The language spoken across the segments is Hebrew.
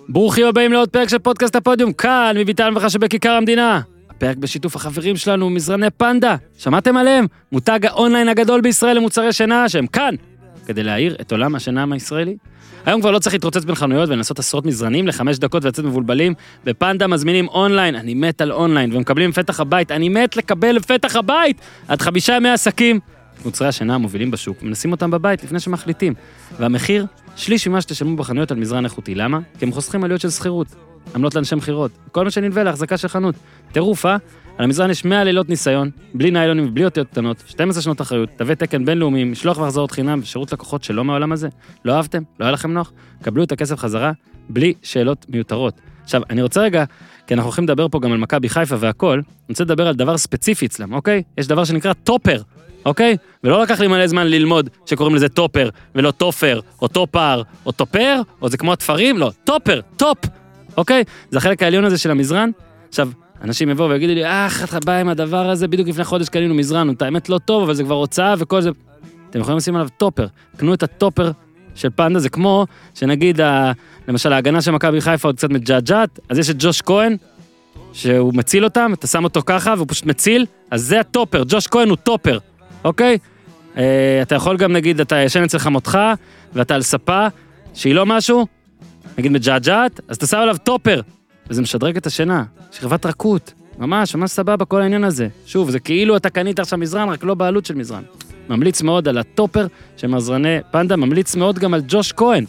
ברוכים הבאים לעוד פרק של פודקאסט הפודיום, כאן מביטל וחש בכיכר המדינה. הפרק בשיתוף החברים שלנו, מזרני פנדה. שמעתם עליהם? מותג האונליין הגדול בישראל למוצרי שינה, שהם כאן, כדי להאיר את עולם השינה הישראלי. היום כבר לא צריך להתרוצץ בין חנויות ולנסות עשרות מזרנים ל5 דקות ויצאת מבולבלים. בפנדה מזמינים אונליין, אני מת על אונליין, ומקבלים לפתח הבית, אני מת לקבל לפתח הבית, עד 5 ימי עסקים. מוצרי השינה המובילים בשוק, מנסים אותם בבית לפני שמחליטים. והמחיר, שליש ממה שתשלמו בחנויות על מזרן איכותי. למה? כי הם חוסכים עלויות של שכירות, עמלות לאנשי מכירות, כל מה שנלווה להחזקה של חנות. טירופה, על המזרן יש 100 לילות ניסיון, בלי ניילונים ובלי אותיות קטנות, 12 שנות אחריות, תווי תקן בינלאומיים, משלוח והחזרות חינם, שירות לקוחות שלא מהעולם הזה. לא אהבתם? לא היה לכם נוח? קבלו את הכסף חזרה, בלי שאלות מיותרות. עכשיו, אני רוצה רגע, כי אנחנו הולכים לדבר פה גם על מכבי חיפה והכל, אני רוצה לדבר על דבר ספציפי אצלם, אוקיי? יש דבר שנקרא טופר, אוקיי? ולא לקח לי מלא זמן ללמוד שקוראים לזה טופר, ולא טופר, או טופר, או טופר, או זה כמו התפרים, לא, טופר, טופ, אוקיי? זה החלק העליון הזה של המזרן. עכשיו, אנשים יבואו ויגידו לי, אתה בא עם הדבר הזה, בדיוק לפני חודש קנינו מזרן, את האמת לא טוב, אבל זה כבר הוצאה וכל זה. אתם יכולים לשים עליו טופר, קנו את הטופר של פנדה, זה כמו שנגיד, למשל, ההגנה של מכבי חיפה עוד קצת מג'עג'עת, אז יש את ג'וש כהן, שהוא מציל אותם, אתה שם אותו ככה, והוא פשוט מציל, אז זה הטופר, ג'וש כהן הוא טופר, אוקיי? אתה יכול גם, נגיד, אתה ישן אצל חמותך, ואתה על ספה, שהיא לא משהו, נגיד מג'עג'עת, אז אתה שם עליו טופר, וזה משדרג את השינה, שכבת רכות, ממש סבבה כל העניין הזה. שוב, זה כאילו אתה קנית עכשיו מזרן, רק לא בעלות של מזרן. ממליץ מאוד על הטופר של מזרני פנדה, ממליץ מאוד גם על ג'וש כהן,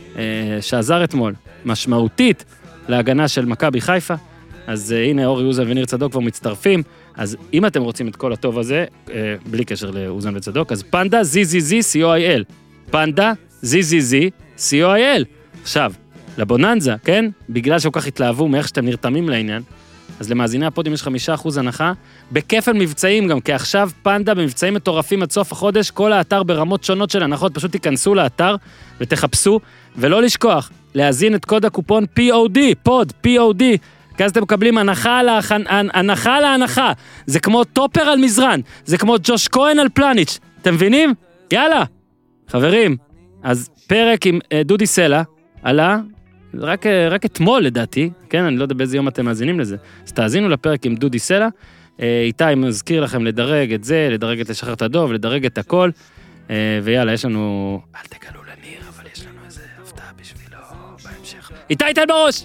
שעזר אתמול, משמעותית להגנה של מכבי חיפה. אז הנה אורי אוזן וניר צדוק כבר מצטרפים, אז אם אתם רוצים את כל הטוב הזה, בלי קשר לאוזן וצדוק, אז פנדה ZZZ.co.il, פנדה ZZZ.co.il. עכשיו, לבוננזה, כן? בגלל שכל כך התלהבו מאיך שאתם נרתמים לעניין, אז למאזיני הפודיום יש 5% הנחה, בכפל מבצעים גם, כי עכשיו פנדה במבצעים מטורפים עד סוף החודש, כל האתר ברמות שונות של הנחות, פשוט תיכנסו לאתר ותחפשו, ולא לשכוח, להזין את קוד הקופון POD, POD, כי אז אתם מקבלים הנחה על ההנחה, זה כמו טופר על מזרן, זה כמו ג'וש כהן על פלניץ', אתם מבינים? יאללה, חברים, אז פרק עם דודי סלע, עלה, רק אתמול לדעתי, כן, אני לא יודע באיזה יום אתם מאזינים לזה, אז תאזינו לפרק עם דודי סלע, איתי מזכיר לכם לדרג את זה, לדרג את לשחרר את הדוב, לדרג את הכל, ויאללה, יש לנו, אל תגלו לניר, אבל יש לנו איזה הפתעה בשבילו בהמשך. איתי תן בראש!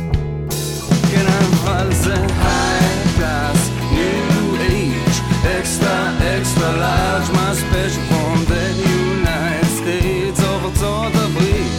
כן, אבל זה high class, new age, extra large, my special from the United States of ארצות הברית.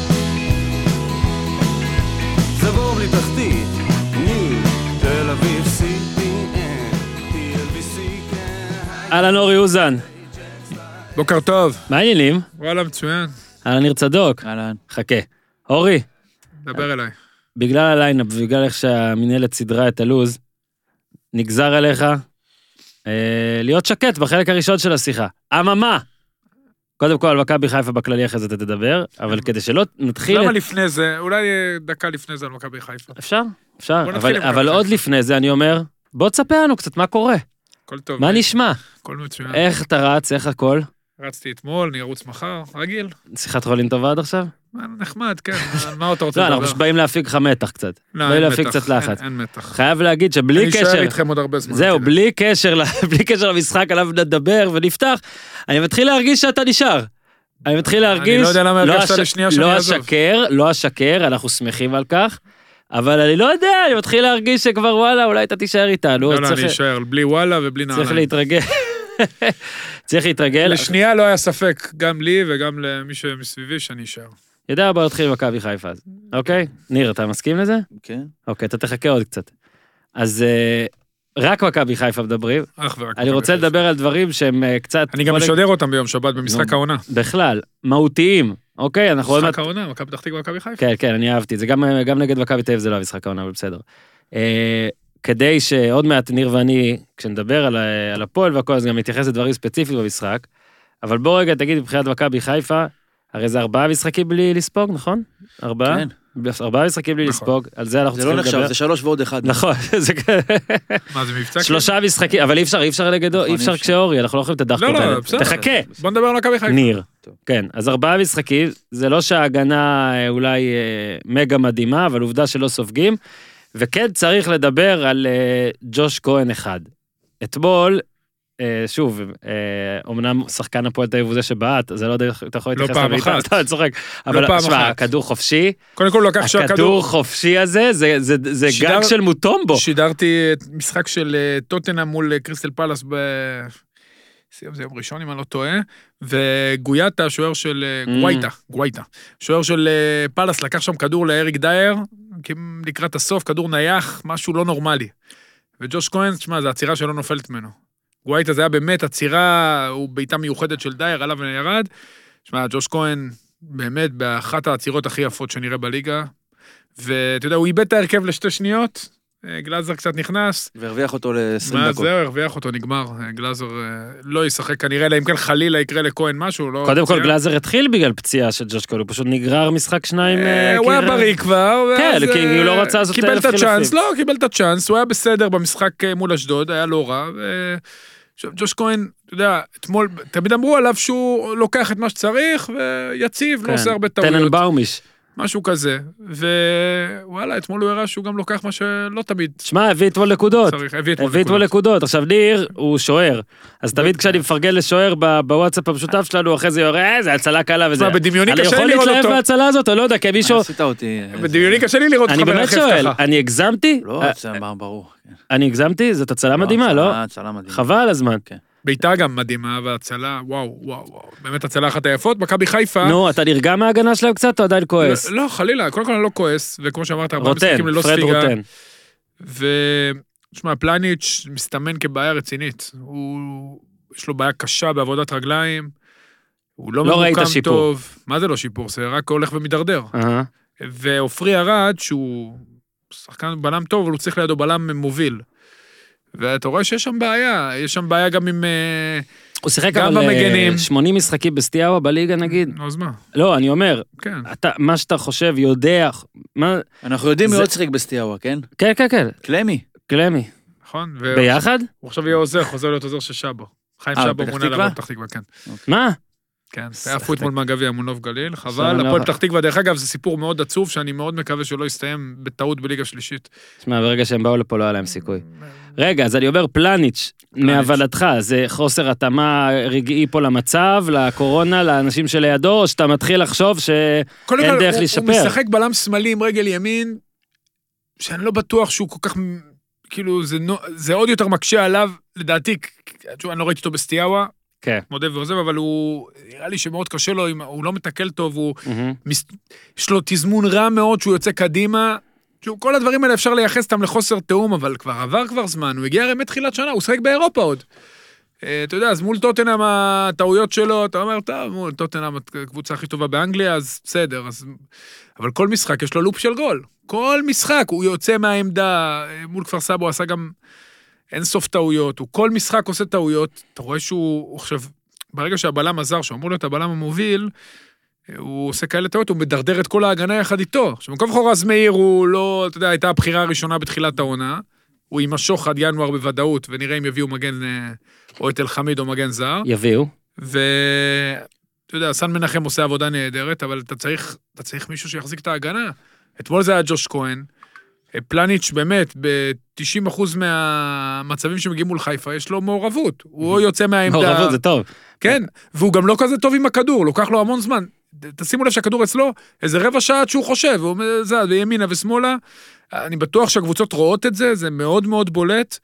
זה בור בלי תחתית, ניו, תל אביב, CPN, TLBC, כן. אהלן אורי אוזן. בוקר טוב. מה העניינים? וואלה, מצוין. אהלן ניר צדוק. אהלן. חכה. אורי. דבר אליי. בגלל הליינאפ, ובגלל איך שהמנהלת סדרה את הלוז, נגזר עליך להיות שקט בחלק הראשון של השיחה. אממה! קודם כל, על מכבי חיפה בכללי אחרי זה אתה תדבר, אבל כדי שלא נתחיל... למה לפני זה? אולי דקה לפני זה על מכבי חיפה. אפשר, בוא נתחיל עם אבל מכבי עוד חיפה. לפני זה אני אומר, בוא תספר לנו קצת מה קורה. הכל טוב. מה נשמע? הכל מצוין. איך אתה רץ, איך הכל? רצתי אתמול, אני ארוץ מחר, רגיל. שיחת חולין טובה עד עכשיו? נחמד, כן. על מה אתה רוצה לא, לדבר? אנחנו שבאים להפיק לך מתח קצת. לא, באים אין להפיק מתח. קצת לחץ. אין מתח. חייב להגיד שבלי אני אשאר קשר... איתכם עוד הרבה זמן. זהו, תדע. בלי קשר למשחק עליו נדבר ונפתח, אני מתחיל להרגיש שאתה נשאר. אני מתחיל להרגיש... אני לא יודע למה הרגשת לשנייה שאני אעזוב. לא אשקר, אנחנו שמחים על כך, אבל אני לא יודע, אני מתחיל להרגיש שכבר וואלה, אולי אתה תישאר איתנו. לא, אני אשאר, בלי וואלה ובלי נעליים. צריך להתרגל. צריך להתרגל. לשנייה לא היה ספק, גם לי וגם למי שמסביבי שאני אשאר. יודע, בוא נתחיל עם מכבי חיפה אז. אוקיי? ניר, אתה מסכים לזה? כן. אוקיי, אתה תחכה עוד קצת. אז רק מכבי חיפה מדברים. אך ורק. אני רוצה לדבר על דברים שהם קצת... אני גם משדר אותם ביום שבת במשחק העונה. בכלל, מהותיים. אוקיי, אנחנו... משחק העונה, מכבי פתח תקווה ומכבי חיפה. כן, כן, אני אהבתי את זה. גם נגד מכבי תל אביב זה לא המשחק העונה, אבל בסדר. כדי שעוד מעט ניר ואני, כשנדבר על הפועל והכל, אז גם נתייחס לדברים ספציפיים במשחק. אבל בוא רגע, תגיד, מבחינת מכבי חיפה, הרי זה 4 משחקים בלי לספוג, נכון? 4? כן. 4 משחקים בלי לספוג, על זה אנחנו זה לא צריכים לדבר. נחשב, זה 3 ועוד 1. נכון, זה מה, זה מבצע? 3 משחקים, אבל אי אפשר לגדול, אי אפשר כשאורי, אנחנו לא יכולים את הדחקות לא, האלה. בסדר. תחכה, בוא נדבר על מכבי חיפה. ניר. כן, אז 4 משחקים, זה לא שההגנה אולי מגה מדהימה, אבל עובדה שלא סופגים, וכן צריך לדבר על ג'וש כהן אחד. אתמול, שוב, אמנם שחקן הפועל תל אביב הוא זה שבעט, זה לא יודע, אתה יכול להתייחס פעם אחת. אתה צוחק, אבל תשמע, הכדור חופשי, קודם כל לקח הכדור חופשי הזה, זה גג של מוטומבו. שידרתי משחק של טוטנהאם מול קריסטל פלאס זה יום ראשון אם אני לא טועה, וגויאטה, שוער של גווייטה, שוער של פלאס לקח שם כדור לאריק דייר, לקראת הסוף, כדור נייח, משהו לא נורמלי. וג'וש כהן, תשמע, זה הצירה שלא נופלת ממנו. גווייטה זה היה באמת הצירה, הוא בעיטה מיוחדת של דייר, עליו וירד. תשמע, ג'וש כהן באמת באחת העצירות הכי יפות שנראה בליגה, ואתה יודע, הוא איבד את ההרכב לשתי שניות, גלאזר קצת נכנס. והרוויח אותו ל-20 מה דקות. זהו, הרוויח אותו, נגמר. גלאזר לא ישחק כנראה, אלא אם כן חלילה יקרה לכהן משהו. לא קודם כל פציעה. גלאזר התחיל בגלל פציעה של ג'וש כהן, הוא פשוט נגרר משחק 2. הוא היה בריא כבר. כן, ואז, כי הוא לא רצה לעשות קיבל את 1,000 הצ'אנס, חילופים. לא, קיבל את הצ'אנס, הוא היה בסדר במשחק מול אשדוד, היה לא רע. עכשיו, ג'וש כהן, אתה יודע, אתמול, תמיד אמרו עליו שהוא לוקח את מה שצריך, ויציב, לא עושה הרבה טעויות. טננבאומיש. משהו כזה, ווואלה, אתמול הוא הראה שהוא גם לוקח מה שלא תמיד שמע, הביא אתמול נקודות. צריך, הביא אתמול נקודות. עכשיו, ניר הוא שוער. אז תמיד כשאני מפרגן לשוער בוואטסאפ המשותף שלנו, אחרי זה יורה, זה הצלה קלה וזה. בדמיוני אני קשה יכול לי לראות להתלהב אותו. בהצלה הזאת, או לא יודע, כי מישהו... עשית אותי. בדמיוני קשה לי לראות אותך אני באמת מרחף שואל, ככה. אני הגזמתי? לא, זה ברור. אני הגזמתי? זאת הצלה מדהימה, לא? הצלה מדהימה. חבל על הזמן. ביתה גם מדהימה, והצלה, וואו. באמת הצלה אחת היפות, מכבי חיפה. נו, אתה נרגע מההגנה שלהם קצת, או עדיין כועס? לא, חלילה, קודם כל אני לא כועס, וכמו שאמרת, 4 רוטן, משחקים ללא פרד ספיגה. רוטן. ותשמע, פלניץ' מסתמן כבעיה רצינית. יש לו בעיה קשה בעבודת רגליים, הוא לא ראית ממוקם שיפור. טוב. מה זה לא שיפור? זה רק הולך ומדרדר. ועופרי ארד, שהוא שחקן בלם טוב, אבל הוא צריך לידו בלם מוביל. ואתה רואה שיש שם בעיה, יש שם בעיה גם עם... הוא שיחק גם אבל במגנים. 80 משחקים בסטיאבה בליגה נגיד. אז מה? לא, אני אומר, כן. מה שאתה חושב, יודע, מה... אנחנו יודעים זה- מי עוד שיחק בסטיאבה, כן? כן, קלמי. קלמי. נכון? ביחד? הוא עכשיו יהיה עוזר, חוזר להיות עוזר של שבו. חיים שבו פתח מונה תקווה? לעבוד פתח תקווה, כן. מה? כן, עפו אתמול מהגביע מול נוף גליל, עכשיו חבל. אני לא- הפועל פתח תקווה, דרך אגב, זה סיפור מאוד עצוב, שאני מאוד מקווה שלא יסתיים בטעות בליגה שלישית. תשמע, ברגע שהם באו לפה לא היה להם סיכוי. רגע, אז אני אומר פלניץ', מהבנתך, זה חוסר התאמה רגעי פה למצב, לקורונה, לאנשים שלידו, או שאתה מתחיל לחשוב קודם שאין כל, דרך הוא לשפר? משחק בלם שמאלי עם רגל ימין, שאני לא בטוח שהוא כל כך, כאילו, זה עוד יותר מקשה עליו, לדעתי, אני לא ראיתי אותו בסטיאבה, כן. מודה ועוזב, אבל הוא, נראה לי שמאוד קשה לו, הוא לא מתקל טוב, מהמם. יש לו תזמון רע מאוד שהוא יוצא קדימה, כל הדברים האלה אפשר לייחס אותם לחוסר תאום, אבל כבר עבר כבר זמן, הוא הגיע הרי מתחילת שנה, הוא שחק באירופה עוד. אתה יודע, אז מול טוטנהאם הטעויות שלו, אתה אומר, טוב, מול טוטנהאם הקבוצה הכי טובה באנגליה, אז בסדר, אבל כל משחק יש לו לופ של גול. כל משחק, הוא יוצא מהעמדה, מול כפר סבא הוא עשה גם אין סוף טעויות, הוא כל משחק עושה טעויות, אתה רואה שהוא עכשיו, ברגע שהבלם עזר, שאמור להיות הבלם המוביל, הוא עושה כאלה טעות, הוא מדרדר את כל ההגנה יחד איתו. עכשיו, במקום חורז מאיר הוא לא, אתה יודע, הייתה הבחירה הראשונה בתחילת העונה, הוא יימשוך עד ינואר בוודאות, ונראה אם יביאו מגן, או את אלחמיד או מגן זר. יביאו. ואתה יודע, סן מנחם עושה עבודה נהדרת, אבל אתה צריך מישהו שיחזיק את ההגנה. אתמול זה היה ג'וש כהן, פלניץ' באמת, ב-90% מהמצבים שמגיעים מול חיפה, יש לו מעורבות. הוא יוצא מהעמדה. מעורבות, זה טוב. כן, והוא גם לא כזה טוב עם הכדור, לוקח לו המון זמן. תשימו לב שהכדור אצלו, איזה רבע שעה עד שהוא חושב, הוא זז בימינה ושמאלה. אני בטוח שהקבוצות רואות את זה, זה מאוד מאוד בולט.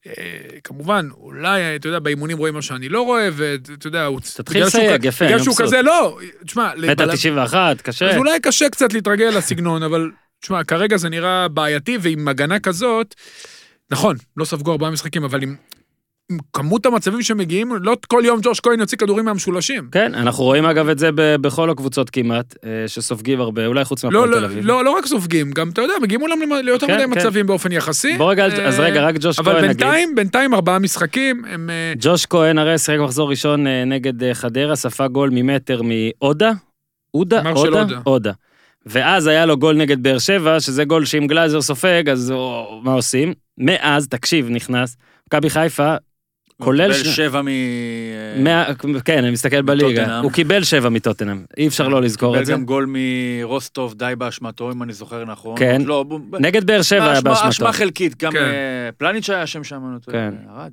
כמובן, אולי, אתה יודע, באימונים רואים מה שאני לא רואה, ואתה יודע, הוא... תתחיל לסייג, יפה, בגלל אני שהוא מבסוט. כזה, לא, תשמע... מטר 91, קשה. אז אולי קשה קצת להתרגל לסגנון, אבל, תשמע, כרגע זה נראה בעייתי, ועם הגנה כזאת, נכון, לא ספגו 4 משחקים, אבל עם כמות המצבים שמגיעים, לא כל יום ג'וש כהן יוציא כדורים מהמשולשים. כן, אנחנו רואים אגב את זה בכל הקבוצות כמעט, שסופגים הרבה, אולי חוץ מהפועל תל אביב. לא רק סופגים, גם אתה יודע, מגיעים אולם ליותר כן, מדי כן. מצבים באופן יחסי. בוא רגע, אז רגע, רק ג'וש כהן אבל נגיד. בינתיים 4 משחקים, הם... ג'וש כהן הרי שיחק מחזור ראשון נגד חדרה, ספג גול ממטר מאודה, אודה, מרשל אודה. ואז היה לו גול נגד באר שבע, שזה גול שאם גלאזר סופג, אז מה עושים? מאז, תקשיב, נכנס, מכבי חיפה, כולל... קיבל 7 כן, אני מסתכל בליגה. הוא קיבל 7 מטוטנהאם, אי אפשר לא לזכור את זה. קיבל גם גול מרוסטוב, די באשמתו, אם אני זוכר נכון. כן, נגד באר שבע היה באשמתו. אשמה חלקית, גם פלניץ' היה שם, כן.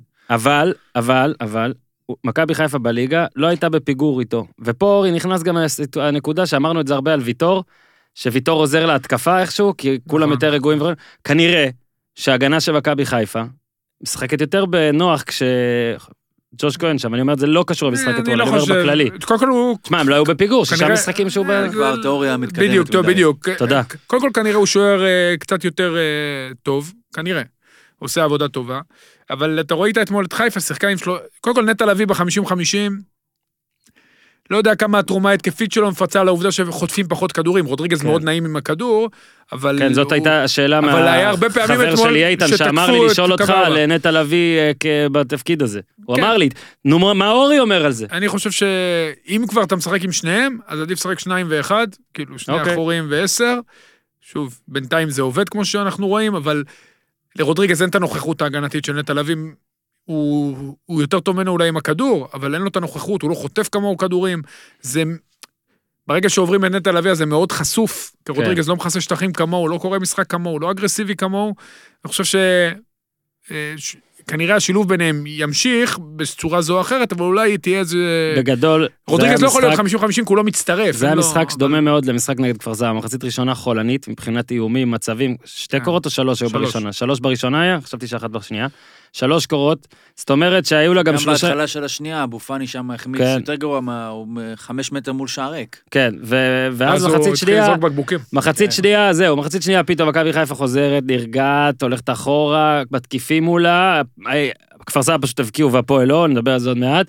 אבל, מכבי חיפה בליגה לא הייתה בפיגור איתו. ופה אורי נכנס גם הנקודה שאמרנו את זה הרבה על ויטור, שוויטור עוזר להתקפה איכשהו, כי כולם יותר רגועים. כנראה שההגנה של מכבי חיפה משחקת יותר בנוח ג'וש כהן שם, אני אומר, זה לא קשור למשחק אתמול, אני אומר בכללי. קודם כל הוא... תשמע, הם לא היו בפיגור, 6 משחקים שהוא... כבר תיאוריה מתקדמת. בדיוק. תודה. קודם כל כנראה הוא שוער קצת יותר טוב, כנראה. עושה עבודה טובה, אבל אתה ראית אתמול את חיפה, שיחקה עם שלו... קודם כל נטע לביא ב-50-50, לא יודע כמה התרומה ההתקפית שלו מפצה על העובדה שחוטפים פחות כדורים, רודריגז מאוד נעים עם הכדור, אבל... כן, זאת הייתה השאלה מהחבר שלי איתן, שאמר לי לשאול אותך על נטע לביא בתפקיד הזה. הוא אמר לי, נו, מה אורי אומר על זה? אני חושב שאם כבר אתה משחק עם שניהם, אז עדיף לשחק 2 ו-1, כאילו 2 אחורים ו10, שוב, בינתיים זה עובד כמו שאנחנו רואים, אבל לרודריגז אין את הנוכחות ההגנתית של נטע לביא, הוא יותר טוב ממנו אולי עם הכדור, אבל אין לו את הנוכחות, הוא לא חוטף כמוהו כדורים, זה, ברגע שעוברים את נטע לביא, זה מאוד חשוף, כי רודריגז לא מחסה שטחים כמוהו, לא קורא משחק כמוהו, לא אגרסיבי כמוהו, אני חושב כנראה השילוב ביניהם ימשיך בצורה זו או אחרת, אבל אולי תהיה איזה... בגדול... רודריגז לא יכול להיות 50-50, כי הוא לא מצטרף. זה היה משחק שדומה מאוד למשחק נגד כפר סבא, מחצית ראשונה חולנית, מבחינת איומים, מצבים, 2 קורות או 3 היו בראשונה? 3 בראשונה היה? חשבתי שאחת בשנייה. 3 קורות, זאת אומרת שהיו לה גם 3... גם בהתחלה של השנייה, אבו פאני שם החמיץ יותר גרוע, הוא 5 מטר מול שער ריק. כן, ואז מחצית שנייה, זהו, מחצית שנייה פתאום מכבי חיפה חוזרת, נרגעת, הולכת אחורה, מתקיפים מולה, כפר סבא פשוט הבקיעו והפועל לא, נדבר על זה עוד מעט,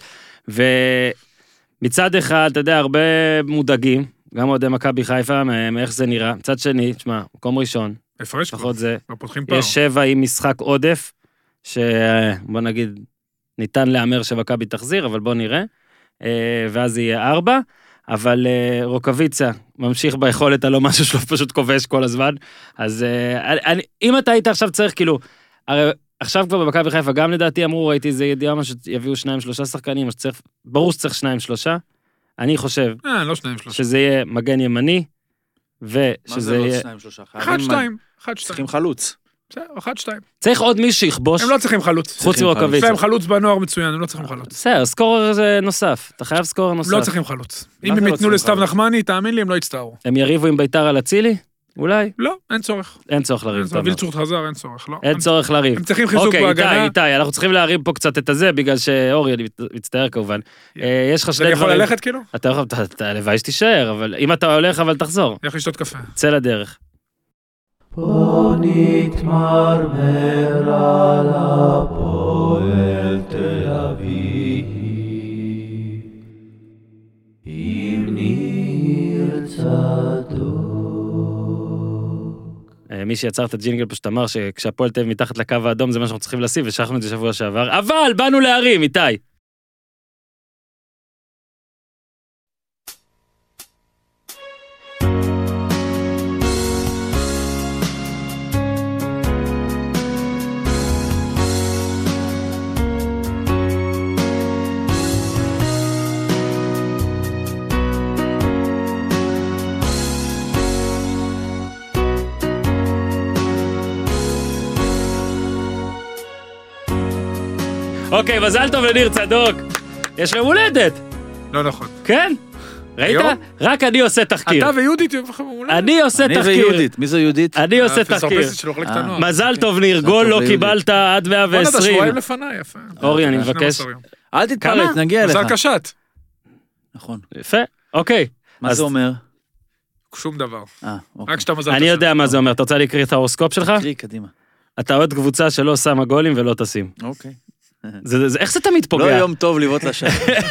ומצד אחד, אתה יודע, הרבה מודאגים, גם עוד מכבי חיפה, מאיך זה נראה, מצד שני, תשמע, מקום ראשון, לפחות זה, יש 7 עם משחק עודף, שבוא נגיד, ניתן לאמר שמכבי תחזיר, אבל בוא נראה, ואז יהיה 4, אבל רוקביצה ממשיך ביכולת הלא משהו שלו פשוט כובש כל הזמן, אז אם אתה היית עכשיו צריך כאילו, הרי עכשיו כבר במכבי חיפה גם לדעתי אמרו, ראיתי איזה ידיעה מה שיביאו 2-3 שחקנים, ברור שצריך 2-3, אני חושב לא 2-3. שזה יהיה מגן ימני, ושזה יהיה... מה זה לא 2-3? צריכים חלוץ. 1-2. צריך עוד מישהו שיכבוש. הם לא צריכים חלוץ. חוץ מרוקביצה. יש להם חלוץ בנוער מצוין, הם לא צריכים חלוץ. בסדר, סקורר זה נוסף. אתה חייב סקורר נוסף. לא צריכים חלוץ. אם הם ייתנו לסתיו נחמני, תאמין לי, הם לא יצטערו. הם יריבו עם ביתר על אצילי? אולי? לא, אין צורך. אין צורך לריב. וילצ'ורט חזר, אין צורך, לא. אין צורך לריב. הם צריכים חיזוק בהגנה. איתי, אנחנו צריכים להריב פה קצת את הזה, בגלל שאורי, אני מצטער כמובן. יש לך שני דברים. אני יכול ללכת כאילו? אתה הלוואי שתישאר, אבל אם אתה הולך, אבל תחזור. איך לשתות קפה? צא לדרך. פה נתמרמר על הפועל תל אביב, עם ניר צדוק. מי שיצר את הג'ינגל פשוט אמר שכשהפועל תל אביב מתחת לקו האדום זה מה שאנחנו צריכים לשים, ושכחנו את זה שבוע שעבר, אבל באנו להרים, איתי. אוקיי, מזל טוב לניר צדוק. יש לו הולדת. לא נכון. כן? ראית? רק אני עושה תחקיר. אתה ויהודית. אני עושה תחקיר. אני ויהודית. מי זו יהודית? אני עושה תחקיר. מזל טוב ניר, גול לא קיבלת עד 120. בוא נדע שבועיים לפניי, יפה. אורי, אני מבקש. אל תתפרץ, נגיע אליך. מזל קשת. נכון. יפה, אוקיי. מה זה אומר? שום דבר. אוקיי. רק שאתה מזל קשת. אני יודע מה זה אומר. אתה רוצה להקריא את ההורוסקופ שלך? תקריא, קדימה. אתה עוד קבוצה שלא שמה גולים ולא תשים. אוקיי. איך זה תמיד פוגע? לא יום טוב לבעוט לשם.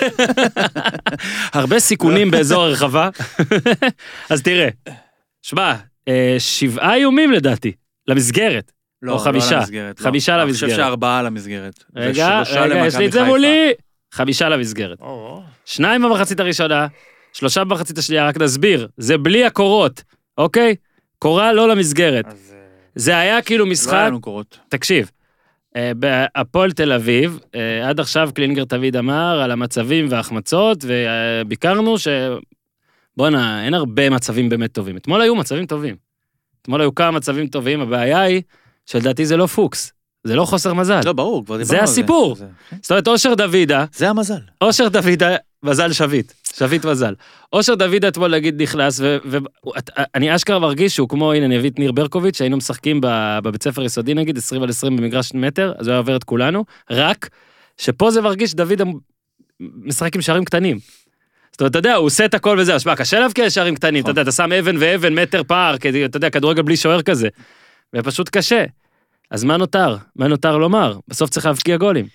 הרבה סיכונים באזור הרחבה. אז תראה, שמע, 7 איומים לדעתי, למסגרת. או 5. 5 למסגרת. אני חושב ש4 למסגרת. רגע, יש לי את זה מולי. 5 למסגרת. 2 במחצית הראשונה, 3 במחצית השנייה, רק נסביר, זה בלי הקורות, אוקיי? קורה לא למסגרת. אז זה היה כאילו לא משחק, היה לנו קורות. תקשיב, בהפועל תל אביב, עד עכשיו קלינגר תמיד אמר על המצבים וההחמצות, וביקרנו בוא'נה, אין הרבה מצבים באמת טובים. אתמול היו מצבים טובים. אתמול היו כמה מצבים טובים, הבעיה היא שלדעתי זה לא פוקס, זה לא חוסר מזל. לא, ברור, כבר דיברנו זה על זה. הסיפור. זאת אומרת, אושר דוידה, זה המזל. אושר דוידה, מזל שביט מזל. אושר דוידה אתמול להגיד נכנס, ואני אשכרה מרגיש שהוא כמו, הנה אני אביא את ניר ברקוביץ', שהיינו משחקים בבית ספר יסודי נגיד, 20 על 20 במגרש מטר, אז הוא היה עובר את כולנו, רק שפה זה מרגיש שדוידה משחק עם שערים קטנים. זאת אומרת, אתה יודע, הוא עושה את הכל וזה, השפעה, קשה להבקיע שערים קטנים, אתה יודע, אתה שם אבן ואבן, מטר פער, אתה יודע, כדורגל בלי שוער כזה, ופשוט קשה. אז מה נותר? מה נותר לומר? בסוף צריך להבקיע גולים.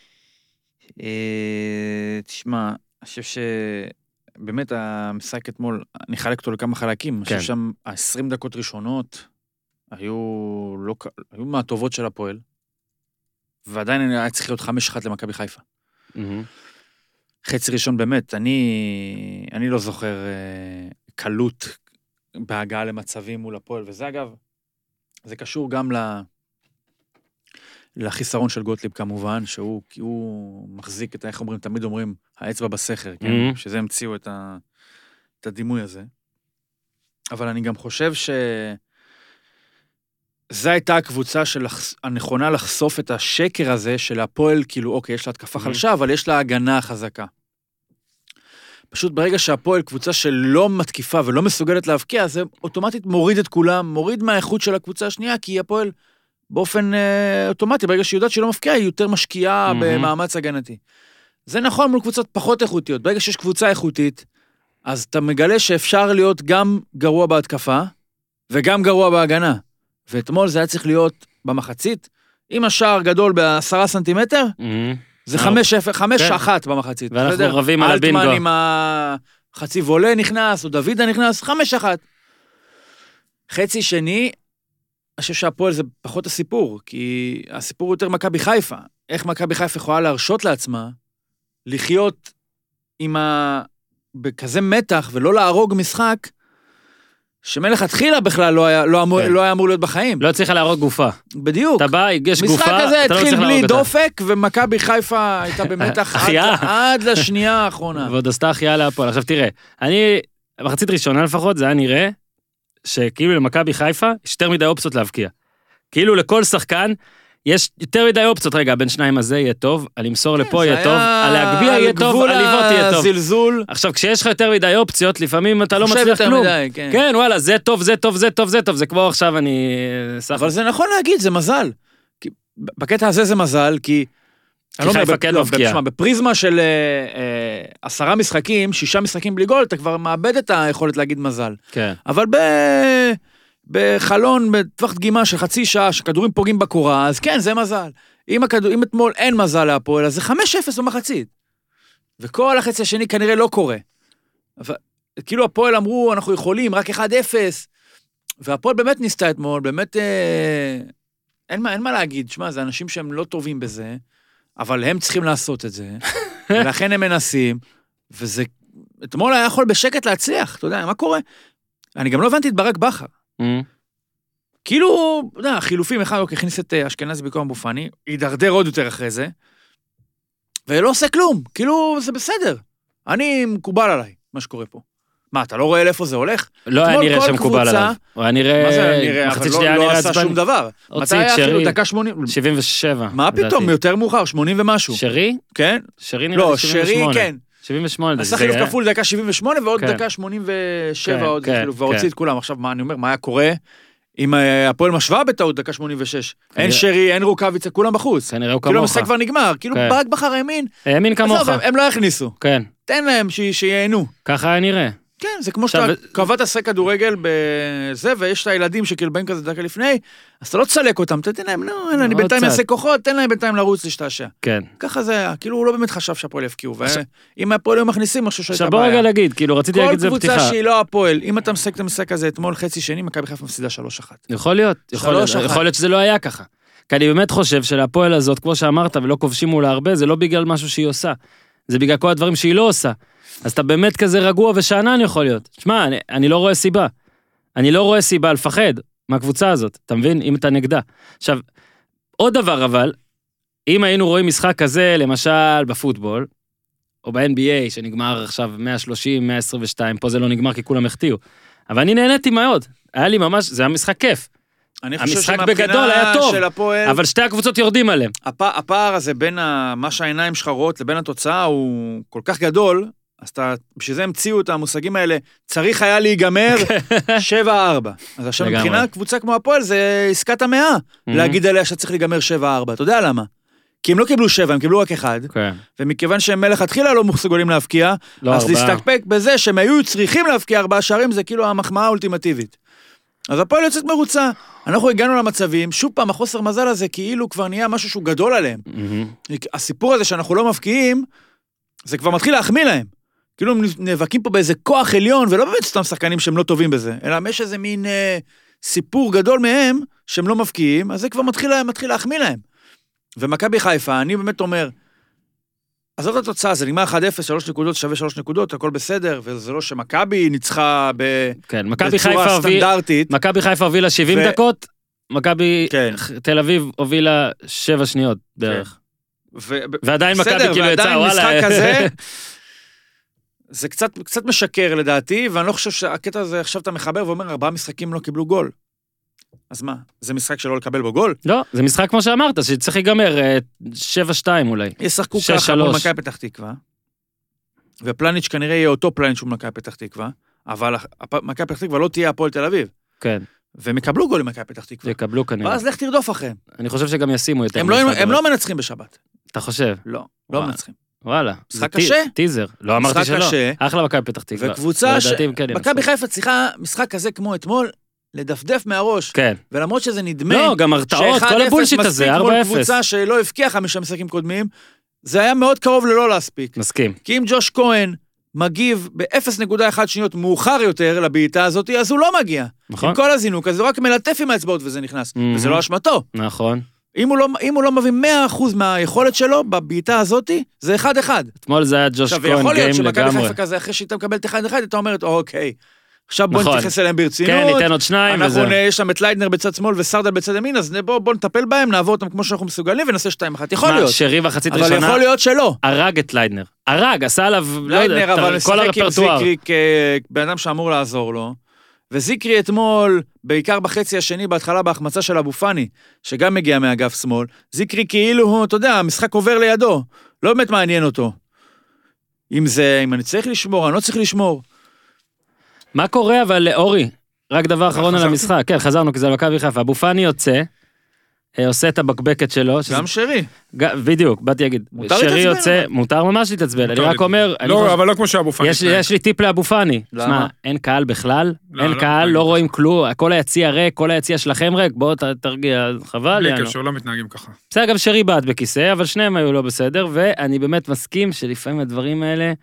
תשמע, אני חושב שבאמת המשחק אתמול, אני חלק אותו לכמה חלקים, אני חושב שם 20 דקות ראשונות היו מהטובות של הפועל, ועדיין היה צריך להיות 5-1 למכבי חיפה. חצי ראשון באמת, אני לא זוכר קלות בהגעה למצבים מול הפועל, וזה אגב, זה קשור גם לחיסרון של גוטליב כמובן, שהוא מחזיק את, איך אומרים, תמיד אומרים, האצבע בסכר, כן? שזה המציאו את הדימוי הזה. אבל אני גם חושב זו הייתה הקבוצה הנכונה לחשוף את השקר הזה של הפועל, כאילו, אוקיי, יש לה התקפה חלשה, אבל יש לה הגנה חזקה. פשוט ברגע שהפועל קבוצה שלא מתקיפה ולא מסוגלת להבקיע, זה אוטומטית מוריד את כולם, מוריד מהאיכות של הקבוצה השנייה, כי הפועל באופן אוטומטי, ברגע שהיא יודעת שהיא לא מפקיעה, היא יותר משקיעה במאמץ הגנתי. זה נכון מול קבוצות פחות איכותיות. ברגע שיש קבוצה איכותית, אז אתה מגלה שאפשר להיות גם גרוע בהתקפה, וגם גרוע בהגנה. ואתמול זה היה צריך להיות במחצית, עם השער גדול ב10 סנטימטר, זה 5-1 במחצית. ואנחנו רבים על הבינגו. אלטמן עם החצי וולה נכנס, או דוידה נכנס, 5-1. חצי שני, אני חושב שהפועל זה פחות הסיפור, כי הסיפור הוא יותר מכבי חיפה. איך מכבי חיפה יכולה להרשות לעצמה, לחיות בכזה מתח, ולא להרוג משחק, שמלך התחילה בכלל לא היה אמור להיות בחיים. לא צריכה להרוג גופה. בדיוק. אתה בא, יש גופה, משחק הזה אתה לא התחיל צריך בלי להרוג אותה. דופק, ומכבי חיפה הייתה במתח עד לשנייה האחרונה. ועוד עשתה החייאה להפועל. עכשיו תראה, מחצית ראשונה לפחות, זה היה נראה, שכאילו למכבי חיפה, יש יותר מדי אופציות להבקיע. כאילו לכל שחקן, יש יותר מדי אופציות, רגע, בין שניים הזה יהיה טוב, על למסור לפה יהיה טוב, על להגביע יהיה טוב, על לבעוט יהיה טוב. זלזול. עכשיו, כשיש לך יותר מדי אופציות, לפעמים אתה לא מצליח כלום. כן, וואלה, זה טוב, זה טוב, זה טוב, זה טוב, זה כמו עכשיו אני... אבל זה נכון להגיד, זה מזל. בקטע הזה זה מזל, כי... חיפה כן מבקיע. בפריזמה של 10 משחקים, 6 משחקים בלי גול, אתה כבר מאבד את היכולת להגיד מזל. כן. אבל בחלון, בטווח דגימה של חצי שעה, שכדורים פוגעים בקורה, אז כן, זה מזל. אם אתמול אין מזל להפועל, אז זה 5-0 במחצית. וכל החצי השני כנראה לא קורה. אבל, כאילו הפועל אמרו, אנחנו יכולים, רק 1-0, והפועל באמת ניסתה אתמול, באמת, אין מה להגיד, שמה, זה אנשים שהם לא טובים בזה, אבל הם צריכים לעשות את זה, ולכן הם מנסים, וזה, אתמול היה יכול בשקט להצליח, אתה יודע, מה קורה? אני גם לא הבנתי את ברק בכר. כאילו, אתה יודע, חילופים אחד, אוקיי, הכניס את אשכנזי במקום אבו פאני, יידרדר עוד יותר אחרי זה, ולא עושה כלום, כאילו, זה בסדר. אני מקובל עליי, מה שקורה פה. מה, אתה לא רואה לאיפה זה הולך? לא היה נראה שמקובל עליו. הוא היה נראה... מה זה נראה? אבל לא עשה שום דבר. מתי היה אפילו דקה 80? 77. מה פתאום? יותר מאוחר, 80 ומשהו. שרי? כן? שרי נראה לי 78. לא, שרי כן. 78. עשה חילוף כפול דקה 78 ועוד דקה 87 עוד, והוציא את כולם. עכשיו מה אני אומר? מה היה קורה? אם הפועל משווה בטעות דקה 86, אין שרי, אין רוקאביצה, כולם בחוץ. כנראה הוא כמוך. כאילו המשחק כבר נגמר, כאילו ברק בכר האמין. האמין כמוך. הם לא הכניסו. כן. תן להם שיהנו. ככה היה נראה. כן, זה כמו שאתה קבעת עשה כדורגל בזה, ויש את הילדים שכאילו באים כזה דקה לפני, אז אתה לא תסלק אותם, תתן להם, לא, אני בינתיים אעשה כוחות, תן להם בינתיים לרוץ להשתעשע. כן. ככה זה היה, כאילו הוא לא באמת חשב שהפועל יפקיעו, ואם הפועל היו מכניסים, משהו שהייתה בעיה. עכשיו בוא רגע להגיד, כאילו רציתי להגיד זה בפתיחה. כל קבוצה שהיא לא הפועל, אם אתה משחק את המשחק הזה אתמול חצי שני, מכבי חיפה מפסידה 3-1. יכול להיות שזה לא היה ככה. כי אני באמת חושב שלהפועל הזאת, כמו שאמרת, ולא כובשים מולה הרבה, זה לא בגלל משהו שהיא עושה. זה בגלל כל הדברים שהיא לא עושה. אז אתה באמת כזה רגוע ושענן יכול להיות. שמע, אני לא רואה סיבה. אני לא רואה סיבה לפחד מהקבוצה הזאת, אתה מבין? אם אתה נגדה. עכשיו, עוד דבר אבל, אם היינו רואים משחק כזה, למשל בפוטבול, או ב-NBA, שנגמר עכשיו 130, 122, פה זה לא נגמר כי כולם החטיאו. אבל אני נהניתי מאוד. היה לי ממש, זה היה משחק כיף. המשחק בגדול היה טוב, אבל שתי הקבוצות יורדים עליהם. הפער הזה בין מה שהעיניים שלך רואות לבין התוצאה הוא כל כך גדול, אז בשביל זה המציאו את המושגים האלה, צריך היה להיגמר 7-4. אז עכשיו מבחינה קבוצה כמו הפועל זה עסקת המאה, להגיד עליה שצריך להיגמר 7-4. אתה יודע למה? כי הם לא קיבלו 7, הם קיבלו רק 1, ומכיוון שהם מלכתחילה לא מסוגלים להפקיע, אז להסתפק בזה שהם היו צריכים להפקיע 4 שערים, זה כאילו המחמאה האולטימטיבית. אז הפועל יוצאת מרוצה, אנחנו הגענו למצבים, שוב פעם החוסר מזל הזה כאילו כבר נהיה משהו שהוא גדול עליהם. הסיפור הזה שאנחנו לא מפקיעים, זה כבר מתחיל להחמיא להם. כאילו הם נאבקים פה באיזה כוח עליון, ולא באמת סתם שחקנים שהם לא טובים בזה, אלא יש איזה מין סיפור גדול מהם, שהם לא מפקיעים, אז זה כבר מתחיל להחמיא להם. ומכבי חיפה, אני באמת אומר, אז זאת התוצאה, זה נגמר 1-0, 3 נקודות, שווה 3 נקודות, הכל בסדר, וזה לא שמכבי ניצחה בצורה סטנדרטית. מכבי חיפה הובילה 70 דקות, מכבי תל אביב הובילה 7 שניות בערך. ועדיין מכבי כאילו יצאה, וואלה. זה קצת משקר לדעתי, ואני לא חושב שהקטע הזה עכשיו אתה מחבר ואומר, 4 משחקים לא קיבלו גול. אז מה? זה משחק שלא לקבל בו גול? לא, זה משחק כמו שאמרת, שצריך להיגמר 7-2 אולי. ישחקו ככה מול מכבי פתח תקווה, ופלניץ' כנראה יהיה אותו פלניץ' מול מכבי פתח תקווה, אבל מכבי פתח תקווה לא תהיה הפועל תל אביב. כן. והם יקבלו גול למכבי פתח תקווה. יקבלו כנראה. ואז לך תרדוף אחריהם. אני חושב שגם ישימו יותר. הם לא מנצחים בשבת. אתה חושב? לא, לא מנצחים. וואלה. משחק קשה. טיזר. לא אמרתי שלא. אחלה מכבי פתח תקווה. וקבוצה מכבי חיפה צריכה משחק כזה כמו אתמול, לדפדף מהראש. כן. ולמרות שזה נדמה, לא, גם הרתעות, כל הבולשיט הזה, 4-0. מספיק מול קבוצה שלא הבקיעה 5 משחקים קודמים, זה היה מאוד קרוב ללא להספיק. מסכים. כי אם ג'וש כהן מגיב ב-0.1 שניות מאוחר יותר לבעיטה הזאת, אז הוא לא מגיע. נכון. עם כל הזינוק, אז הוא רק מלטף עם האצבעות וזה נכנס. וזה לא אשמתו. נכון. אם הוא לא מביא 100% מהיכולת שלו, בבעיטה הזאת, זה 1-1. אתמול זה היה ג'וש כהן גיים לגמרי. ויכול להיות שמכבי חיפה כזה, אחרי שהיא מקבלת 1-1, אתה אומרת, אוקיי, עכשיו בוא נתייחס אליהם ברצינות. כן, ניתן עוד 2 וזה. יש שם את ליידנר בצד שמאל וסרדל בצד ימין, אז בוא נטפל בהם, נעבור אותם כמו שאנחנו מסוגלים ונעשה 2-1. יכול להיות. שרי בחצית ראשונה. אבל יכול להיות שלא. הרג את ליידנר. עשה עליו, ליידנר, אבל משחק עם זיקרי כבן אדם שאמור לעזור לו. וזיקרי אתמול, בעיקר בחצי השני, בהתחלה בהחמצה של אבו פאני, שגם מגיע מאגף שמאל, זיקרי כאילו, אתה יודע, המשחק עובר לידו. לא באמת מעניין אותו. אם אני צריך לשמור, אני לא צריך לשמור. מה קורה אבל אורי? רק דבר אחרון על המשחק. כן, חזרנו, כי זה מכבי חיפה. אבו פאני יוצא, עושה את הבקבקת שלו. גם שרי. בדיוק, באתי להגיד. שרי יוצא, מותר ממש להתעצבן. אני רק אומר... לא, אבל לא כמו שאבו פאני. יש לי טיפ לאבו פאני. שמע, אין קהל בכלל, אין קהל, לא רואים כלום, כל היציע ריק, כל היציע שלכם ריק, בואו תרגיע, חבל. בלי קשר, לא מתנהגים ככה. בסדר, גם שרי בעט בכיסא, אבל שניהם היו לא בסדר, ואני באמת מסכים שלפעמים הדברים האלה...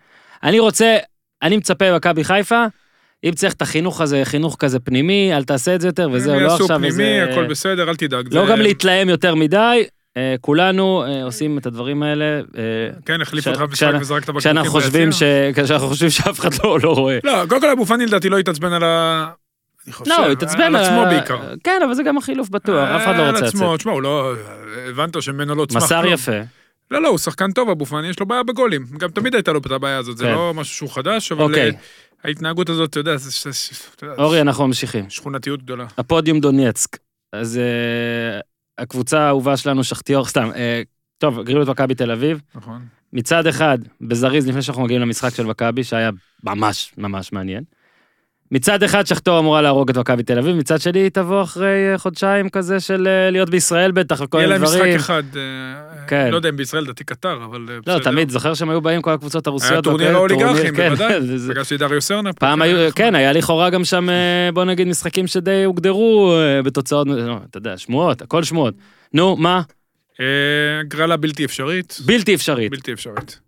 אני מצפה מכבי חיפה, אם צריך את החינוך הזה, חינוך כזה פנימי, אל תעשה את זה יותר, וזהו, לא עכשיו איזה... פנימי, הכל בסדר, אל תדאג. לא גם להתלהם יותר מדי, כולנו עושים את הדברים האלה. כן, החליף אותך בשק וזרק את הבקבוקים כשאנחנו חושבים שאף אחד לא רואה. לא, קודם כל אבו פאני לדעתי לא יתעצבן על אני חושב, על עצמו בעיקר. כן, אבל זה גם החילוף בטוח, אף אחד לא רוצה לצאת. על עצמו, תשמע, הוא לא... הבנת שמנו לא צמח. מסר יפה. לא, הוא שחקן טוב, אבו פאני, יש לו בעיה בגולים. גם תמיד הייתה לו את הבעיה הזאת, זה לא משהו שהוא חדש, אבל ההתנהגות הזאת, אתה יודע, אורי, אנחנו ממשיכים. שכונתיות גדולה. הפודיום דונייצק. אז הקבוצה האהובה שלנו, שחטיור, סתם, טוב, גרילו את מכבי תל אביב. נכון. מצד אחד, בזריז, לפני שאנחנו מגיעים למשחק של מכבי, שהיה ממש ממש מעניין. מצד אחד, שחטור אמורה להרוג את מכבי תל אביב, מצד שני, היא תבוא אחרי חודשיים כזה של להיות בישראל בטח, וכל מיני דברים. יהיה להם משחק אחד, לא יודע אם בישראל דתי קטר, אבל בסדר. לא, תמיד, זוכר שהם היו באים כל הקבוצות הרוסיות. היה טורניר האוליגרכים, בוודאי. פגשתי דריו סרנה. פעם היו, כן, היה לכאורה גם שם, בוא נגיד, משחקים שדי הוגדרו בתוצאות, אתה יודע, שמועות, הכל שמועות. נו, מה? גרלה בלתי אפשרית. בלתי אפשרית. בלתי אפשרית.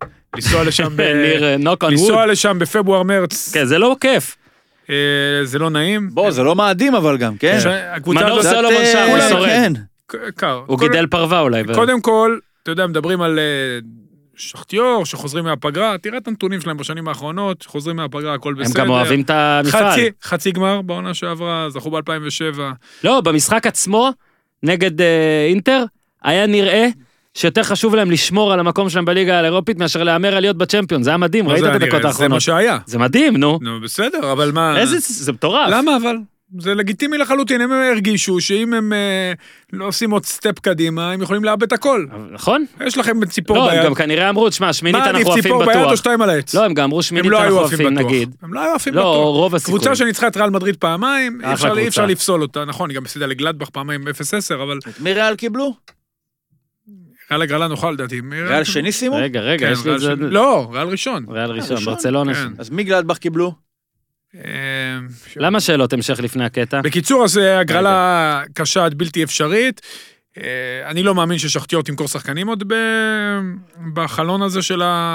לנסוע לשם בפברואר מרץ. כן, זה לא כיף. זה לא נעים. בוא, זה לא מאדים אבל גם, כן? מנור סולומון שם, הוא שורד. קר. הוא גידל פרווה אולי. קודם כל, אתה יודע, מדברים על שחטיור, שחוזרים מהפגרה, תראה את הנתונים שלהם בשנים האחרונות, חוזרים מהפגרה, הכל בסדר. הם גם אוהבים את המפעל. חצי גמר בעונה שעברה, זכו ב-2007. לא, במשחק עצמו, נגד אינטר, היה נראה שיותר חשוב להם לשמור על המקום שלהם בליגה האירופית, מאשר להמר על להיות בצ'מפיון, זה היה מדהים, ראית את הדקות האחרונות. זה מה שהיה. זה מדהים, נו. נו, בסדר, אבל מה... זה מטורף. למה אבל? זה לגיטימי לחלוטין, הם הרגישו שאם הם לא עושים עוד סטפ קדימה, הם יכולים לאבד הכל. נכון? יש לכם ציפור לא, ביד. הם גם כנראה אמרו, תשמע, שמינית מה, אנחנו עפים ציפור ביד או בטוח. 2 על העץ? לא, הם גם אמרו שמינית אנחנו עפים, נגיד. הם לא היו עפים לא, בטוח. רוב הסיכוי. קבוצה שניצחה את ריאל מדריד פעמיים, אחלה אי אפשר קבוצה. לפסול אותה. נכון, היא גם הפסידה לגלדבך פעמיים 0-10, אבל את מי ריאל קיבלו? ריאל הגרלה נוכל לדעתי. ריאל שני סיימו? רגע, כן, יש לי את זה. לא, ריאל ראשון. ריאל ראשון, ראשון? ברצלונה. כן. אז מי גלדבך קיבלו? למה שאלות המשך לפני הקטע? בקיצור, אז הגרלה קשה עד בלתי אפשרית. אני לא מאמין ששחטיור תמכור שחקנים עוד בחלון הזה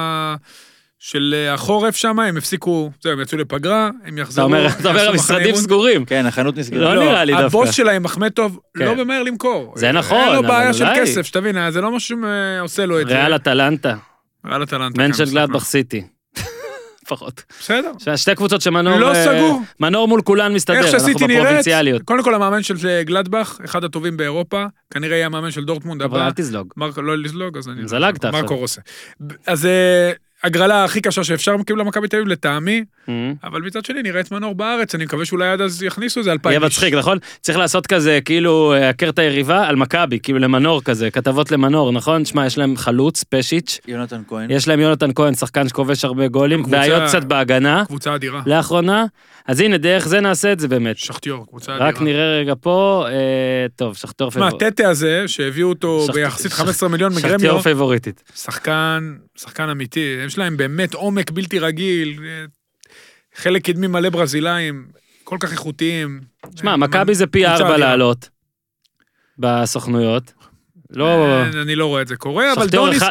של החורף שם, הם הפסיקו, זהו, הם יצאו לפגרה, הם יחזרו. אתה אומר, המשרדים סגורים. כן, החנות נסגרה. לא נראה לי דווקא. הבוס שלהם, מחמטוב, כן. לא במהר למכור. זה נכון, אין לו אבל בעיה של אולי. כסף, שתבין, זה לא משהו שעושה לו את זה. ריאל אטלנטה, ריאל אטלנטה. מן כן, של בסדר. גלדבך סיטי. לפחות. בסדר. שתי קבוצות שמנור... לא סגור. מנור מול כולן מסתדר, איך אנחנו שסיטי נראית, בפרובינציאליות. קודם כל המאמן של גלדבך, אחד הטובים באירופה, כנראה יהיה המאמן של דורטמונד אבל הבא. אל תזלוג. מרקו, לא לזלוג, אז אני... זלגת עכשיו. מרקו רוסה. אז הגרלה הכי קשה שאפשר קיבלה מכבי תל אביב לטעמי, אבל מצד שני נראה את מנור בארץ, אני מקווה שאולי עד אז יכניסו איזה 2,000 יהיה איש. מצחיק, נכון? צריך לעשות כזה, כאילו, הכר את היריבה על מכבי, כאילו למנור כזה, כתבות למנור, נכון? שמע, יש להם חלוץ, פשיץ', יונתן כהן. יש להם יונתן כהן, שחקן שכובש הרבה גולים, קבוצה- בעיות קצת בהגנה, קבוצה אדירה. לאחרונה, אז הנה, דרך זה נעשה את זה באמת. שחטיור, קבוצה אדירה. רק נראה רגע פה, טוב, שחטור מה, פייבוריטית. טטה הזה, שהביאו אותו ביחסית 15 מיליון מגרמיו, שחטור פייבוריטית. שחקן אמיתי, יש להם באמת עומק בלתי רגיל, חלק קדמי מלא ברזילאים, כל כך איכותיים. שמע, מכבי זה פי קבוצה 4 אדירה. לעלות בסוכנויות. לא... אני לא רואה את זה קורה, אבל שחטור דוניס,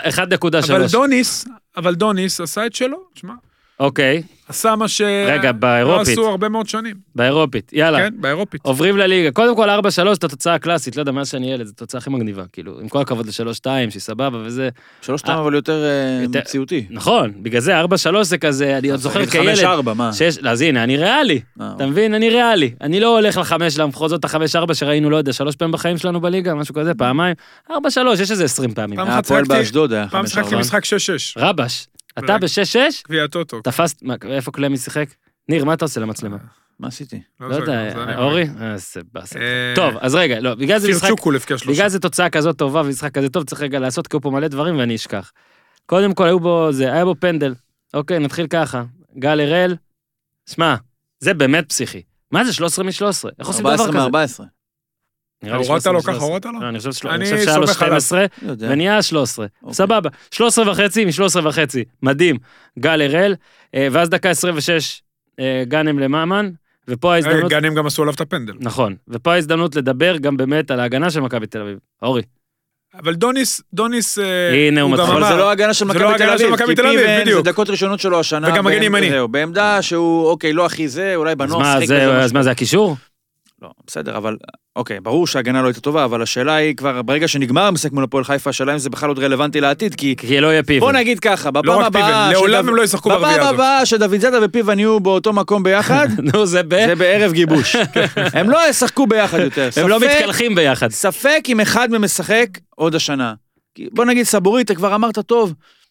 1.3. אבל דוניס עשה את שלו, תשמע, אוקיי, עשה מה רגע, לא באירופית. עשו הרבה מאוד שנים. באירופית, יאללה. כן, באירופית. עוברים לליגה. קודם כל 4-3, את התוצאה הקלאסית, לא יודע, מאז שאני ילד, זו התוצאה הכי מגניבה, כאילו, עם כל הכבוד ל-3-2, שהיא סבבה וזה. 3-2 אבל יותר יותר- מציאותי. נכון, בגלל זה 4-3 זה כזה, אני עוד זוכר כילד. 5-4, מה? אז הנה, אני ריאלי, אתה מבין? אני ריאלי. אני לא הולך ל-5, למחוזות ה-5-4 שראינו, לא יודע, 3 פעמים בחיים שלנו בליגה, משהו כזה, פעמיים. 4-3, יש איזה 20 פעמים. פעם הפועל שיחקתי- באשדוד היה פעם 5-4. שיחקתי משחק 6-6, רבש, אתה ב-6-6? גביע הטוטו. תפסת, איפה קלמי שיחק? ניר, מה אתה עושה למצלמה? מה עשיתי? לא יודע, זה אני אורי? זה באסה. טוב, אז רגע, לא, בגלל זה משחק... פירצ'וקו לבקיע 3. בגלל זה תוצאה כזאת טובה ומשחק כזה טוב, צריך רגע לעשות, כי הוא פה מלא דברים ואני אשכח. קודם כל, היה בו פנדל. אוקיי, נתחיל ככה. גל הראל, שמע, זה באמת פסיכי. מה זה 13 מ-13? איך עושים דבר 14 כזה? מ-14. נראה לי הורדת 13 לו מ-13. ככה, הורדת לו? לא, אני חושב אני שהיה לו סומך עליו. 12, לא יודע. ונהיה 13. אוקיי. סבבה. 13 וחצי מ-13 וחצי. מדהים. גל הראל, ואז דקה 26, גאנם למאמן, ופה ההזדמנות... גנים גם עשו עליו את הפנדל. נכון. ופה ההזדמנות לדבר גם באמת על ההגנה של מכבי תל אביב. אורי. אבל דוניס, הנה, הוא גם מתחיל. אבל אמר- זה לא הגנה של זה מכבי לא תל הגנה של אביב, מכבי כי תל אביב, פיבן בדיוק. זה דקות ראשונות שלו השנה. וגם מגן ימני. זהו, בעמדה שהוא, אוקיי, לא הכי זה, אולי אז בנוער מה, שחק בזה אז משהו. מה זה הקישור? לא, בסדר, אבל, אוקיי, ברור שההגנה לא הייתה טובה, אבל השאלה היא כבר, ברגע שנגמר המשחק מול הפועל חיפה, השאלה אם זה בכלל עוד רלוונטי לעתיד, כי לא יהיה פיבן. בוא נגיד ככה, בפעם רק פיבן, הבאה... לעולם הם לא ישחקו ברביעייה בפעם הזאת. הבאה שדוד זאדה ופיבן יהיו באותו מקום ביחד, נו, זה זה בערב גיבוש. הם לא ישחקו ביחד יותר. הם לא ספק- מתקלחים ביחד. ספק אם אחד מהם משחק עוד השנה. כי בוא נגיד סבורית, אתה כבר אמרת טוב,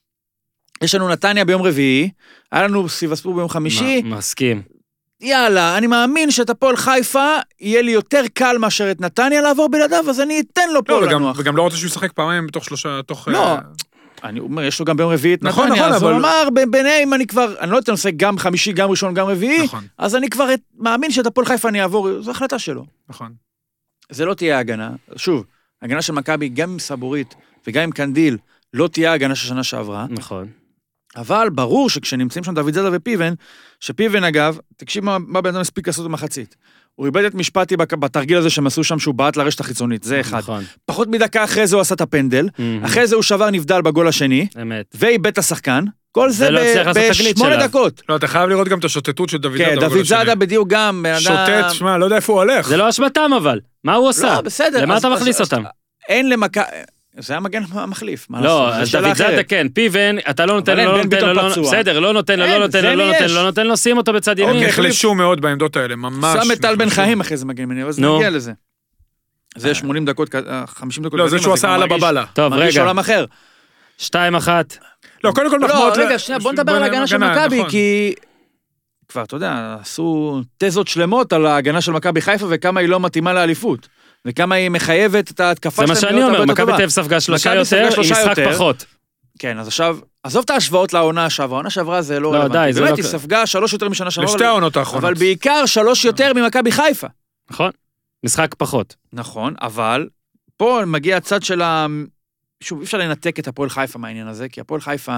יש לנו נתניה ביום רביעי, היה לנו סיבספור ביום חמישי, מסכים. יאללה, אני מאמין שאת הפועל חיפה, יהיה לי יותר קל מאשר את נתניה לעבור בלעדיו, אז אני אתן לו פה לא, לנוח. וגם לא רוצה שהוא ישחק פעמיים בתוך 3, לא, אני אומר, יש לו גם ביום רביעי את נכון, נתניה, נכון, אז הוא אבל- אמר, ביניהם אני כבר, אני לא אתן עושה גם חמישי, גם ראשון, גם רביעי, נכון, אז אני כבר מאמין שאת הפועל חיפה אני אעבור, זו החלטה שלו. נכון. זה לא תהיה הגנה, שוב, הגנה של מכבי, גם עם סבורית וגם עם קנדיל, לא תהיה הגנה של שנה שעברה, נכון. אבל ברור שכשנמצאים שם דוד זאדה ופיבן, שפיבן אגב, תקשיב מה בן אדם הספיק לעשות במחצית. הוא איבד את משפטי בתרגיל הזה שהם עשו שם, שהוא בעט לרשת החיצונית, זה אחד. נכון. פחות מדקה אחרי זה הוא עשה את הפנדל, Mhm. אחרי זה הוא שבר נבדל בגול השני, אמת. ואיבד את השחקן, כל זה ולא הצליח לעשות תקליט ב8 שלה. דקות. לא, אתה חייב לראות גם את השוטטות של דוד כן, זאדה. דוד זאדה בדיוק גם, בן אדם... שוטט, שמע, לא יודע איפה הוא הולך. זה לא אשמתם אבל. מה הוא עושה? לא, בסדר. למה אז- אתה מכניס אז- אותם? אין זה המגן המחליף. מה לא, לעשות? אז זה שאלה דוד זאדה אחרת. כן, פיבן, אתה לא נותן אבל לו, לא אין, בן נותן לו, ביטון לא- פצוע. בסדר, לא נותן לו, לא אין, נותן זה לו, לא מי נותן, יש? לא נותן לו, שים אותו בצד ימין. נחלשו מאוד בעמדות האלה, ממש. שם את טל בן נחלשו. חיים אחרי זה מגן ימני, אבל זה נו. נגיע לזה. זה 80 דקות, 50 דקות. לא, זה קדימה, שהוא עשה כבר על מרגיש- הבבלה. טוב, מרגיש רגע, עולם אחר. 2-1. לא, קודם כל לא, מחמאות. רגע, שנייה, בוא נדבר על ההגנה של מכבי, נכון. כי... כבר, אתה יודע, עשו תזות שלמות על ההגנה של מכבי חיפה, וכמה היא לא מתאימה לאליפות. וכמה היא מחייבת את ההתקפה זה מה שלהם שאני להיות אומר, הרבה יותר מכבי טובה. תל אביב ספגה 3 מכבי ספגה יותר, עם 3 משחק יותר. פחות. כן, אז עכשיו, עזוב את ההשוואות לעונה שעברה, העונה שעברה זה לא לא, רלוונטי. די, זה באמת, לא היא כ- ספגה 3 יותר משנה שעברה, לשתי העונות האחרונות. אבל בעיקר 3 יותר ממכבי חיפה. נכון? משחק פחות. נכון, אבל פה מגיע הצד של ה... שוב, אי אפשר לנתק את הפועל חיפה מהעניין הזה, כי הפועל חיפה...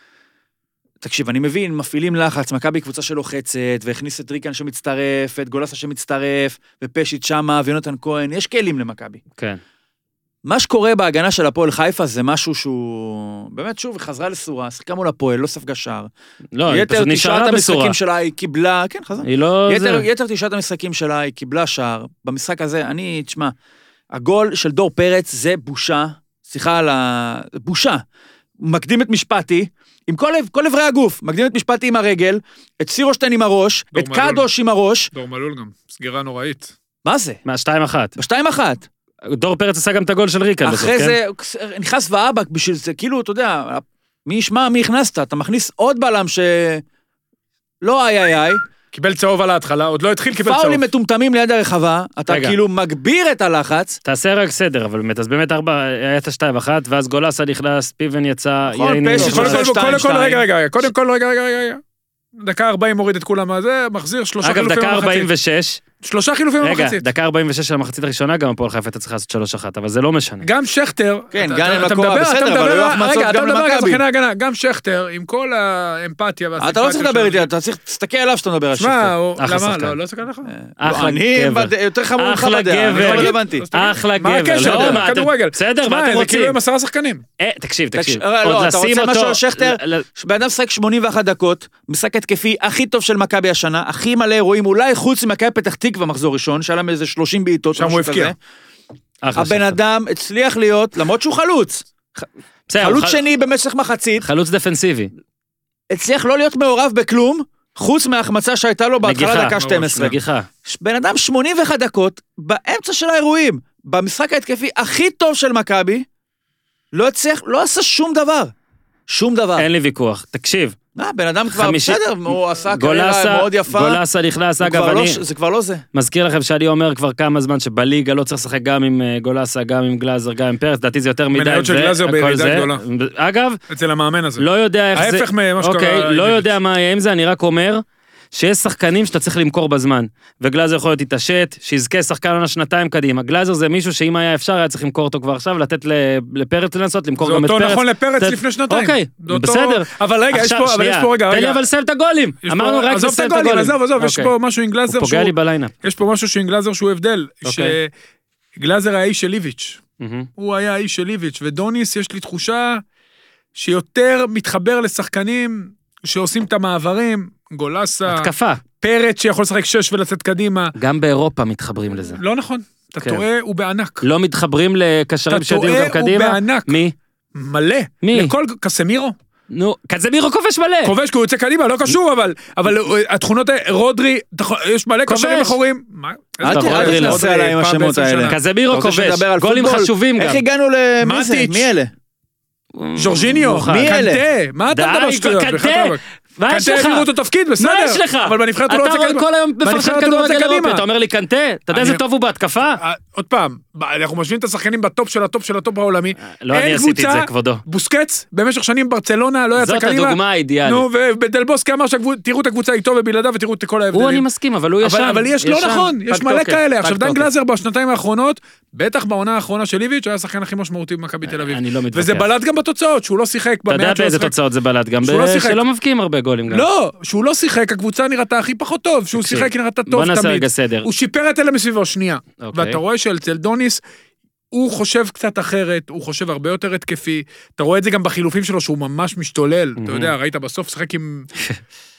תקשיב, אני מבין, מפעילים לחץ, מכבי קבוצה שלוחצת, והכניס את ריקן שמצטרף, את גולסה שמצטרף, ופשיט שמה, ויונתן כהן, יש כלים למכבי. כן. מה שקורה בהגנה של הפועל חיפה זה משהו שהוא... באמת, שוב, היא חזרה לסורה, שיחקה מול הפועל, לא ספגה שער. לא, היא יתר פשוט 9 נשארה בסורה. המשחקים שלה היא קיבלה... כן, חזרה. היא לא... יתר 9 המשחקים שלה היא קיבלה שער. במשחק הזה, תשמע, הגול של דור פרץ זה בושה, סליחה על ה... בושה. מקדים את משפטי, עם כל עברי הגוף, מקדים את משפטי עם הרגל, את סירושטיין עם הראש, דור את מלול. קדוש עם הראש. דור מלול גם, סגירה נוראית. מה זה? מה-2-1. ב2-1. דור פרץ עשה גם את הגול של ריקן בסוף, אחרי כן? זה, נכנס ואבק בשביל זה, כאילו, אתה יודע, מי ישמע, מי הכנסת? אתה מכניס עוד בלם ש... לא איי, קיבל צהוב על ההתחלה, עוד לא התחיל, קיבל צהוב. פאולים מטומטמים ליד הרחבה, אתה רגע. כאילו מגביר את הלחץ. תעשה רק סדר, אבל באמת, אז באמת היה את ה-2-1, ואז גולסה נכנס, פיבן יצא, נכון, יין... פשיץ' קודם כל, שתיים, קודם כל, שתיים. רגע, קודם כל, רגע. דקה 40 מוריד את כולם מהזה, מחזיר 3 אגב, חילופים דקה במחצית. 46, 3 חילופים רגע, במחצית. דקה 46 של המחצית הראשונה, גם הפועל חיפה הייתה צריכה לעשות 3-1, אבל זה לא משנה. גם שכטר, כן, אתה- גם עם אתה הקורה, מדבר- בסדר, אתה אבל מדבר- היו החמצות רגע, אתה גם מדבר על למכבי. שחקני הגנה, גם שכטר, עם כל האמפתיה והסימפתיה אתה לא צריך לדבר שלו. איתי, אתה צריך להסתכל עליו שאתה מדבר על שמע, שכטר. הוא- אחלה למה? שחקן. לא סתכל לך? אחלה אני גבר. יותר חמור ממך אחלה בדעה, אני גבר. לא רלוונטי. אחלה מה גבר. הקשר? לא, מה, אתם- כדורגל. בסדר, מה שמע, אתם זה כאילו רוצים? עם 10 שחקנים. תקשיב. לא, עוד אתה לשים רוצה משהו אותו- על שכטר? ל- בן אדם משחק 81 דקות, משחק התקפי הכי טוב של מכבי השנה, הכי מלא אירועים, אולי חוץ ממכבי פתח תקווה מחזור ראשון, שהיה להם איזה 30 בעיטות. שם משהו הוא הבקיע. כזה. אחלה הבן שחקן. אדם הצליח להיות, למרות שהוא חלוץ, בסדר, חלוץ הוא שני במשך מחצית, חלוץ דפנסיבי. הצליח לא להיות מעורב בכלום, חוץ מההחמצה שהייתה לו בהתחלה נגיחה. דקה 12. נגיחה. בן אדם 81 דקות, באמצע של האירועים, במשחק ההתקפי הכי טוב של מכבי, לא הצליח, לא עשה שום דבר. שום דבר. אין לי ויכוח. תקשיב, בן אדם כבר חמישי- בסדר, הוא עשה קריירה מאוד יפה. גולסה נכנס, הוא אגב, כבר לא- אני זה כבר לא זה. מזכיר לכם שאני אומר כבר כמה זמן שבליגה לא צריך לשחק גם עם גולסה, גם עם גלאזר, גם עם פרץ, לדעתי זה יותר מדי. מניות של גלאזר והכל בירידה זה. גדולה. אגב, אצל המאמן הזה. לא יודע איך זה... ההפך ממה שקרה אוקיי, עם לא איביץ'. יודע מה יהיה עם זה, אני רק אומר שיש שחקנים שאתה צריך למכור בזמן. וגלאזר יכול להיות יתעשת, שיזכה שחקן עונה שנתיים קדימה. גלאזר זה מישהו שאם היה אפשר היה צריך למכור אותו כבר עכשיו, לתת לפרץ לנסות, למכור זה גם את אותו פרץ. נכון לפרץ זה- לפני שנתיים. אוקיי, זה אותו- בסדר. אבל רגע, יש עכשיו, פה שנייה, רגע. תן לי אבל לסיים את הגולים. יש פה- אמרנו רק עזוב את לסיים את הגולים, הגולים. עזוב, יש אוקיי. פה משהו עם גלאזר הוא פוגע לי בליינאפ. יש פה משהו עם גלאזר שהוא הבדל. אוקיי. שגלאזר היה איש של איביץ'. מהמם. הוא היה האיש של איביץ', ודוניס יש לי תחושה שיותר מתחבר לשחקנים שעושים את המעברים, גולסה, התקפה. פרץ שיכול לשחק 6 ולצאת קדימה. גם באירופה מתחברים לזה. לא נכון, אתה כן. טועה, הוא בענק. לא מתחברים לקשרים אתה שיודעים טועה, גם קדימה? הוא בענק. מי? מלא. מי? לכל קסמירו. נו, קזמירו כובש מלא. כובש כי הוא יוצא קדימה, לא קשור, אבל התכונות האלה, רודרי, יש מלא כובש. קשרים אחוריים. מה? אל אתה יכול תנסה רודרי, עליי עם פעם השמות ב10 האלה. שנה. קזמירו אתה רוצה כובש. שנדבר על גולים פוטבול? חשובים איך גם. הגענו למי זה? מטיץ'. מי אלה? ז'ורג'יניו, מאוחר. מי אלה? קנטה, מה אתה מדבר די, שטויות? קנטה. בחייאת רבאק. מה יש קנטה לך? העבירו אותו תפקיד, בסדר. מה יש לך? אבל בנבחרת הוא לא אתה יוצא קדימה. כל היום מפרשן בנבחרת הוא לא יוצא כדורגל אירופי, קדימה. אתה אומר לי קנטה? אתה יודע איזה אני- טוב הוא בהתקפה? עוד פעם, אנחנו משווים את השחקנים בטופ של הטופ של הטופ העולמי. לא אין אני עשיתי את קבוצה, זה, כבודו. בוסקץ, במשך שנים ברצלונה, לא יצא זאת קדימה. הדוגמה האידיאלית. נו, ובדלבוסקי אמר תראו את הקבוצה איתו ובלעדיו ותראו את כל ההבדלים. הוא אני מסכים, אבל הוא ישן. אבל יש, לא ישן. נכון, יש פג מלא תוקף, כאלה. פג עכשיו, דן תוקף. גלאזר בשנתיים האחרונות, בטח בעונה האחרונה של איביץ', היה השחקן הכי משמעותי במכבי תל אביב. אני לא מתווכח. וזה בלט גם בתוצאות, שהוא לא שיחק אתה יודע במעט שהוא באיזה שיחק. תוצאות זה בלט, גם שהוא לא שיחק. שלא מבקיעים הרבה גולים גם. לא, שהוא לא שיחק, הקבוצה נראתה הכי פחות טוב, שהוא תקשיב, שיחק היא נראתה בוא טוב נעשה תמיד. רגע סדר. הוא שיפר את אלה מסביבו, שנייה. אוקיי. ואתה רואה שאצל דוניס, הוא חושב קצת אחרת, הוא חושב הרבה יותר התקפי, אתה רואה את זה גם בחילופים שלו, שהוא ממש משתולל, אתה יודע, ראית בסוף שחק עם...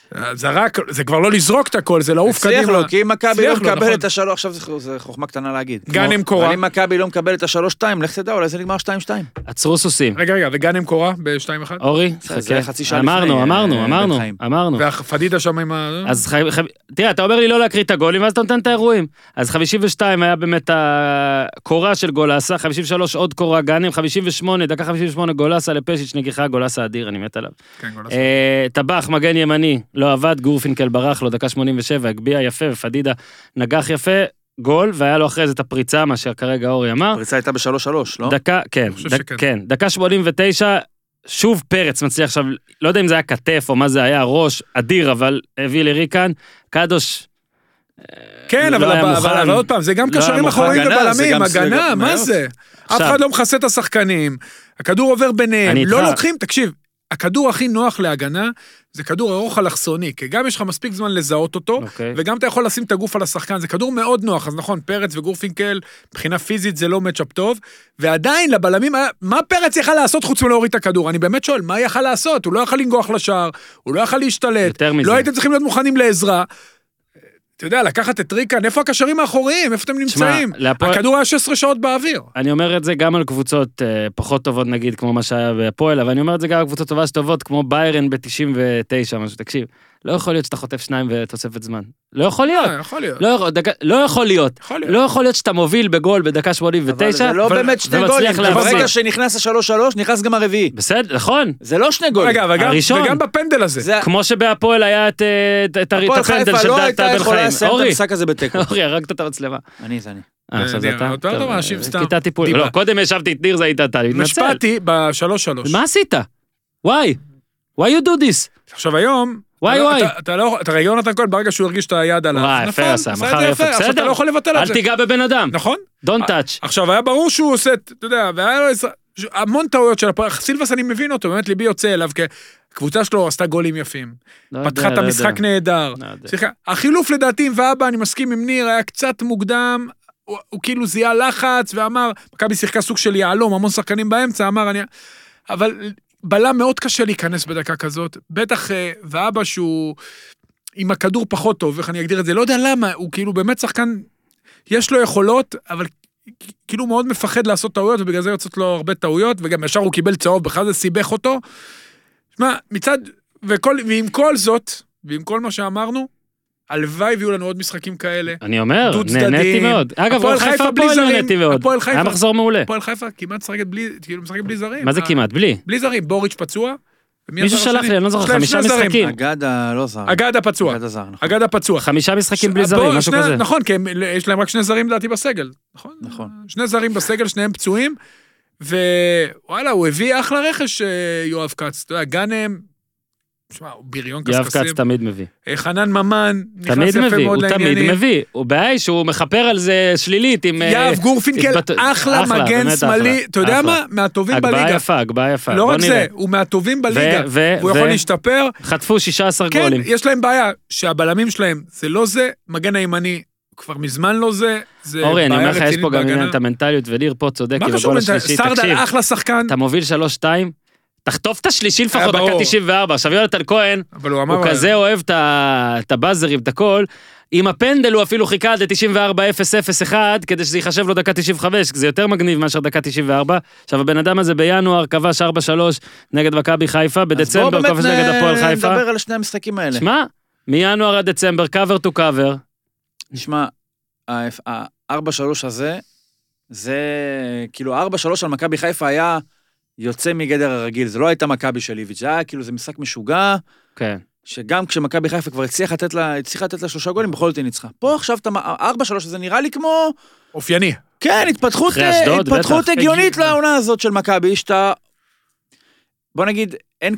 זרק, זה כבר לא לזרוק את הכל, זה לעוף קדימה. הצליח לו, כי אם מכבי לא הצליח לו, מקבל נכון. את השלוש, עכשיו זה חוכמה קטנה להגיד. גאנם קורה. אבל אם מכבי לא מקבל את ה3-2, לך תדע, אולי זה נגמר 2-2. עצרו סוסים. רגע, וגאנם קורה ב-2-1? אורי, זה חכה. חצי שעה אמרנו. לפני, והפדידה שם עם ה... אז תראה, אתה אומר לי לא להקריא את הגולים, ואז אתה נותן את האירועים. אז 52 היה באמת הקורה של גולסה, 53 עוד קורה גאנם, 58, דקה 58 גולסה לפשיץ' נגיחה, גולסה אדיר, אני מת עליו. כן, גולסה. טבח, מגן ימני, לא עבד, גורפינקל ברח לו, דקה 87, הגביע יפה, ופדידה נגח יפה, גול, והיה לו אחרי זה את הפריצה, מה שכרגע אורי אמר. הפריצה הייתה ב3-3, לא? דקה, כן, חושב שכן. כן, דקה 89, שוב פרץ מצליח עכשיו, לא יודע אם זה היה כתף או מה זה היה, ראש אדיר, אבל הביא לריקן, קדוש. כן, לא היה מוכן. אבל עוד פעם, זה גם לא היה קשרים מוכן. אחוריים הגנה, זה ובלמים, גם הגנה, מה מאוד. זה? אף עכשיו- אחד לא מכסה את השחקנים, הכדור עובר ביניהם, אני לא איתך. לוקחים, תקשיב, הכדור הכי נוח להגנה, זה כדור ארוך אלכסוני, כי גם יש לך מספיק זמן לזהות אותו, אוקיי. וגם אתה יכול לשים את הגוף על השחקן, זה כדור מאוד נוח, אז נכון, פרץ וגורפינקל, מבחינה פיזית זה לא מצ'אפ טוב, ועדיין לבלמים, מה פרץ יכל לעשות חוץ מלהוריד את הכדור? אני באמת שואל, מה יכל לעשות? הוא לא יכל לנגוח לשער, הוא לא יכל להשתלט, יותר מזה. לא הייתם צריכים להיות מוכנים לעזרה, אתה יודע, לקחת את ריקן, איפה הקשרים האחוריים? איפה אתם נמצאים? הכדור היה 16 שעות באוויר. אני אומר את זה גם על קבוצות פחות טובות נגיד, כמו מה שהיה בהפועל, אבל אני אומר את זה גם על קבוצות טובות, כמו ביירן ב-99, משהו, תקשיב, לא יכול להיות שאתה חוטף 2 ותוספת זמן. לא יכול להיות. יכול להיות. לא יכול להיות. יכול להיות. לא יכול להיות שאתה מוביל בגול בדקה אבל 89. זה לא באמת שני גולים, ומצליח להחזיר. ברגע שנכנס ה3-3, נכנס גם הרביעי. בסדר, נכון. זה לא שני גולים. רגע, הראשון. וגם בפנדל הזה. זה- כמו שבהפועל היה את הפועל הפנדל חיפה של לא טל הייתה בן יכולה חיים. לסיים את אורי, המשחק הזה בתיקו. אורי, הרגת את המצלמה. זה אני. עכשיו זה אתה? יותר טוב, אנשים סתם. כיתה טיפול. דיבה. לא, קודם ישבתי את ניר, זה היית אתה, להתנצל. נשפעתי ב-3-3. מה עשית? Why? Why you do this? עכשיו היום, וואי, וואי. אתה רגע יונתן כהן, ברגע שהוא הרגיש את היד עליו. וואי, נפל, יפה עשה, עשה את מחר זה יפה, עכשיו אתה בסדר. לא יכול לבטל את אל זה. תיגע בבן אדם. נכון? Don't touch. עכשיו, היה ברור שהוא עושה, אתה יודע, והיה לו המון טעויות של הפועל. סילבס אני מבין אותו, באמת ליבי יוצא אליו, כי הקבוצה שלו עשתה גולים יפים. לא יודע, פתחה את לא המשחק יודע. נהדר. לא יודע. סליחה, החילוף לדעתי עם ואבא, אני מסכים עם ניר, היה קצת מוקדם, הוא כאילו זיהה לחץ ואמר, מכבי שיחקה סוג של יעלום, המון שחקנים באמצע, אמר אני... אבל בלם מאוד קשה להיכנס בדקה כזאת, בטח ואבא שהוא עם הכדור פחות טוב, איך אני אגדיר את זה, לא יודע למה, הוא כאילו באמת שחקן, יש לו יכולות, אבל כאילו מאוד מפחד לעשות טעויות, ובגלל זה יוצאות לו הרבה טעויות, וגם ישר הוא קיבל צהוב, בכלל זה סיבך אותו. שמע, מצד, ועם כל זאת, ועם כל מה שאמרנו, הלוואי ויהיו לנו עוד משחקים כאלה. אני אומר, דו-צדדיים. נהניתי מאוד. אגב, הפועל חיפה חיפה בלי הפועל זרים. נהניתי מאוד. הפועל חיפה. היה מחזור מעולה. הפועל חיפה כמעט משחקת בלי, כאילו משחקת בלי זרים. מה זה כמעט? בלי. בלי זרים, בוריץ' פצוע. ומי מישהו הזר שלח השני? לי, אני לא זוכר, יש להם 5 שני זרים. משחקים. אגדה לא זר. אגדה פצוע. אגדה זר, נכון. אגדה פצוע. 5 משחקים בלי זרים, משהו כזה. נכון, כי יש להם רק 2 זרים לדעתי בסגל. נכון? נכון. 2 זרים בסגל, שניהם פצועים. ווואלה, הוא הביא אחלה רכש יואב כץ. אתה יודע, גאנם, שמע, הוא בריון יואב קסקסים. כץ תמיד מביא. חנן ממן, נכנס תמיד יפה מביא, מאוד הוא תמיד לעניינים. מביא. הוא בעיה שהוא מכפר על זה שלילית עם... יאב גורפינקל, אחלה מגן באמת שמאלי, אחלה, אתה יודע אחלה. מה? מהטובים הגבהה בליגה. יפה, הגבהה יפה. לא בוא רק נראה. זה, הוא מהטובים בליגה. והוא ו- יכול להשתפר. חטפו 16 כן, גולים. יש להם בעיה, שהבלמים שלהם זה לא זה, מגן הימני כבר מזמן לא זה, זה אורי, אני אומר בעיה לך, יש רצינית פה גם בהגנה. עניין את המנטליות, וניר פה צודק, מה עם קשור הגול לנטל? השלישי, סרדל תקשיב, אחלה שחקן, אתה מוביל 3-2, תחטוף את השלישי לפחות, ברור. דקה 94, עכשיו יונתן כהן, אבל הוא אמר... הוא כזה אוהב את הבאזרים, את הכל, עם הפנדל הוא אפילו חיכה עד 94-0-0-1, כדי שזה ייחשב לו דקה 95, זה יותר מגניב מאשר דקה 94, עכשיו הבן אדם הזה בינואר כבש 4-3 נגד מכבי חיפה, בדצמבר כבש נגד הפועל חיפה. אז בואו באמת נדבר על שני המשחקים האלה. שמע, מינואר עד דצמבר, cover to cover, נשמע, ה-4-3 הזה, זה כאילו 4-3 על מכבי חיפה היה יוצא מגדר הרגיל, זה לא הייתה מכבי של איביץ', זה היה כאילו זה משחק משוגע, כן. שגם כשמכבי חיפה כבר הצליחה לתת לה 3 גולים, בכל זאת היא ניצחה. פה עכשיו, 4-3 הזה נראה לי כמו, אופייני. כן, התפתחות אחרי אשדוד, בטח. הגיונית לעונה הזאת של מכבי, שאתה, בוא נגיד,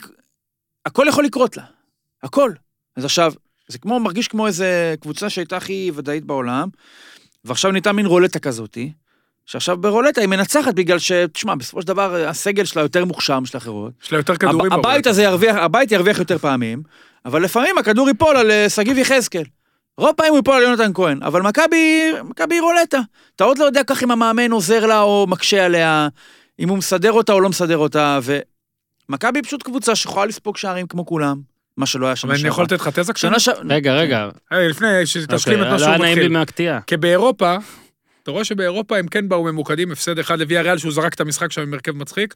הכל יכול לקרות לה, הכל. אז עכשיו, זה כמו, מרגיש כמו איזה קבוצה שהייתה הכי ודאית בעולם, ועכשיו ניתה מין רולטה כזאתי, שעכשיו ברולטה היא מנצחת בגלל תשמע, בסופו של דבר הסגל שלה יותר מוכשר משל אחרות. יש לה יותר כדורים. הבית ירוויח יותר פעמים, אבל לפעמים הכדור ייפול על סגיב יחזקאל. רוב פעמים הוא ייפול על יונתן כהן, אבל מכבי היא רולטה. אתה עוד לא יודע כך אם המאמן עוזר לה או מקשה עליה, אם הוא מסדר אותה או לא מסדר אותה, ומכבי פשוט קבוצה שיכולה לספוג שערים כמו כולם, מה שלא היה שנה אבל אני יכול שעברה. לתת לך תזה קטנה? רגע. לפני שתשלים את מה לא שהוא היה נעים לי מתחיל. מהקטיעה. כי באירופה, אתה רואה שבאירופה הם כן באו ממוקדים, הפסד אחד לוויה ריאל שהוא זרק את המשחק שם עם הרכב מצחיק.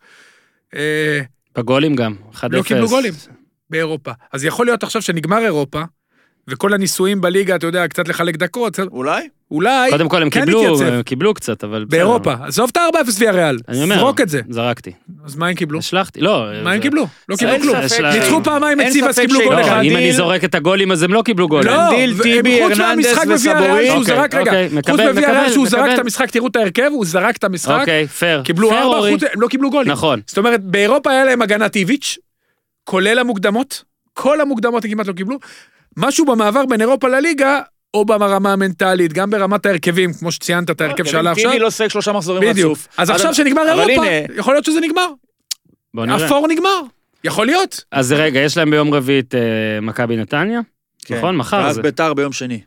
בגולים גם, 1-0. לא קיבלו גולים באירופה. אז יכול להיות עכשיו שנגמר אירופה, וכל הניסויים בליגה, אתה יודע, קצת לחלק דקות, אולי קודם כל הם כן קיבלו, יתייצב. הם קיבלו קצת, אבל... באירופה. עזוב את ה-4-0 ויה ריאל, אני אומר, זרוק את זה. זרקתי. אז מה הם קיבלו? השלחתי, לא. מה הם קיבלו? לא קיבלו אין כלום. ספק ניצחו פעמיים את אין סיבס, ספק קיבלו גול לא, אחד. אם אני זורק את הגולים, אז הם לא קיבלו גולים. לא, דיל, טיבי, חוץ מהמשחק הרננדס בוויה ריאל שהוא וסבורית. זרק, רגע, אוקיי, חוץ מקבל, בוויה ריאל שהוא מקבל. זרק את המשחק, תראו את ההרכב, הוא זרק את המשחק, אוקיי, פייר. קיבלו פייר, 4, אורי. הם לא קיבלו גולים. נכון. זאת אומרת, באירופה היה להם הגנת איביץ', כולל המוקדמות, כל המוקדמות הם כמעט לא קיבלו, משהו במעבר בין אירופה לליגה, או ברמה המנטלית, גם ברמת ההרכבים, כמו שציינת את ההרכב שעלה עכשיו. טיבי לא סייג 3 מחזורים בדיוק. רצוף. אז עכשיו שנגמר אבל אירופה, הנה- יכול להיות שזה נגמר. בוא נראה. אפור נגמר. יכול להיות. אז רגע, יש להם ביום רביעי את מכבי נתניה, נכון? מחר ואז זה. ביתר ביום שני.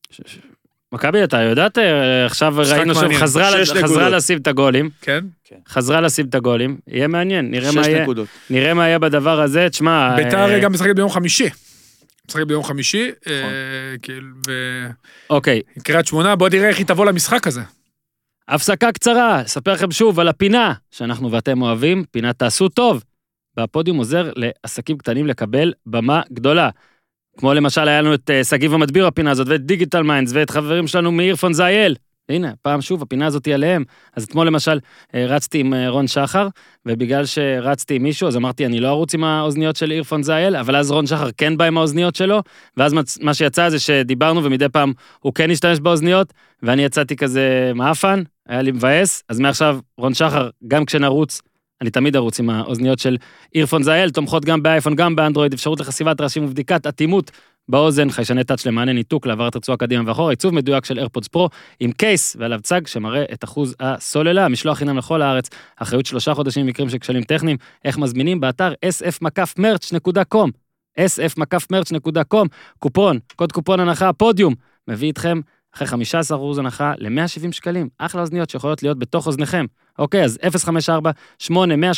מכבי, אתה יודעת, עכשיו ראינו מעניין. שחזרה 6 נקודות. לשים את הגולים, כן. חזרה לשים את הגולים, יהיה מעניין, 6 נקודות. נראה מה יהיה בדבר הזה, תשמע... ביתר גם משחקת ביום חמישי. משחקת ביום חמישי, כאילו, אוקיי, וקריית שמונה, בוא נראה איך היא תבוא למשחק הזה. הפסקה קצרה, אספר לכם שוב על הפינה שאנחנו ואתם אוהבים, פינה תעשו טוב. והפודיום עוזר לעסקים קטנים לקבל במה גדולה. כמו למשל היה לנו את סגיב המדביר הפינה הזאת, ואת דיגיטל מיינדס, ואת חברים שלנו מאירפון זייל. הנה, פעם שוב, הפינה הזאת היא עליהם. אז אתמול למשל רצתי עם רון שחר, ובגלל שרצתי עם מישהו, אז אמרתי, אני לא ארוץ עם האוזניות של אירפון זייל, אבל אז רון שחר כן בא עם האוזניות שלו, ואז מה שיצא זה שדיברנו, ומדי פעם הוא כן השתמש באוזניות, ואני יצאתי כזה מאפן, היה לי מבאס, אז מעכשיו רון שחר, גם כשנרוץ, אני תמיד ארוץ עם האוזניות של אירפון זייל, תומכות גם באייפון, גם באנדרואיד, אפשרות לחשיבת ראשים ובדיקת אטימות באוזן, חיישני טאץ' למענה ניתוק, לעברת רצועה קדימה ואחורה, עיצוב מדויק של AirPods Pro, עם קייס ועליו צג שמראה את אחוז הסוללה, משלוח חינם לכל הארץ, אחריות 3 חודשים במקרים של כשלים טכניים, איך מזמינים באתר sf-merch.com, sf-merch.com, קופון, קוד קופון הנחה, פודיום, מביא איתכם אחרי 15% הנחה ל-170 שקלים, אחלה אוזניות שיכולות להיות בתוך אוזניכם. אוקיי, אז 054-8-130-129,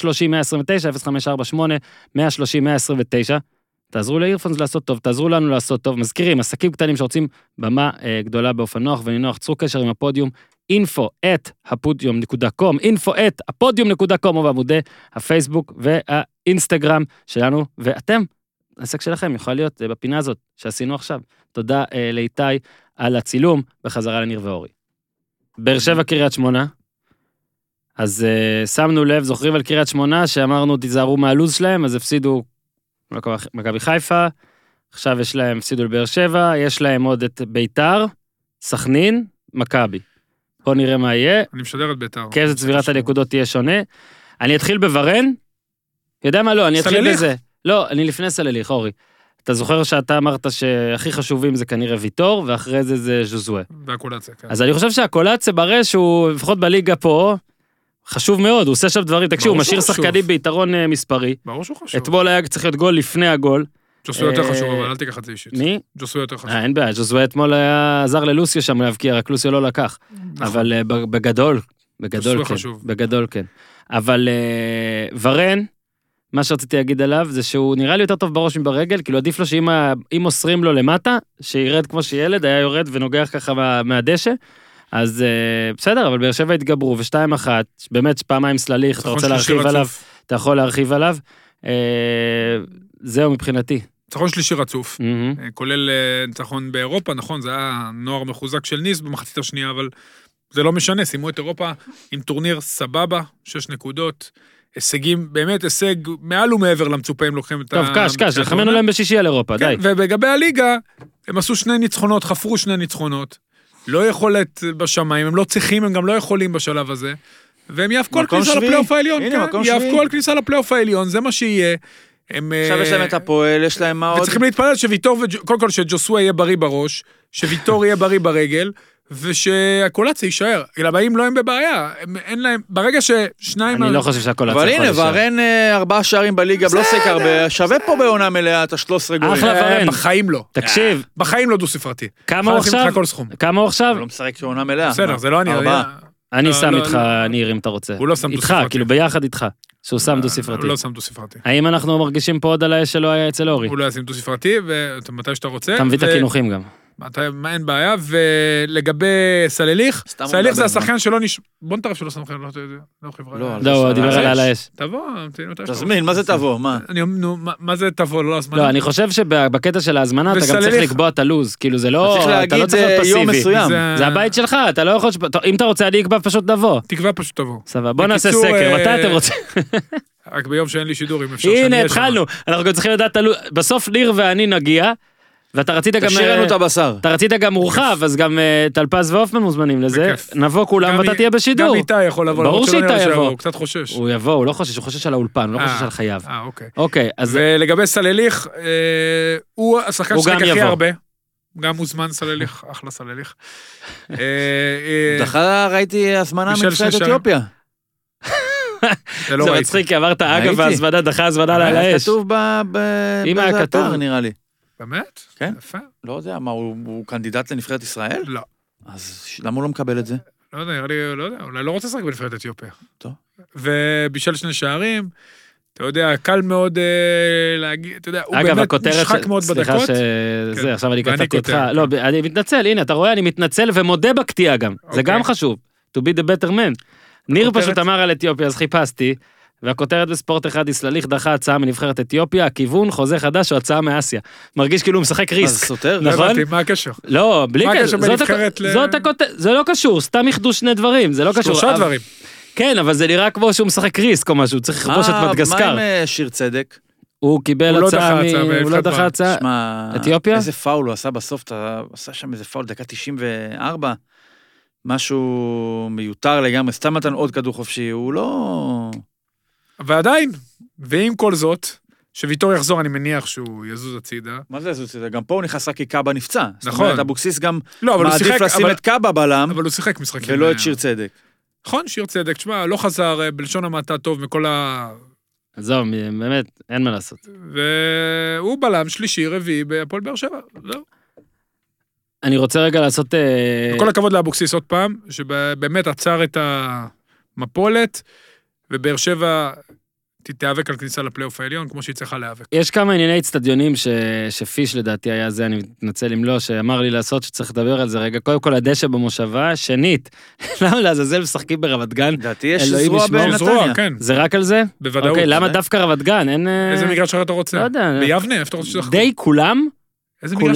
054-8-130-129, תעזרו לאירפונס לעשות טוב, תעזרו לנו לעשות טוב, מזכירים, עסקים קטנים שרוצים במה גדולה באופן נוח ונינוח, צרו קשר עם הפודיום, info@הפודיום.com, info@הפודיום.com, או בעמודי הפייסבוק והאינסטגרם שלנו, ואתם, העסק שלכם יכול להיות בפינה הזאת שעשינו עכשיו. תודה לאיתי על הצילום, בחזרה לניר ואורי. באר שבע קריית שמונה, אז שמנו לב, זוכרים על קריית שמונה, שאמרנו תיזהרו מהלוז שלהם, אז הפסידו מכבי חיפה, עכשיו יש להם, הפסידו לבאר שבע, יש להם עוד את ביתר, סכנין, מכבי. בואו נראה מה יהיה. אני משדר את ביתר. כי איזה צבירת הנקודות תהיה שונה. אני אתחיל בוורן, יודע מה לא, אני אתחיל סלליך. בזה. לא, אני לפני סלליך, אורי. אתה זוכר שאתה אמרת שהכי חשובים זה כנראה ויטור, ואחרי זה זה ז'וזואה. והקולציה, כן. אז אני חושב שהקולציה ברש שהוא, לפחות בליגה פה, חשוב מאוד, הוא עושה שם דברים, תקשיב, הוא ברור משאיר שהוא חשוב. שחקנים ביתרון מספרי. ברור שהוא חשוב. אתמול היה צריך להיות גול לפני הגול. ג'וסוי יותר חשוב, אבל אל תיקח את זה אישית. מי? ג'וסוי יותר חשוב. אין בעיה, ז'וזואה אתמול היה עזר ללוסיו שם להבקיע, רק לוסיו לא לקח. אבל בגדול ג'וסוי כן, חשוב. בגדול כן. אבל ורן, מה שרציתי להגיד עליו, זה שהוא נראה לי יותר טוב בראש מברגל, כאילו עדיף לו שאם אוסרים לו למטה, שירד כמו שילד, היה יורד ונוגח ככה מהדשא, אז בסדר, אבל באר שבע התגברו, ו2-1, באמת פעמיים סלליך, אתה רוצה להרחיב עליו, אתה יכול להרחיב עליו, זהו מבחינתי. ניצחון שלישי רצוף, כולל ניצחון באירופה, נכון, זה היה נוער מחוזק של ניס במחצית השנייה, אבל זה לא משנה, שימו את אירופה עם טורניר סבבה, 6 נקודות, הישגים, באמת הישג מעל ומעבר למצופה, הם לוקחים את טוב, קש, לחמנו להם בשישי על אירופה, די. ובגבי הליגה, הם עשו 2 ניצחונות, חפרו 2 ניצחונות, לא יכולת בשמיים, הם לא צריכים, הם גם לא יכולים בשלב הזה, והם יאבקו על כניסה לפלייאוף העליון, יאבקו על כניסה לפלייאוף העליון, זה מה שיהיה. עכשיו יש להם את הפועל, יש להם מה עוד? וצריכים להתפלל שוויטור, קודם כל שג'וסווה יהיה בריא בראש, שוויטור יהיה בריא ברגל, ושהקולציה יישאר. אלא באים לא הם בבעיה, אין להם, ברגע ששניים... אני לא חושב שהקולציה אבל יכול הנה, להישאר. ורן 4 שערים בליגה, לא שיק הרבה, שווה פה בעונה מלאה את 13 גולים. אחלה ורן. בחיים לא. תקשיב, בחיים לא דו ספרתי. כמה הוא עכשיו? כל סכום. כמה הוא עכשיו? הוא לא משחק שעונה מלאה. בסדר, זה לא אני. 4. אני לא, שם לא, איתך, לא. ניר, אם אתה רוצה. הוא לא שם איתך, דו-ספרתי. כאילו ביחד איתך, שהוא שם דו-ספרתי. הוא לא שם דו-ספרתי. האם אנחנו מרגישים פה עוד על האש שלא היה אצל אורי? הוא לא ישים דו-ספרתי, ומתי שאתה רוצה. אתה מביא את הכינוחים גם. אין בעיה, ולגבי סלליך, סתם הוא סלליך זה מדבר, השחקן שלא בוא נטרף שלא שם לכם, לא חברה. לא, לא, הוא דיבר על האש. תבוא, מתי שאתה תזמין, מה זה תבוא? מה? נו, מה זה תבוא, לא הזמנה? לא, אני חושב שבקטע של ההזמנה אתה גם צריך וסלליך. לקבוע את הלוז, כאילו זה אתה לא, צריך אתה לא להגיד צריך להיות יום פסיבי. מסוים. זה הבית שלך, אתה לא יכול, אם אתה רוצה אני אקבע פשוט לבוא. תקווה פשוט תבוא. סבבה, בוא נעשה בקיצור, סקר, מתי אתם רוצים? רק ביום שאין לי שידור, אם אפשר שאני הנה, אהיה שם. התחלנו, אנחנו גם צריכים לדעת, בסוף ניר ואני נגיע, ואתה רצית גם... תשאיר לנו את הבשר. אתה רצית גם מורחב, אז גם טלפז ואופמן מוזמנים לזה. בכיף. נבוא כולם גם ואתה תהיה בשידור. גם איתי יכול לבוא. ברור למרות שלא נראה לי שאיתי שיבוא, יבוא. הוא קצת חושש. הוא יבוא, הוא לא חושש, הוא חושש על האולפן, הוא לא חושש על חייו. אוקיי. אוקיי, אז ולגבי סלליך, הוא השחקן הוא גם שחק הכי יבוא. הרבה. גם מוזמן סלליך, אחלה סלליך. דחה ראיתי הזמנה בישל מנבחרת שני אתיופיה. זה לא זה ראיתי. מצחיק, כי אמרת אגב, ראיתי. ההזמנה דחה הזמנה על היה האש. כתוב אם היה באיזה כתוב. אתר, נראה לי. באמת? כן. יפה. לא יודע, מה, הוא קנדידט לנבחרת ישראל? לא. אז למה הוא לא מקבל את זה? לא יודע, נראה לי, לא יודע, אולי לא רוצה לשחק בנבחרת אתיופיה. טוב. ובישל 2 שערים, אתה יודע, קל מאוד להגיד, אתה יודע, הוא אגב, באמת הכותרת, נשחק מאוד סליחה בדקות. שזה, כן. עכשיו אני ואני קטעתי אותך, כותב, לא, כן. אני מתנצל, הנה, אתה רואה, אני מתנצל ומודה בקטיעה גם, זה אוקיי. גם חשוב, to be the better man. ניר הכותרת? פשוט אמר על אתיופיה, אז חיפשתי, והכותרת בספורט אחד, ישראליך דחה הצעה מנבחרת אתיופיה, הכיוון, חוזה חדש או הצעה מאסיה. מרגיש כאילו הוא משחק אז ריסק. סותר? לא נכון? הבנתי, מה הקשר? לא, בלי מה קשר, הקשר בנבחרת ל- זה לא קשור, סתם איחדו שני דברים, זה לא קשור. 3 דברים. כן, אבל זה נראה כמו שהוא משחק ריסק או משהו, צריך לכבוש את מה מדגסקר. עם שיר צדק? הוא קיבל הוא לא הצעה, דחה הצעה, הוא לא באחד דחה פעם. הצעה. שמע, אתיופיה? איזה פאול הוא עשה בסוף, אתה עשה שם איזה פאול, דקה 94, משהו מיותר לגמרי, סתם נתן עוד כדור חופשי, הוא לא... ועדיין, ועם כל זאת, שוויטור יחזור, אני מניח שהוא יזוז הצידה. מה זה? גם פה הוא נכנס רק כי קאבה נפצע. זאת נכון. אומרת, אבוקסיס גם לא, אבל הוא מעדיף שיחק, לשים את קאבה בלם, אבל הוא שיחק משחקים. ולא את שיר צדק. נכון, שיר צדק, תשמע, לא חזר בלשון המעטה טוב מכל עזוב, באמת, אין מה לעשות. והוא בלם שלישי, רביעי, בהפועל באר שבע. זהו. אני רוצה רגע לעשות... כל הכבוד לאבוקסיס עוד פעם, שבאמת עצר את המפולת, ובאר שבע תיאבק על כניסה לפלייאוף העליון, כמו שהיא צריכה להיאבק. יש כמה ענייני אצטדיונים שפיש לדעתי היה זה, אני מתנצל אם לא, שאמר לי לעשות שצריך לדבר על זה רגע. קודם כל הדשא במושבה, שנית, למה לעזאזל משחקים ברמת גן? לדעתי יש אלוהים זרוע ישמור. זרוע, בנתניה. כן, זה רק על זה? בוודאות. אוקיי, למה ודאי. דווקא רמת גן? אין... איזה מגרש אתה רוצה? לא יודע. ביבנה, איפה אתה רוצה שתחקור? די כולם, איזה מגרש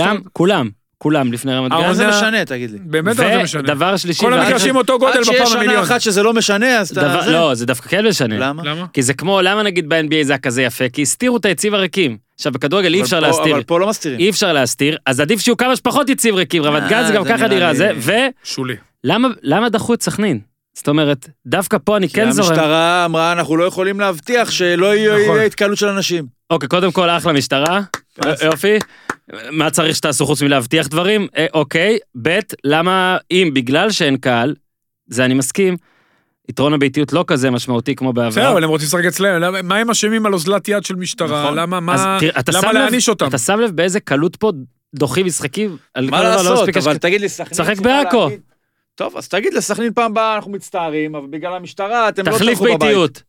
כולם לפני רמת מה גן. זה משנה, תגיד לי? באמת זה משנה. ודבר שלישי... כל המגרשים אותו גודל עד שיש בפעם שנה המיליון. אחת שזה לא משנה, אז אתה... לא, זה דווקא כן משנה. למה? למה? כי זה כמו, למה נגיד ב-NBA זה היה כזה יפה? כי הסתירו את היציב הריקים. עכשיו, בכדורגל אי אפשר להסתיר. אבל פה לא מסתירים. אי אפשר להסתיר, אז עדיף שיהיו כמה שפחות יציב ריקים, רמת גן זה גם זה ככה נראה נראה לי- זה, שולי. ולמה דחו את סכנין? זאת אומרת, דווקא פה אני כי כן זורם. המשטרה אמרה, אנחנו לא יכולים להבטיח שלא נכון. יהיה התקהלות של אנשים. אוקיי, קודם כל אחלה משטרה, יופי. מה צריך שתעשו חוץ מלהבטיח דברים? אוקיי, ב' למה אם בגלל שאין קהל, זה אני מסכים, יתרון הביתיות לא כזה משמעותי כמו בעבר. בסדר, אבל הם רוצים לשחק אצלם. מה הם אשמים על אוזלת יד של משטרה? נכון. למה, אז תראה, אתה שם למה לב- להעניש אותם? אתה שם לב באיזה קלות פה דוחים משחקים? על מה כל דבר לא לעשות, מספיק אבל תגיד לי, סכנין... שחק צריכה בעכו. להגיד- טוב, אז תגיד לסכנין פעם הבאה, אנחנו מצטערים, אבל בגלל המשטרה אתם לא תחליף תלכו בבית. ביתיות.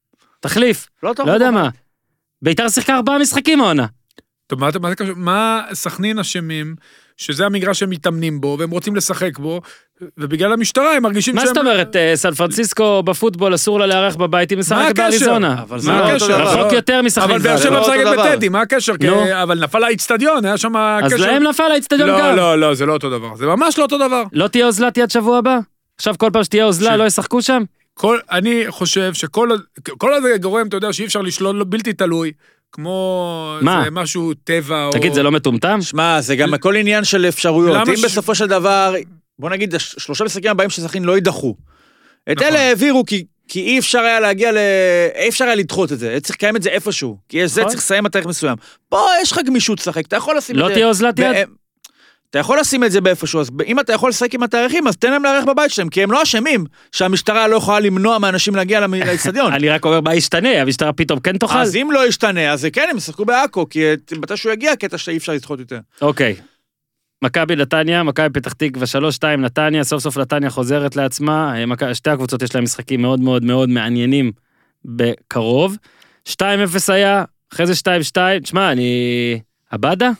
תחליף, לא תלכו לא יודע בבית. מה. ביתר שיחקה 4 משחקים העונה. טוב, מה זה קשור? מה סכנין אשמים, שזה המגרש שהם מתאמנים בו, והם רוצים לשחק בו, ובגלל המשטרה הם מרגישים מה שהם... זאת אומרת, סן פרנסיסקו בפוטבול אסור לה לארח בבית, היא מה משחקת הקשר? באריזונה. אבל זה מה לא הקשר? אותו דבר. רחוק יותר מסכנין. אבל באר זה שבע לא אותו משחקת דבר. בטדי, מה הקשר? נו. אבל נפל האיצטדיון, היה שם אז קשר... להם נפל האצטדיון גם. לא, זה לא אותו דבר. זה ממש לא אותו דבר. לא תהיה אוזלת יד שבוע הבא? עכשיו כל פעם שתהיה אוזלה לא ישחקו שם? אני חושב שכל הזה גורם, אתה יודע, שאי אפשר לשלול, לא בלתי תלוי, כמו מה? זה משהו טבע או... תגיד, זה לא מטומטם? שמע, זה גם הכל עניין של אפשרויות. למה אם בסופו של דבר, בוא נגיד, 3 משחקים הבאים של סכנין לא יידחו. את נכון. אלה העבירו כי אי אפשר היה להגיע אי אפשר היה לדחות את זה. צריך לקיים את זה איפשהו. כי זה נכון. צריך לסיים בתאריך מסוים. פה יש לך גמישות לשחק, אתה יכול לשים את לא זה... תהיה אוזלת יד? אתה יכול לשים את זה באיפשהו, אז אם אתה יכול לשחק עם התאריכים, אז תן להם לארח בבית שלהם, כי הם לא אשמים שהמשטרה לא יכולה למנוע מאנשים להגיע לאצטדיון. אני רק אומר מה ישתנה, המשטרה פתאום כן תאכל? אז אם לא ישתנה, אז זה כן, הם ישחקו בעכו, כי מתי שהוא יגיע, הקטע שאי אפשר לדחות יותר. אוקיי. מכבי נתניה, מכבי פתח תקווה 3-2 נתניה, סוף סוף נתניה חוזרת לעצמה, שתי הקבוצות יש להם משחקים מאוד מאוד מאוד מעניינים בקרוב, 2-0 היה, אחרי זה 2-2, תשמע, עבדה?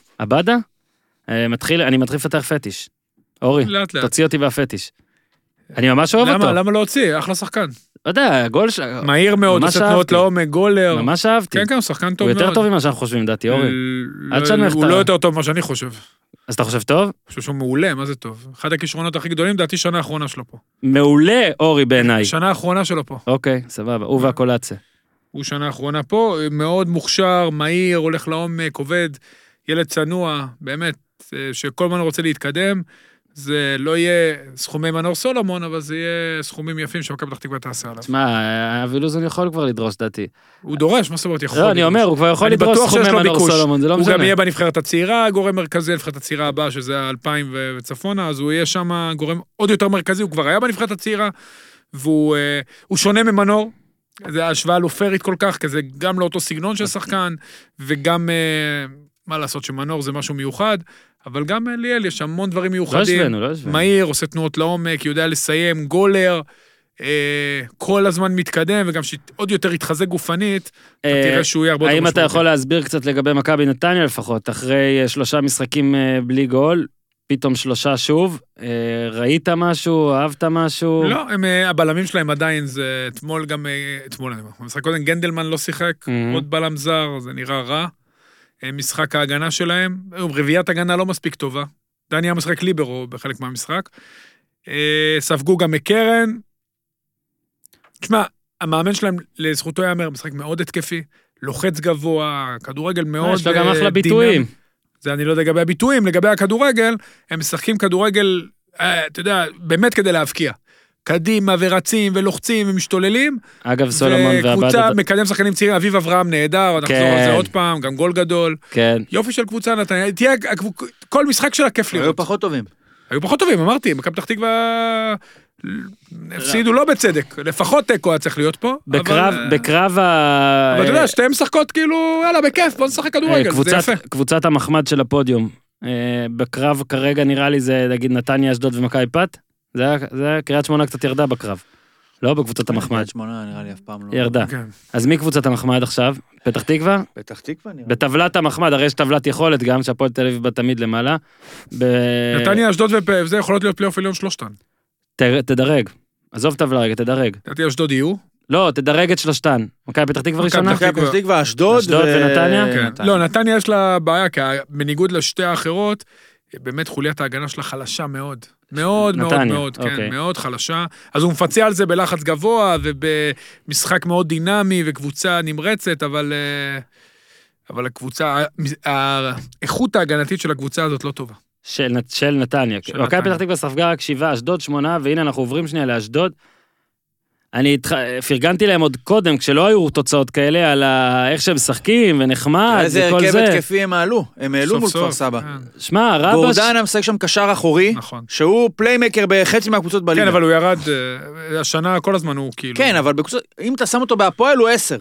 אני מתחיל לפתח פטיש. אורי, לאט לאט. תוציא אותי והפטיש. אני ממש אוהב אותו. למה לא הוציא? אחלה שחקן. לא יודע, גול מהיר מאוד, ממש עושה תנועות אהבתי. לעומק, גולר. ממש אהבתי. כן, כן, הוא שחקן טוב הוא מאוד. יותר טוב ממה שאנחנו חושבים, דעתי, אורי. אל תשנו איך הוא אתה- לא יותר טוב ממה שאני חושב. אז אתה חושב טוב? אני חושב שהוא מעולה, מה זה טוב? אחד הכישרונות הכי גדולים, דעתי שנה האחרונה שלו פה. מעולה, אורי, בעיניי. שנה האחרונה שלו פה. אוקיי, סבבה, הוא והקולציה. הוא שנה האחרונה פה, מאוד מוכשר, מהיר, הולך לעומק, עובד, ילד צנוע, באמת, שכל הזמן רוצה להתקדם, זה לא יהיה סכומי מנור סולומון, אבל זה יהיה סכומים יפים שמכבי פתח תקווה תעשה עליו. תשמע, אבי לוזון יכול כבר לדרוש, דעתי. הוא דורש, מה זאת אומרת יכול? לא, אני אומר, הוא כבר יכול אני לדרוש בטוח סכומי שיש לו מנור ביקוש. סולומון, זה לא הוא גם משנה. יהיה בנבחרת הצעירה, גורם מרכזי, נבחרת הצעירה הבאה, שזה ה-2000 וצפונה, אז הוא יהיה שם גורם עוד יותר מרכזי, הוא כבר היה בנבחרת הצעירה, והוא שונה ממנור, זה השוואה לא פיירית כל כך, כי זה גם לא אותו סגנון של שחקן, וגם, מה לעשות, שמנור זה משהו מיוחד, אבל גם ליאל, יש המון דברים מיוחדים, לא השווינו. מהיר, עושה תנועות לעומק, יודע לסיים, גולר, כל הזמן מתקדם, וגם שעוד יותר יתחזק גופנית, אתה תראה שהוא יהיה הרבה יותר האם אתה משמעותי. יכול להסביר קצת לגבי מכבי נתניה לפחות, אחרי 3 משחקים בלי גול, פתאום 3 שוב, ראית משהו, אהבת משהו? לא, הבלמים שלהם עדיין זה, אתמול, אני אומר, במשחק קודם גנדלמן לא שיחק, עוד בלם זר, זה נראה רע. משחק ההגנה שלהם, רביעיית הגנה לא מספיק טובה. דני היה משחק ליברו בחלק מהמשחק. ספגו גם מקרן. תשמע, המאמן שלהם לזכותו יאמר, משחק מאוד התקפי, לוחץ גבוה, כדורגל מאוד יש לו גם אחלה ביטויים. זה אני לא יודע לגבי הביטויים, לגבי הכדורגל, הם משחקים כדורגל, אתה יודע, באמת כדי להבקיע. קדימה ורצים ולוחצים ומשתוללים. אגב, סולומון וקבוצה מקדם שחקנים צעירים, אביב אברהם נהדר, נחזור על זה עוד פעם, גם גול גדול. כן. יופי של קבוצה נתניה, תהיה, כל משחק שלה כיף לראות. היו פחות טובים. היו פחות טובים, אמרתי, מכבי פתח תקווה הפסידו לא בצדק, לפחות תיקו היה צריך להיות פה. בקרב אבל אתה יודע, שתיהם משחקות כאילו, יאללה, בכיף, בוא נשחק כדורגל, זה יפה. קבוצת המחמד של הפודיום. בקרב כרגע נראה לי זה, נגיד, נתניה, אשדוד ומכבי פת. זה קריית שמונה קצת ירדה בקרב. לא בקבוצת המחמד. קריית שמונה נראה לי אף פעם לא. ירדה. אז מי קבוצת המחמד עכשיו? פתח תקווה? פתח תקווה נראה. בטבלת המחמד, הרי יש טבלת יכולת גם, שהפועל תל אביב בתמיד למעלה. נתניה, אשדוד וזה יכולות להיות פלייאוף עליון שלושתן. תדרג. עזוב טבלה רגע, תדרג. נתניה, אשדוד יהיו. לא, תדרג את שלושתן. מכבי פתח תקווה ראשונה? מכבי פתח תקווה, אשדוד ונתניה? לא, נתניה יש לה בעיה, כי בניגוד לשתי האחרות, באמת חוליית ההגנה שלה חלשה מאוד. מאוד מאוד מאוד, כן, מאוד חלשה. אז הוא מפצה על זה בלחץ גבוה, ובמשחק מאוד דינמי, וקבוצה נמרצת, אבל הקבוצה, האיכות ההגנתית של הקבוצה הזאת לא טובה. של נתניה. מכבי פתח תקווה ספגה רק 7, אשדוד 8, והנה אנחנו עוברים שנייה לאשדוד. אני פרגנתי להם עוד קודם, כשלא היו תוצאות כאלה, על איך שהם משחקים ונחמד וכל זה. איזה הרכב התקפי הם העלו. הם העלו מול כפר סבא. שמע, רבש... גורדנה משחק שם קשר אחורי, שהוא פליימקר בחצי מהקבוצות בליגה. כן, אבל הוא ירד, השנה כל הזמן הוא כאילו... כן, אבל אם אתה שם אותו בהפועל הוא 10.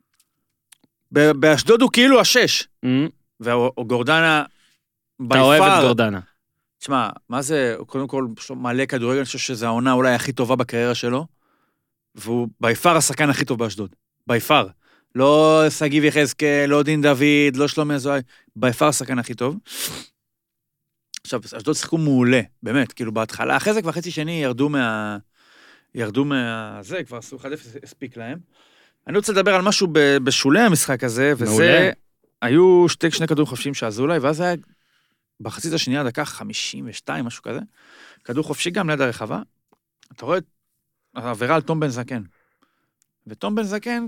באשדוד הוא כאילו 6. וגורדנה... אתה אוהב את גורדנה. תשמע, מה זה, קודם כל, מעלה כדורגל, אני חושב שזו העונה אולי הכי טובה בקריירה שלו, והוא ביפר השחקן הכי טוב באשדוד. ביפר. לא סגיב יחזקאל, לא דין דוד, לא שלומי אזולאי, ביפר השחקן הכי טוב. עכשיו, אשדוד שיחקו מעולה, באמת, כאילו בהתחלה, אחרי זה כבר חצי שני ירדו זה, כבר עשו 1-0 הספיק להם. אני רוצה לדבר על משהו בשולי המשחק הזה, וזה, היו שני כדורים חופשיים שעזו לי, ואז היה בחצית השנייה, דקה 52, משהו כזה, כדור חופשי גם ליד הרחבה, אתה רואה העבירה על תום בן זקן. ותום בן זקן,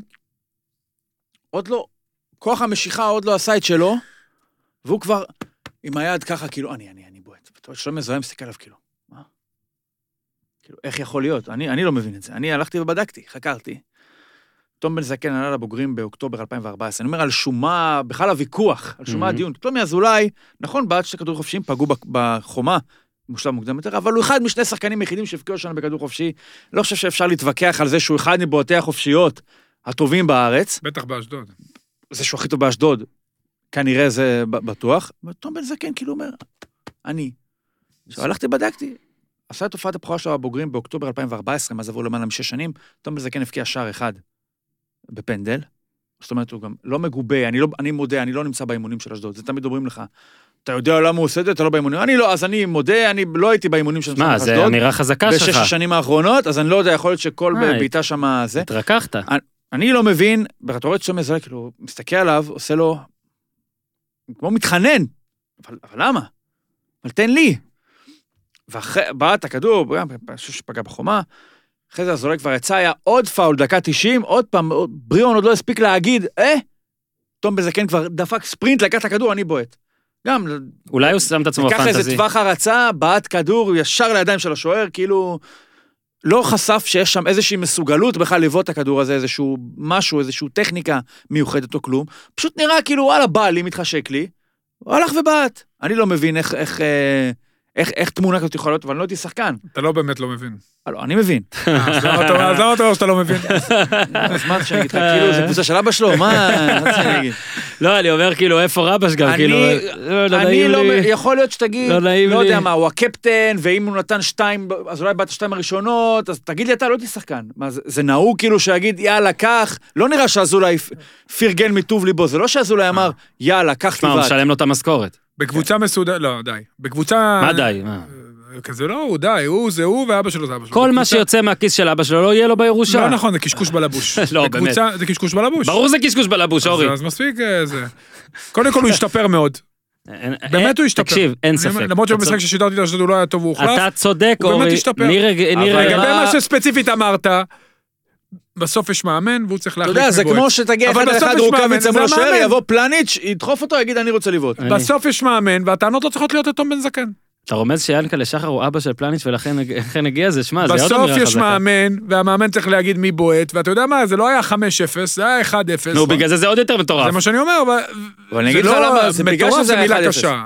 עוד לא, כוח המשיכה עוד לא עשה את שלו, והוא כבר עם היד ככה, כאילו, אני בועט. ואתה רואה, שלומי אזולאי מסתכל עליו, כאילו, מה? כאילו, איך יכול להיות? אני לא מבין את זה. אני הלכתי ובדקתי, חקרתי. תום בן זקן עלה לבוגרים באוקטובר 2014. אני אומר על שומה, בכלל הוויכוח, על שומה הדיון. שלומי אזולאי, נכון, בעד שתי כדורים חופשיים פגעו בחומה, בשלב מוקדם יותר, אבל הוא אחד משני שחקנים יחידים שהפקיעו השנה בכדור חופשי. לא חושב שאפשר להתווכח על זה שהוא אחד מבועטי החופשיות הטובים בארץ. בטח באשדוד. זה שהוא הכי טוב באשדוד, כנראה זה בטוח. ותום בן זקן כאילו אומר, אני. עכשיו, הלכתי, בדקתי. עשה את תופעת הבכורה שלו הבוגרים באוקטובר 2014, מה עברו למעלה מ6 שנים, תום בזקן הבקיע שער אחד בפנדל. זאת אומרת, הוא גם לא מגובה, אני מודה, אני לא נמצא באימונים של אשדוד, זה תמיד אומרים לך, אתה יודע למה הוא עושה את זה, אתה לא באימונים, אני לא, אז אני מודה, אני לא הייתי באימונים של אשדוד. מה, זה אמירה חזקה שלך. ב6 השנים האחרונות, אז אני לא יודע, יכול להיות שכל בעיטה שם זה. התרככת. אני לא מבין, אתה רואה את סומי זולה, כאילו, מסתכל עליו, עושה לו, כמו מתחנן, אבל למה? אבל תן לי. ואחרי, בעט הכדור, שפגע בחומה, אחרי זה הזולה כבר יצא, היה עוד פאול, דקה 90, עוד פעם, בריאון עוד לא הספיק להגיד, תום בזקן כבר דפק ספרינט, לקח את הכדור, אני בועט. גם... אולי הוא שם את עצמו בפנטזי. לקח איזה טווח הרצה, בעט כדור, ישר לידיים של השוער, כאילו... לא חשף שיש שם איזושהי מסוגלות בכלל לבוא את הכדור הזה, איזשהו משהו, איזשהו טכניקה מיוחדת או כלום. פשוט נראה כאילו, וואלה, בא לי, מתחשק לי, הלך ובעט. אני לא מבין איך תמונה כזאת יכולה להיות, אבל אני לא הייתי שחקן. אתה לא באמת לא מבין. לא, אני מבין. אז למה אתה אומר שאתה לא מבין? אז מה שאני אגיד לך, כאילו, זה קבוצה של אבא שלו, מה שאני אגיד? לא, אני אומר כאילו, איפה רבש גם, כאילו, אני לא, יכול להיות שתגיד, לא נעים לי. לא יודע מה, הוא הקפטן, ואם הוא נתן 2, אז אולי באת 2 הראשונות, אז תגיד לי, אתה לא הייתי שחקן. זה נהוג כאילו שיגיד, יאללה, קח, לא נראה שאזולאי פרגן מטוב ליבו, זה לא שאזולאי אמר, יאללה, קח מה, הוא תיבד. משלם לו את המשכורת. בקבוצה מסודר, לא, די. בקבוצה... מה די? מה? כזה לא, הוא די, זה הוא ואבא שלו זה אבא שלו. כל מה שיוצא מהכיס של אבא שלו לא יהיה לו בירושה. לא נכון, זה קשקוש בלבוש. לא, באמת. זה קשקוש בלבוש. ברור זה קשקוש בלבוש, אורי. אז מספיק זה. קודם כל הוא השתפר מאוד. באמת הוא השתפר. תקשיב, אין ספק. למרות שבמשחק ששידרתי את אשדוד הוא לא היה טוב, הוא הוחלף. אתה צודק, הוא באמת אורי. השתפר. לגבי מה שספציפית אמרת, בסוף יש מאמן, והוא צריך אתה להחליט יודע, זה מבועט. כמו שתגיע אבל בסוף אחד יש מאמן, רוקאביץ זה אמרו לשוער, המאמן. יבוא פלניץ', ידחוף אותו, יגיד אני רוצה לבעוט. בסוף יש מאמן, והטענות לא צריכות להיות לתום בן זקן. אתה רומז שיענקל'ה שחר הוא אבא של פלניץ' ולכן הגיע זה, שמע, זה עוד אמירה בסוף חזקה. יש מאמן, והמאמן צריך להגיד מי בועט, ואתה יודע מה, זה לא היה 5-0, זה היה 1-0. נו, בגלל זה עוד יותר מטורף. זה מה שאני אומר, אבל אני אגיד לך למה, זה בגלל מטורף שזה זה היה מילה 1-0. קשה.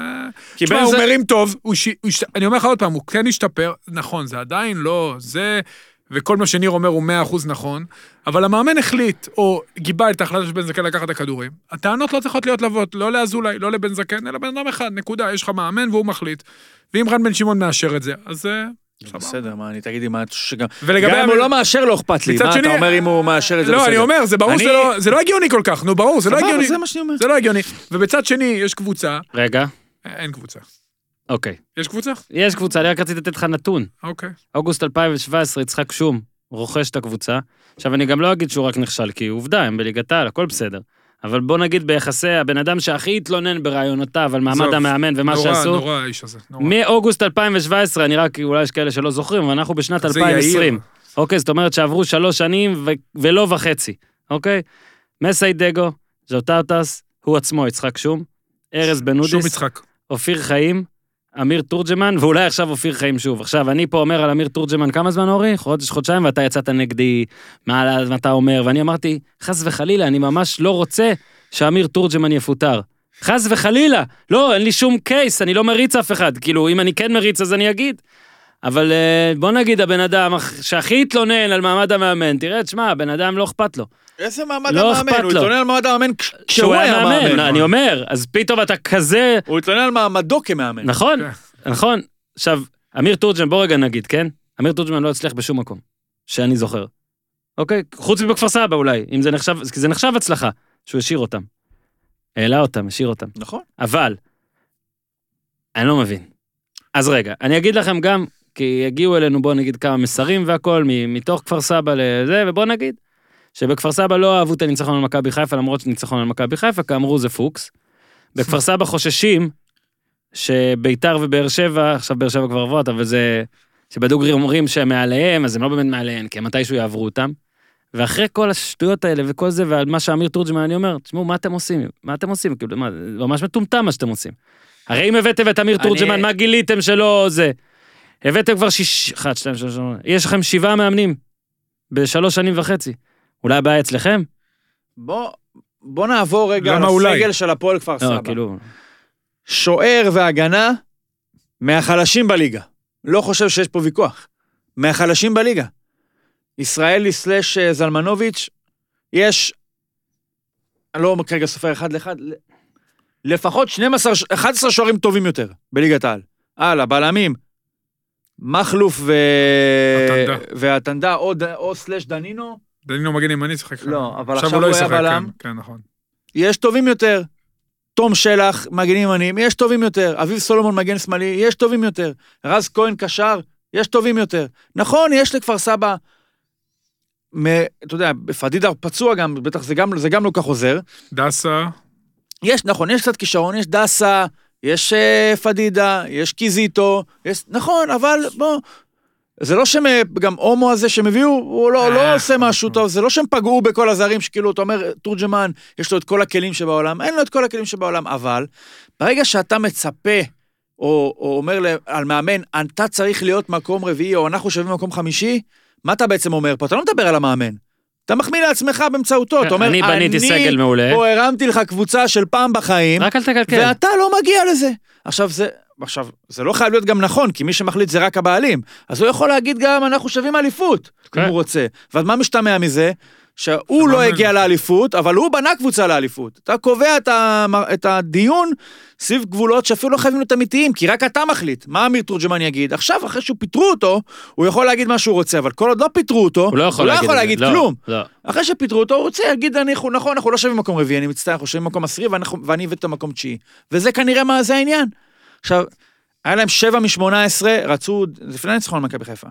כי תשמע, בין הוא זה- מרים טוב, אני אומר לך עוד פעם, הוא כן השתפר, נכון, זה עדיין לא, זה, וכל מה שניר אומר הוא 100% נכון, אבל המאמן החליט, או גיבה את ההחלטה של בן זקן לקחת את הכדורים, הטענות לא צריכות להיות לבות, לא לאזולאי, לא לבן זקן, אלא בן אדם אחד, נקודה, יש לך מאמן והוא מחליט, ואם רן בן שמעון מאשר את זה, אז זה... בסדר, מה, אני תגידי מה, שגם... ולגבי גם אם הוא לא מאשר, לא אכפת לי. מצד מה, שני- אתה אומר אם הוא מאשר את זה בסדר? לא, אני אומר, זה ברור שזה לא הגיוני כל כך, נו, ברור, זה לא סבבה, הגיוני. זה מה שאני אומר. זה לא הגיוני. ובצד שני, יש קבוצה, רגע, אין קבוצה. אוקיי. יש קבוצה? יש קבוצה, אני רק רציתי לתת לך נתון. אוקיי. אוגוסט 2017, יצחק שום, רוכש את הקבוצה. עכשיו, אני גם לא אגיד שהוא רק נכשל, כי עובדה, הם בליגת העל, הכל בסדר. אבל בוא נגיד ביחסי הבן אדם שהכי התלונן ברעיונותיו על מעמד עזוב, המאמן ומה שעשו. נורא האיש הזה, נורא. מאוגוסט 2017, אני רק, אולי יש כאלה שלא זוכרים, אבל אנחנו בשנת זה 2020. יאיר. אוקיי, זאת אומרת שעברו 3 שנים ולא וחצי. אוקיי? מסי דגו, ז'וטרטס, הוא עצמו, יצחק שום, ארז שום בנודיס, יצחק. אופיר חיים, אמיר תורג'מן, ואולי עכשיו אופיר חיים שוב. עכשיו, אני פה אומר על אמיר תורג'מן כמה זמן, אורי? חודשיים, ואתה יצאת נגדי, מה אתה אומר? ואני אמרתי, חס וחלילה, אני ממש לא רוצה שאמיר תורג'מן יפוטר. חס וחלילה. לא, אין לי שום קייס, אני לא מריץ אף אחד. כאילו, אם אני כן מריץ, אז אני אגיד. אבל בוא נגיד, הבן אדם שהכי התלונן על מעמד המאמן, תראה, תשמע, הבן אדם לא אכפת לו. איזה מעמד לא המאמן? אכפת הוא לו. התלונן על מעמד המאמן כשהוא כשהוא היה מאמן. אני אומר, אז פתאום אתה כזה... הוא התלונן על מעמדו כמאמן. נכון, כן. נכון. עכשיו, אמיר תורג'מן, בוא רגע נגיד, כן? אמיר תורג'מן לא הצליח בשום מקום, שאני זוכר. אוקיי? חוץ מבכפר סבא אולי, אם זה נחשב, כי זה נחשב הצלחה, שהוא השאיר אותם. העלה אותם, השאיר אותם. נכון. אבל, אני לא מבין. אז רגע, אני אגיד לכם גם, כי הגיעו אלינו, בוא נגיד כמה מסרים והכל, מתוך כפר סבא לזה, ובוא נגיד, שבכפר סבא לא אהבו את הניצחון על מכבי חיפה, למרות שניצחון על מכבי חיפה, כאמרו זה פוקס. בכפר סבא חוששים, שביתר ובאר שבע, עכשיו באר שבע כבר עברות, אבל זה, שבדוגרי אומרים שהם מעליהם, אז הם לא באמת מעליהם, כי מתישהו יעברו אותם. ואחרי כל השטויות האלה וכל זה, ועל מה שאמיר תורג'מן, אני אומר, תשמעו, מה אתם עושים? מה אתם עושים? כאילו, מה, ממש מטומטם מה שאתם עושים. הרי אם הבאתם את אמיר תורג'מן, מה גיליתם שלא זה? הבאתם כבר 1, 2, 3, יש לכם 7 מאמנים, ב3.5 שנים. אולי הבעיה אצלכם? בוא נעבור רגע למה אולי? לסגל של הפועל כפר לא, סבא. כאילו... שוער והגנה מהחלשים בליגה. לא חושב שיש פה ויכוח. מהחלשים בליגה. ישראלי סלש זלמנוביץ', יש, אני לא כרגע סופר אחד לאחד, לפחות 11 שוערים טובים יותר, בליגת העל. הלאה, בלמים, מחלוף והתנדה, או סלש דנינו. דנינו מגן ימני, שחק לך. לא, אבל עכשיו הוא היה בלם. כן, נכון. יש טובים יותר. תום שלח, מגנים ימניים, יש טובים יותר. אביב סולומון, מגן שמאלי, יש טובים יותר. רז כהן קשר, יש טובים יותר. נכון, יש לכפר סבא, אתה יודע, פדידה פצוע גם, בטח זה גם לא כך עוזר. דסה. נכון, יש קצת כישרון, יש דסה, יש פדידה, יש קיזיטו, נכון, אבל בוא, זה לא שגם הומו הזה שהם הביאו, הוא לא עושה משהו טוב, זה לא שהם פגעו בכל הזרים, שכאילו, אתה אומר, תורג'מן, יש לו את כל הכלים שבעולם, אין לו את כל הכלים שבעולם, אבל ברגע שאתה מצפה, או אומר על מאמן, אתה צריך להיות מקום רביעי, או אנחנו שווים מקום חמישי, מה אתה בעצם אומר פה? אתה לא מדבר על המאמן. אתה מחמיא לעצמך באמצעותו, אתה אומר, אני בניתי סגל מעולה. פה הרמתי לך קבוצה של פעם בחיים, רק אל תקלקל. ואתה לא מגיע לזה. עכשיו, זה לא חייב להיות גם נכון, כי מי שמחליט זה רק הבעלים. אז הוא יכול להגיד גם, אנחנו שווים אליפות, אם הוא רוצה. ואז מה משתמע מזה? שהוא לא הגיע לאליפות, אבל הוא בנה קבוצה לאליפות. אתה קובע את הדיון סביב גבולות שאפילו לא חייבים להיות אמיתיים, כי רק אתה מחליט. מה אמיר תורג'מן יגיד? עכשיו, אחרי שהוא פיטרו אותו, הוא יכול להגיד מה שהוא רוצה, אבל כל עוד לא פיטרו אותו, הוא לא יכול להגיד כלום. אחרי שפיטרו אותו, הוא רוצה להגיד, נכון, אנחנו לא שווים מקום רביעי, אני מצטער, אנחנו שווים מקום 10, ואני הבאתי את המקום 9. וזה כנראה מה זה העניין. עכשיו, היה להם 7 מ-18, רצו, לפני ניצחון מכבי חיפה.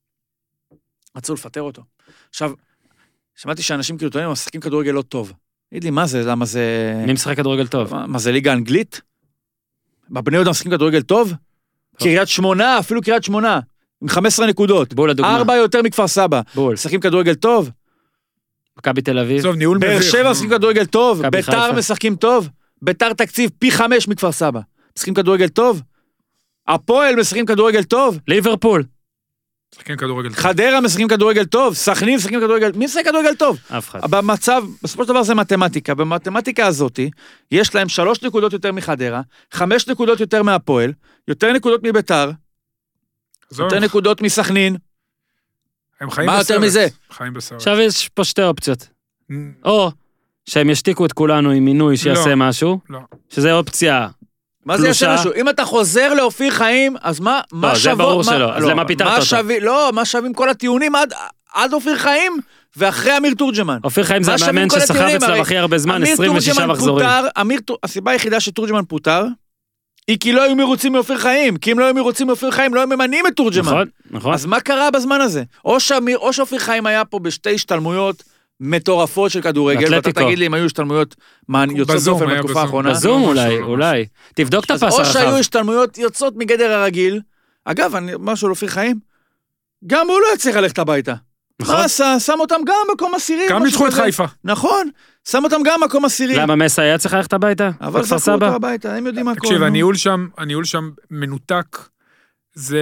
רצו לפטר אותו. עכשיו, שמעתי שאנשים כאילו טוענים, משחקים כדורגל לא טוב. תגיד לי, מה זה? למה זה... מי משחק כדורגל טוב? מה זה, ליגה אנגלית? בבני יהודה משחקים כדורגל טוב? קריית שמונה, אפילו קריית שמונה, עם 15 נקודות. בול לדוגמה. 4 יותר מכפר סבא. בול. משחקים כדורגל טוב? מכבי תל אביב. טוב, ניהול מביך. באר שבע משחקים כדורגל טוב? מכבי ביתר חיפה. משחקים טוב? ביתר תקציב פי 5 מכפר סבא. משחקים כדורגל טוב? הפועל משחקים כדורגל טוב? ליברפול. משחקים כדורגל טוב. חדרה משחקים כדורגל טוב? סכנין משחקים כדורגל... מי משחק כדורגל טוב? אף אחד. במצב, בסופו של דבר זה מתמטיקה. במתמטיקה הזאת, יש להם 3 נקודות יותר מחדרה, 5 נקודות יותר מהפועל, יותר נקודות מביתר, יותר נקודות מסכנין. הם חיים מה יותר מזה? חיים בסרט. עכשיו יש פה שתי אופציות. או שהם ישתיקו את כולנו עם מינוי שיעשה משהו, לא. שזה אופציה. מה זה יעשה משהו? אם אתה חוזר לאופיר חיים, אז מה לא, זה ברור שלא, אז למה פיתרת אותו? לא, מה שווים כל הטיעונים עד אופיר חיים, ואחרי אמיר תורג'מן. אופיר חיים זה המאמן שסחב אצלם הכי הרבה זמן, 26 מחזורים. הסיבה היחידה שתורג'מן פוטר, היא כי לא היו מרוצים מאופיר חיים, כי אם לא היו מרוצים מאופיר חיים, לא היו ממנים את תורג'מן. נכון. אז מה קרה בזמן הזה? או שאופיר חיים היה פה בשתי השתלמויות מטורפות של כדורגל, ואתה תגיד לי אם היו השתלמויות יוצאות דופן בתקופה האחרונה. בזום אולי. תבדוק את הפס הרחב. או שהיו השתלמויות יוצאות מגדר הרגיל. אגב, משהו לאופיר חיים, גם הוא לא יצליח ללכת הביתה. מה עשה? שם אותם גם מקום עשירי. גם ניצחו את חיפה. נכון, שם אותם גם מקום עשירי. למה מסע היה צריך ללכת הביתה? אבל זכו אותו הביתה, הם יודעים הכל. תקשיב, הניהול שם מנותק, זה...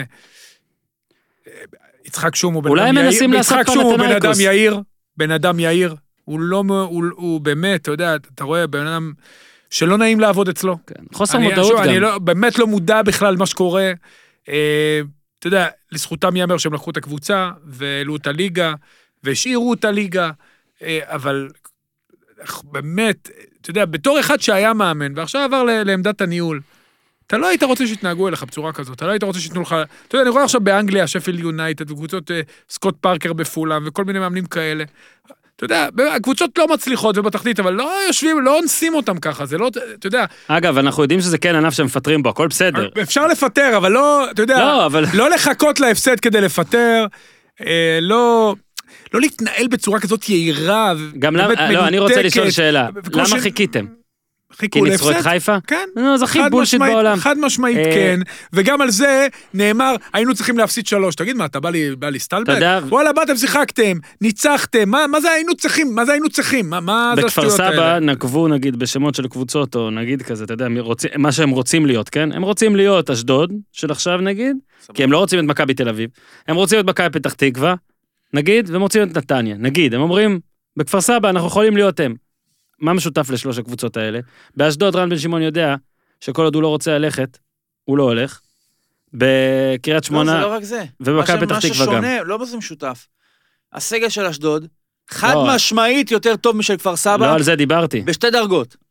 יצחק שום הוא בן אדם יעיר. אולי מנסים לעשות פנתנאיקוס. בן אדם יעיר. הוא באמת, אתה יודע, אתה רואה בן אדם שלא נעים לעבוד אצלו. חוסר מודעות גם. אני באמת לא מודע בכלל מה שקורה. אתה יודע, לזכותם יאמר שהם לקחו את הקבוצה, והעלו את הליגה, והשאירו את הליגה, אבל באמת, אתה יודע, בתור אחד שהיה מאמן, ועכשיו עבר לעמדת הניהול, אתה לא היית רוצה שיתנהגו אליך בצורה כזאת, אתה לא היית רוצה שיתנו לך, אתה יודע, אני רואה עכשיו באנגליה, שפילד יונייטד, וקבוצות סקוט פארקר בפולאם, וכל מיני מאמנים כאלה, אתה יודע, הקבוצות לא מצליחות ובתחתית, אבל לא יושבים, לא אונסים אותם ככה, זה לא, אתה יודע. אגב, אנחנו יודעים שזה כן ענף שמפטרים בו, הכל בסדר. אפשר לפטר, אבל לא, אתה יודע, לא לחכות להפסד כדי לפטר, לא להתנהל בצורה כזאת יעירה, גם למה, לא, אני רוצה לשאול שאלה, למה חיכיתם? כי ניצחו את חיפה? כן. זה הכי בולשיט בעולם. חד משמעית כן, וגם על זה נאמר, היינו צריכים להפסיד 3. תגיד מה, אתה בא להסתלבט? וואלה, באתם, שיחקתם, ניצחתם, מה זה היינו צריכים? מה זה היינו צריכים? מה זה השטויות האלה? בכפר סבא נקבו נגיד בשמות של קבוצות, או נגיד כזה, אתה יודע, מה שהם רוצים להיות, כן? הם רוצים להיות אשדוד, של עכשיו נגיד, כי הם לא רוצים את מכבי תל אביב, הם רוצים את מכבי פתח תקווה, נגיד, והם רוצים את נתניה, נגיד, הם אומרים, בכפר סבא אנחנו יכולים להיות הם. מה משותף לשלוש הקבוצות האלה? באשדוד רן בן שמעון יודע שכל עוד הוא לא רוצה ללכת, הוא לא הולך. בקריית שמונה... לא, זה לא רק זה. ובמכבי פתח תקווה גם. לא מה זה משותף. הסגל של אשדוד, חד משמעית יותר טוב משל כפר סבא. לא על זה דיברתי. בשתי דרגות.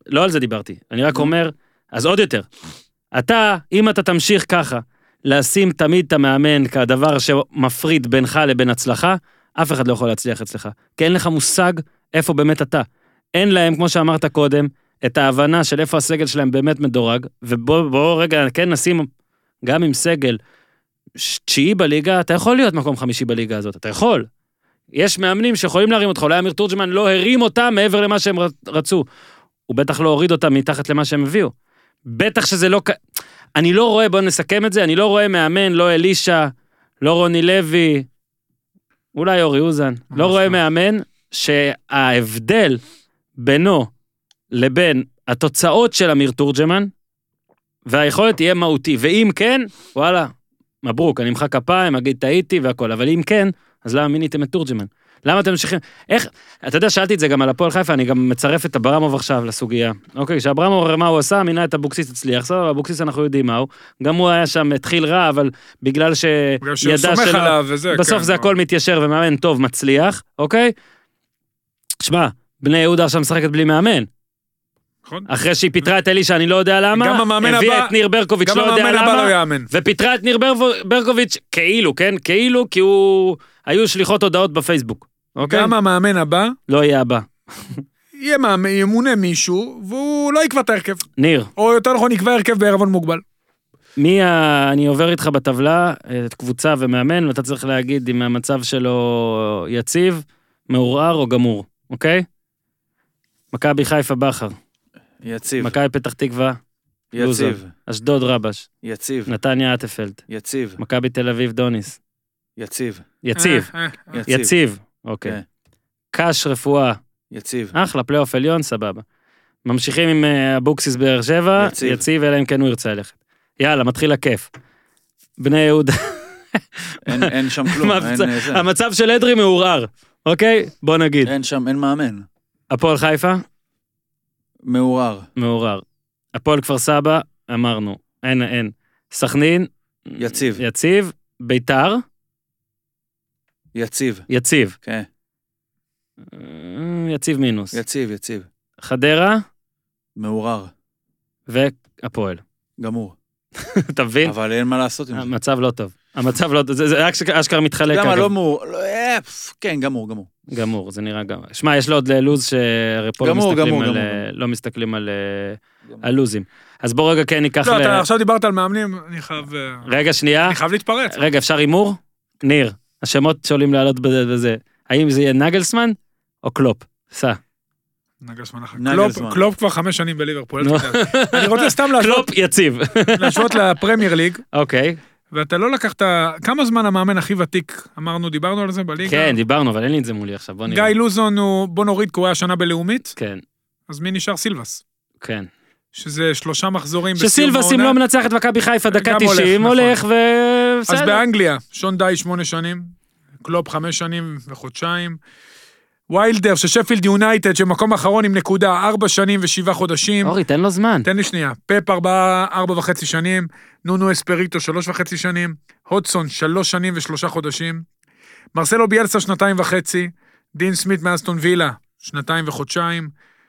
לא על זה דיברתי, אני רק אומר, אז עוד יותר, אתה, אם אתה תמשיך ככה, לשים תמיד את המאמן כדבר שמפריד בינך לבין הצלחה, אף אחד לא יכול להצליח אצלך, כי אין לך מושג איפה באמת אתה. אין להם, כמו שאמרת קודם, את ההבנה של איפה הסגל שלהם באמת מדורג, ובוא רגע, כן, נשים גם עם סגל 9 בליגה, אתה יכול להיות מקום 5 בליגה הזאת, אתה יכול. יש מאמנים שיכולים להרים אותך, אולי אמיר תורג'מן לא הרים אותם מעבר למה שהם רצו, הוא בטח לא הוריד אותם מתחת למה שהם הביאו. בטח שזה לא... אני לא רואה, בואו נסכם את זה, אני לא רואה מאמן, לא אלישה, לא רוני לוי, אולי אורי אוזן, לא רואה מאמן שההבדל בינו לבין התוצאות של אמיר תורג'מן, והיכולת תהיה מהותי, ואם כן, וואלה, מברוק, אני אמחא כפיים, אגיד טעיתי והכל, אבל אם כן, אז למה מיניתם את תורג'מן? למה אתם ממשיכים? איך? אתה יודע, שאלתי את זה גם על הפועל חיפה, אני גם מצרף את אברמוב עכשיו לסוגיה. אוקיי, שאברמוב מה הוא עשה, מינה את אבוקסיס הצליח, סבבה, אבוקסיס אנחנו יודעים מה הוא, גם הוא היה שם, התחיל רע, אבל בגלל שידע שלו, בסוף זה הכל מתיישר ומאמן טוב, מצליח, אוקיי? שמע, בני יהודה עכשיו משחקת בלי מאמן. אחרי שהיא פיתרה את אלישה, אני לא יודע למה, הביאה את ניר ברקוביץ' לא יודע למה, ופיתרה את ניר ברקוביץ' כאילו, כן? כאילו, כי היו שליחות הודעות בפייסבוק. גם המאמן הבא, לא יהיה הבא. ימונה מישהו, והוא לא יקבע את ההרכב. ניר. או יותר נכון, יקבע הרכב בערבון מוגבל. אני עובר איתך בטבלה, את קבוצה ומאמן, ואתה צריך להגיד אם המצב שלו יציב, מעורער או גמור, אוקיי? מכבי חיפה בכר. יציב. מכבי פתח תקווה. יציב. אשדוד רבש. יציב. נתניה אטפלד. יציב. מכבי תל אביב דוניס. יציב. יציב. יציב. אוקיי. קש רפואה. יציב. אחלה, פלייאוף עליון, סבבה. ממשיכים עם אבוקסיס באר שבע. יציב, אלא אם כן הוא ירצה ללכת. יאללה, מתחיל הכיף. בני יהודה. אין שם כלום. המצב של אדרי מעורער. אוקיי? בוא נגיד. אין שם, אין מאמן. הפועל חיפה? מעורער. מעורער. הפועל כפר סבא, אמרנו. אין. סכנין? יציב. יציב. ביתר? יציב. יציב. כן. יציב מינוס. יציב. חדרה? מעורער. והפועל. גמור. אתה מבין? אבל אין מה לעשות עם זה. המצב לא טוב. המצב לא טוב. זה אשכרה מתחלק. למה לא מעורער? כן, גמור. גמור, זה נראה גמור. שמע, יש לו עוד לוז שפה לא מסתכלים על הלוזים. אז בוא רגע כן ניקח... לא, אתה עכשיו דיברת על מאמנים, אני חייב... רגע, שנייה. אני חייב להתפרץ. רגע, אפשר הימור? ניר, השמות שעולים לעלות בזה. האם זה יהיה נגלסמן או קלופ? סע. נגלסמן. קלופ כבר 5 שנים בליברפול. אני רוצה סתם קלופ יציב. להשוות לפרמייר ליג. אוקיי. ואתה לא לקחת... כמה זמן המאמן הכי ותיק? דיברנו על זה בליגה? כן, דיברנו, אבל אין לי את זה מולי עכשיו. גיא לוזון הוא... בוא נוריד, כי הוא היה שנה בלאומית. כן. אז מי נשאר? סילבס. כן. שזה 3 מחזורים שסילבס אם לא מנצח את מכבי חיפה דקה 90, הולך אז באנגליה, שון די 8 שנים, קלופ 5 שנים וחודשיים, ויילדר ששפילד יונייטד שמקום אחרון עם נקודה 4 שנים ו7 חודשים. אורי, תן לו זמן. תן לי שנייה. פפ 4.5 שנים, נונו אספריטו 3.5 שנים, הודסון 3 שנים ו3 חודשים, מרסלו ביאלסה 2.5, דין סמית מאסטון וילה 2 וחודשיים,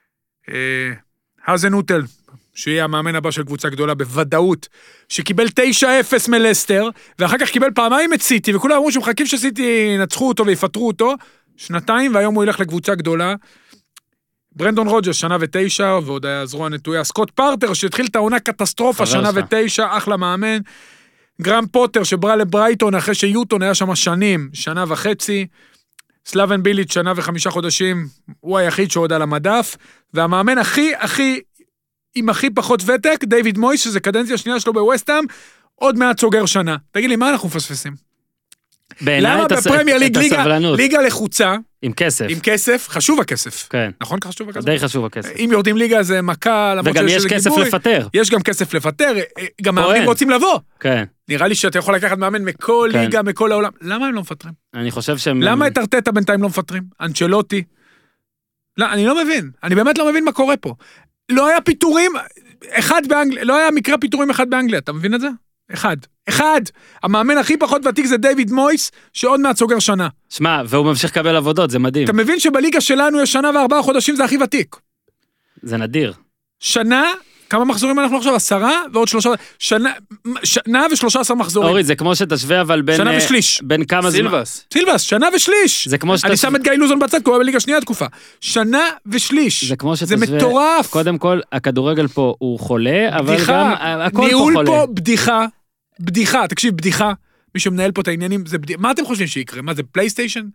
האזן אוטל, שיהיה המאמן הבא של קבוצה גדולה בוודאות, שקיבל 9-0 מלסטר, ואחר כך קיבל פעמיים את סיטי, וכולם אמרו שמחכים שסיטי ינצחו אותו ויפטרו אותו, 2 והיום הוא ילך לקבוצה גדולה. ברנדון רוג'רס, 1 ו9, ועוד היה זרוע נטויה. סקוט פרטר, שהתחיל את העונה קטסטרופה, 1 ו9, אחלה מאמן. גרם פוטר, שברה לברייטון, אחרי שיוטון היה שם שנים, 1.5 שנה. סלאבן ביליץ' 1 ו5 חודשים, הוא היחיד שעוד על המדף, והמאמן עם הכי פחות ותק, דיוויד מויס, שזה קדנציה שנייה שלו בווסטהאם, עוד מעט סוגר שנה. תגיד לי, מה אנחנו מפספסים? למה בפרמייר ליג ליגה לחוצה, עם כסף. עם כסף, חשוב הכסף. כן. נכון חשוב הכסף? די חשוב הכסף. אם יורדים ליגה זה מכה, וגם יש כסף לפטר. יש גם כסף לפטר, גם מאמנים רוצים לבוא. כן. נראה לי שאתה יכול לקחת מאמן מכל ליגה, מכל העולם. למה הם לא מפטרים? אני חושב שהם... למה את ארטטה בינתיים לא מפטרים? אנצ'לוטי? לא, אני לא מבין. אני באמת לא מבין מה קורה פה. לא היה פיטורים, לא היה מקרה פיטורים אחד באנגליה, אתה מבין את זה? אחד. המאמן הכי פחות ותיק זה דיוויד מויס, שעוד מעט סוגר שנה. שמע, והוא ממשיך לקבל עבודות, זה מדהים. אתה מבין שבליגה שלנו יש 1 ו4 חודשים, זה הכי ותיק. זה נדיר. שנה, כמה מחזורים אנחנו עכשיו? 10 ועוד 3, שנה ו13 מחזורים. אורי, זה כמו שתשווה, אבל בין... שנה ושליש. בין כמה זמן... סילבס, שנה ושליש. זה כמו אני שם את גיא לוזון בצד, כי הוא בליגה שנייה תקופה. שנה ושליש. זה כמו שתשווה... זה מטורף. קודם כל, הכדורגל פה הוא חולה, אבל גם הכל פה ניהול חולה. פה בדיחה, תקשיב, בדיחה. מי שמנהל פה את העניינים, זה בדיחה. מה אתם חושבים שיקרה? מה זה, פלייסטיישן?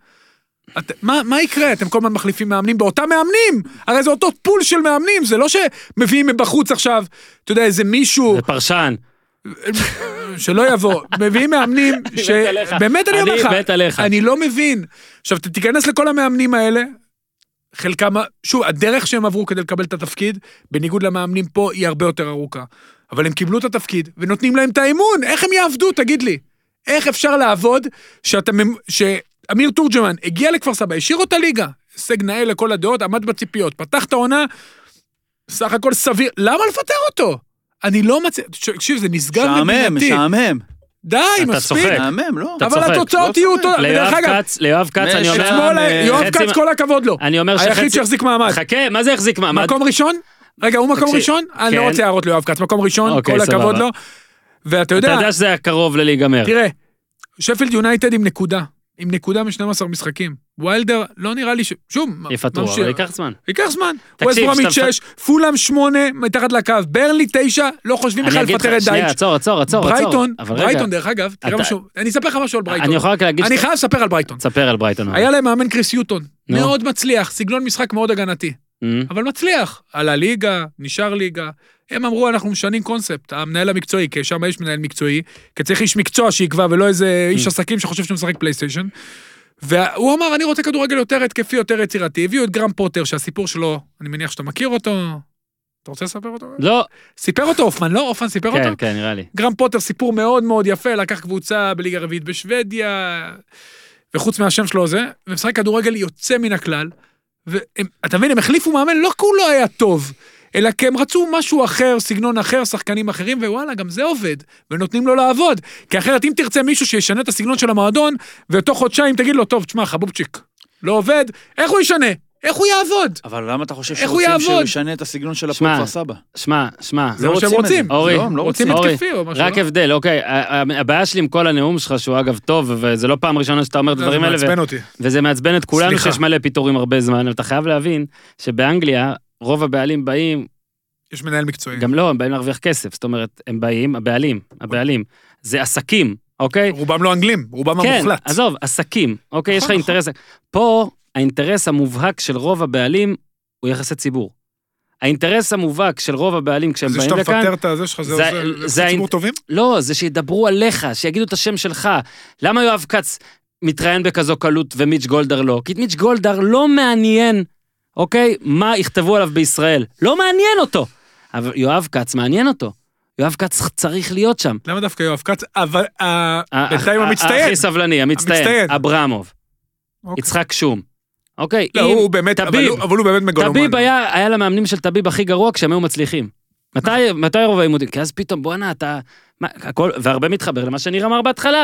מה יקרה? אתם כל הזמן מחליפים מאמנים באותם מאמנים. הרי זה אותו פול של מאמנים, זה לא שמביאים מבחוץ עכשיו, אתה יודע, איזה מישהו... זה פרשן. שלא יבוא. מביאים מאמנים באמת אני אומר לך. אני מת עליך. אני לא מבין. עכשיו, תיכנס לכל המאמנים האלה, חלקם, שוב, הדרך שהם עברו כדי לקבל את התפקיד, בניגוד למאמנים פה, היא הרבה יותר ארוכה. אבל הם קיבלו את התפקיד, ונותנים להם את האמון. איך הם יעבדו, תגיד לי? איך אפשר לעבוד אמיר תורג'מן הגיע לכפר סבא, השאיר אותה ליגה, הישג נאה לכל הדעות, עמד בציפיות, פתח את העונה, סך הכל סביר, למה לפטר אותו? אני לא מצא, תקשיב, זה נסגר מבינתי. משעמם. די, מספיק. משעמם, לא. אבל התוצאות יהיו אותו, ליואב כץ, אני אומר... יואב כץ כל הכבוד לו. אני אומר היחיד שיחזיק מעמד. חכה, מה זה יחזיק מעמד? מקום ראשון? רגע, הוא מקום ראשון? אני לא רוצה הערות ליואב כץ, מקום ראשון, כל הכבוד לו. ואתה יודע... אתה יודע שזה היה קרוב להיגמר. תראה, שפילד יונייטד עם נקודה מ-12 משחקים. ויילדר לא נראה לי שום. יפתרו, אבל ייקח זמן. ייקח זמן. ווסט ברומית 6, פולאם 8, מתחת לקו, ברנלי 9, לא חושבים בכלל לפטר את דייץ'. עצור. ברייטון, דרך אגב, תראה משהו, אני אספר לך משהו על ברייטון. אני יכול רק להגיד... אני חייב לספר על ברייטון. ספר על ברייטון. היה להם מאמן קריס יוטון, מאוד מצליח, סגנון משחק מאוד הגנתי. אבל מצליח. עלה ליגה, נשאר ליגה. הם אמרו, אנחנו משנים קונספט, המנהל המקצועי, כי שם יש מנהל מקצועי, כי צריך איש מקצוע שיקבע, ולא איזה איש עסקים שחושב שהוא משחק פלייסטיישן. והוא אמר, אני רוצה כדורגל יותר התקפי, יותר יצירתי. הביאו את גרם פוטר, שהסיפור שלו, אני מניח שאתה מכיר אותו. אתה רוצה לספר אותו? לא. סיפר אותו אופמן, לא? אופמן סיפר אותו? כן, נראה לי. גרם פוטר, סיפור מאוד מאוד יפה, לקח קבוצה בליגה רביעית בשוודיה, וחוץ מהשם שלו זה, ומשחק כדורגל יוצא מן הכלל, ואתה מבין, הם החליפו מאמן, לא כולו היה טוב, אלא כי הם רצו משהו אחר, סגנון אחר, שחקנים אחרים, ווואלה, גם זה עובד, ונותנים לו לעבוד. כי אחרת, אם תרצה מישהו שישנה את הסגנון של המועדון, ואותו חודשיים תגיד לו, טוב, תשמע, חבובצ'יק, לא עובד, איך הוא ישנה? איך הוא יעבוד? אבל למה אתה חושב שרוצים שהוא ישנה את הסגנון של הפועל כפר סבא? שמע. זה מה שהם רוצים. אורי, רוצים התקפי או משהו. רק הבדל, אוקיי, הבעיה שלי עם כל הנאום שלך, שהוא אגב טוב, וזה לא פעם ראשונה שאתה אומר את הדברים האלה, זה מעצבן אותי. וזה מעצבן את כולנו שיש מלא פיתורים הרבה זמן, אבל אתה חייב להבין שבאנגליה, רוב הבעלים באים, יש מנהל מקצועי. גם לא, הם באים להרוויח כסף, זאת אומרת, הם באים, הבעלים, זה עסקים, אוקיי? רובם לא אנגלים, רובם המוחלט. כן, עזוב, עסקים, אוקיי, יש לך אינטרס. פה, האינטרס המובהק של רוב הבעלים, הוא יחסי ציבור. האינטרס המובהק של רוב הבעלים, כשהם באים לכאן... זה שאתה מפטר את זה שלך, זה ציבור טובים? לא, זה שידברו עליך, שיגידו את השם שלך. למה יואב כץ מתראיין בכזו קלות ומיץ' גולדהר לא? כי את מיץ' גולדהר לא מעניין, אוקיי? מה יכתבו עליו בישראל? לא מעניין אותו. אבל יואב כץ מעניין אותו. יואב כץ צריך להיות שם. למה דווקא יואב כץ? אבל בינתיים המצטיין. הכי סבלני, המצטיין. אברמוב. יצחק שום. אוקיי, לא, הוא באמת, אבל הוא באמת מגולומן. טביב היה למאמנים של טביב הכי גרוע כשהם היו מצליחים. מתי רוב העימותים? כי אז פתאום, בואנה, אתה... והרבה מתחבר למה שניר אמר בהתחלה.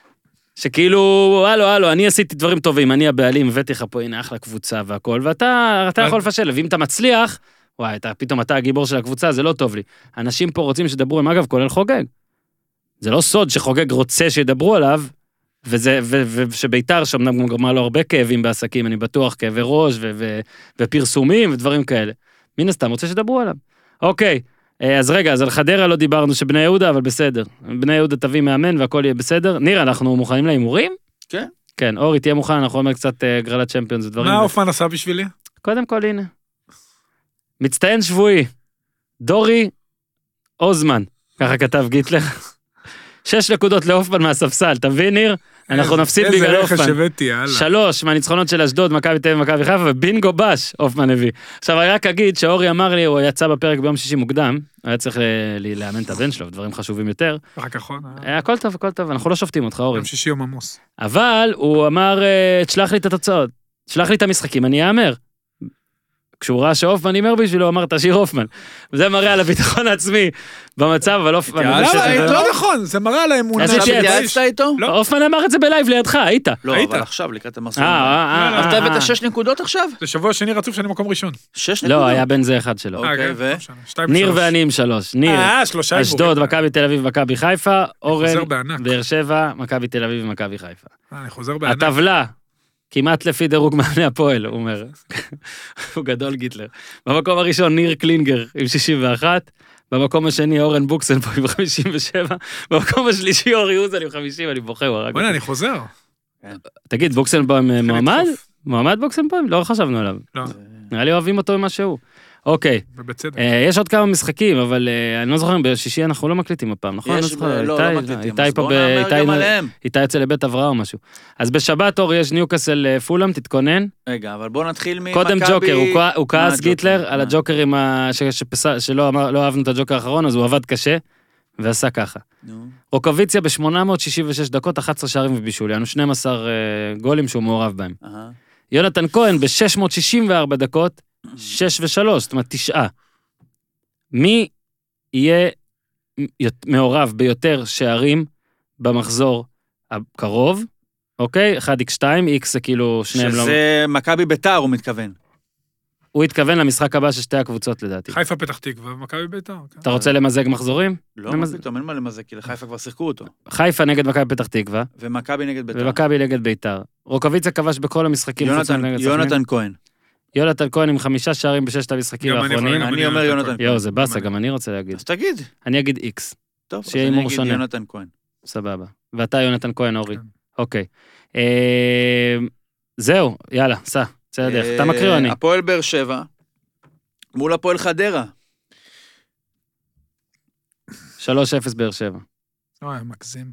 שכאילו, הלו, אני עשיתי דברים טובים, אני הבעלים, הבאתי לך פה, הנה, אחלה קבוצה והכל, ואתה יכול לפשל, ואם אתה מצליח, וואי, פתאום אתה הגיבור של הקבוצה, זה לא טוב לי. אנשים פה רוצים שדברו עם, אגב, כולל חוגג. זה לא סוד שחוגג רוצה שידברו עליו, ושביתר שאומנם גרמה לו הרבה כאבים בעסקים, אני בטוח, כאבי ראש ופרסומים ודברים כאלה. מן הסתם רוצה שדברו עליו. אוקיי, אז רגע, אז על חדרה לא דיברנו שבני יהודה, אבל בסדר. בני יהודה תביא מאמן והכל יהיה בסדר. ניר, אנחנו מוכנים להימורים? כן. כן, אורי, תהיה מוכן, אנחנו אומר קצת גרלת צ'מפיונס ודברים. מה אופן עשה בשבילי? קודם כל, הנה. מצטיין שבועי, דורי אוזמן, ככה כתב גיטלר. 6 נקודות לאופמן מהספסל, תבין ניר? אנחנו נפסיד בגלל אופמן. איזה רכש הבאתי, יאללה. 3 מהניצחונות של אשדוד, מכבי תל אביב ומכבי חיפה, ובינגו בש, אופמן הביא. עכשיו, אני רק אגיד שאורי אמר לי, הוא יצא בפרק ביום שישי מוקדם, היה צריך לאמן את הבן שלו, דברים חשובים יותר. רק נכון. הכל טוב, אנחנו לא שופטים אותך, אורי. יום שישי יום עמוס. אבל הוא אמר, תשלח לי את התוצאות, תשלח לי את המשחקים, אני אאמר. כשהוא ראה שהופמן הימר בשבילו, הוא אמר, תשאיר הופמן. וזה מראה על הביטחון העצמי במצב, אבל הופמן... למה? לא נכון, זה מראה על האמונה. עשיתי עכשיו את זה. התייעצת איתו? לא. הופמן אמר את זה בלייב לידך, היית. לא, היית. אבל עכשיו, לקראת המחזור. אה. אתה הבאת 6 נקודות עכשיו? זה שבוע שני רצוף שאני מקום ראשון. 6 נקודות? לא, היה בין זה אחד שלו. אוקיי, כן, ו? לא משנה. 2 ניר ו3. ואני עם 3. ניר, 3 אשדוד, מכבי תל אביב, מכבי חיפה, אורן, חוזר בענק. באר שבע, מכבי תל אביב ומכבי חיפה. אני חוזר בענק. הטבלה, כמעט לפי דירוג מאמני הפועל, הוא אומר. הוא גדול גיטלר. במקום הראשון ניר קלינגר עם 61, במקום השני אורן בוקסנבוים עם 57, במקום השלישי אורי אוזן עם 50, אני בוכה, הוא הרג בוא'נה, אותי. אני חוזר. תגיד, בוקסנבוים מועמד? לדחוף. מועמד בוקסנבוים? לא חשבנו עליו. לא, נראה לי אוהבים אותו ממה שהוא. אוקיי, ובצדק. יש עוד כמה משחקים, אבל אני לא זוכר, בשישי אנחנו לא מקליטים הפעם, נכון? אני לא יש, זוכר, לא מקליטים, איתי אז פה בואו נאמר גם עליהם. איתי אצל לבית אברהם או משהו. אז בשבת אור יש ניוקאסל פולאם, תתכונן. רגע, אבל בואו נתחיל ממכבי... קודם ג'וקר, הוא כעס הג'וקר? גיטלר על הג'וקרים שלא אהבנו את הג'וקר האחרון, אז הוא עבד קשה, ועשה ככה. נו. רוקוויציה ב-866 דקות, 11 שערים ובישול, יענו 12 גולים שהוא מעורב בהם. אהה. יונתן כהן ב-664 דקות, 6 ו3, זאת אומרת 9. מי יהיה מעורב ביותר שערים במחזור הקרוב? אוקיי? 1x2, x זה כאילו שניהם לא... שזה מכבי ביתר, הוא מתכוון. הוא התכוון למשחק הבא של שתי הקבוצות לדעתי. חיפה פתח תקווה ומכבי ביתר. כן. אתה רוצה למזג מחזורים? לא, מה פתאום, אין מה למזג, כי לחיפה כבר שיחקו אותו. חיפה נגד מכבי פתח תקווה, ומכבי נגד ביתר. ומכבי נגד ביתר. רוקוויציה כבש בכל המשחקים. חוץ מנגד סכנין. יונתן כהן. יונתן כהן עם 5 שערים בששת המשחקים גם אני יכול האחרונים. להגיד. אני אומר יונתן כהן. יואו, זה באסה, גם אני רוצה להגיד. אז תגיד. אני אגיד X, טוב, אז שיהיה אני הימור אגיד שונה. יונתן כהן. סבבה. ואתה יונתן כהן, אורי. כן. אוקיי. זהו, יאללה, סע, צא לדרך. אתה מקריא או אני? הפועל באר שבע, מול הפועל חדרה. 3-0 באר שבע. אוי, מגזים.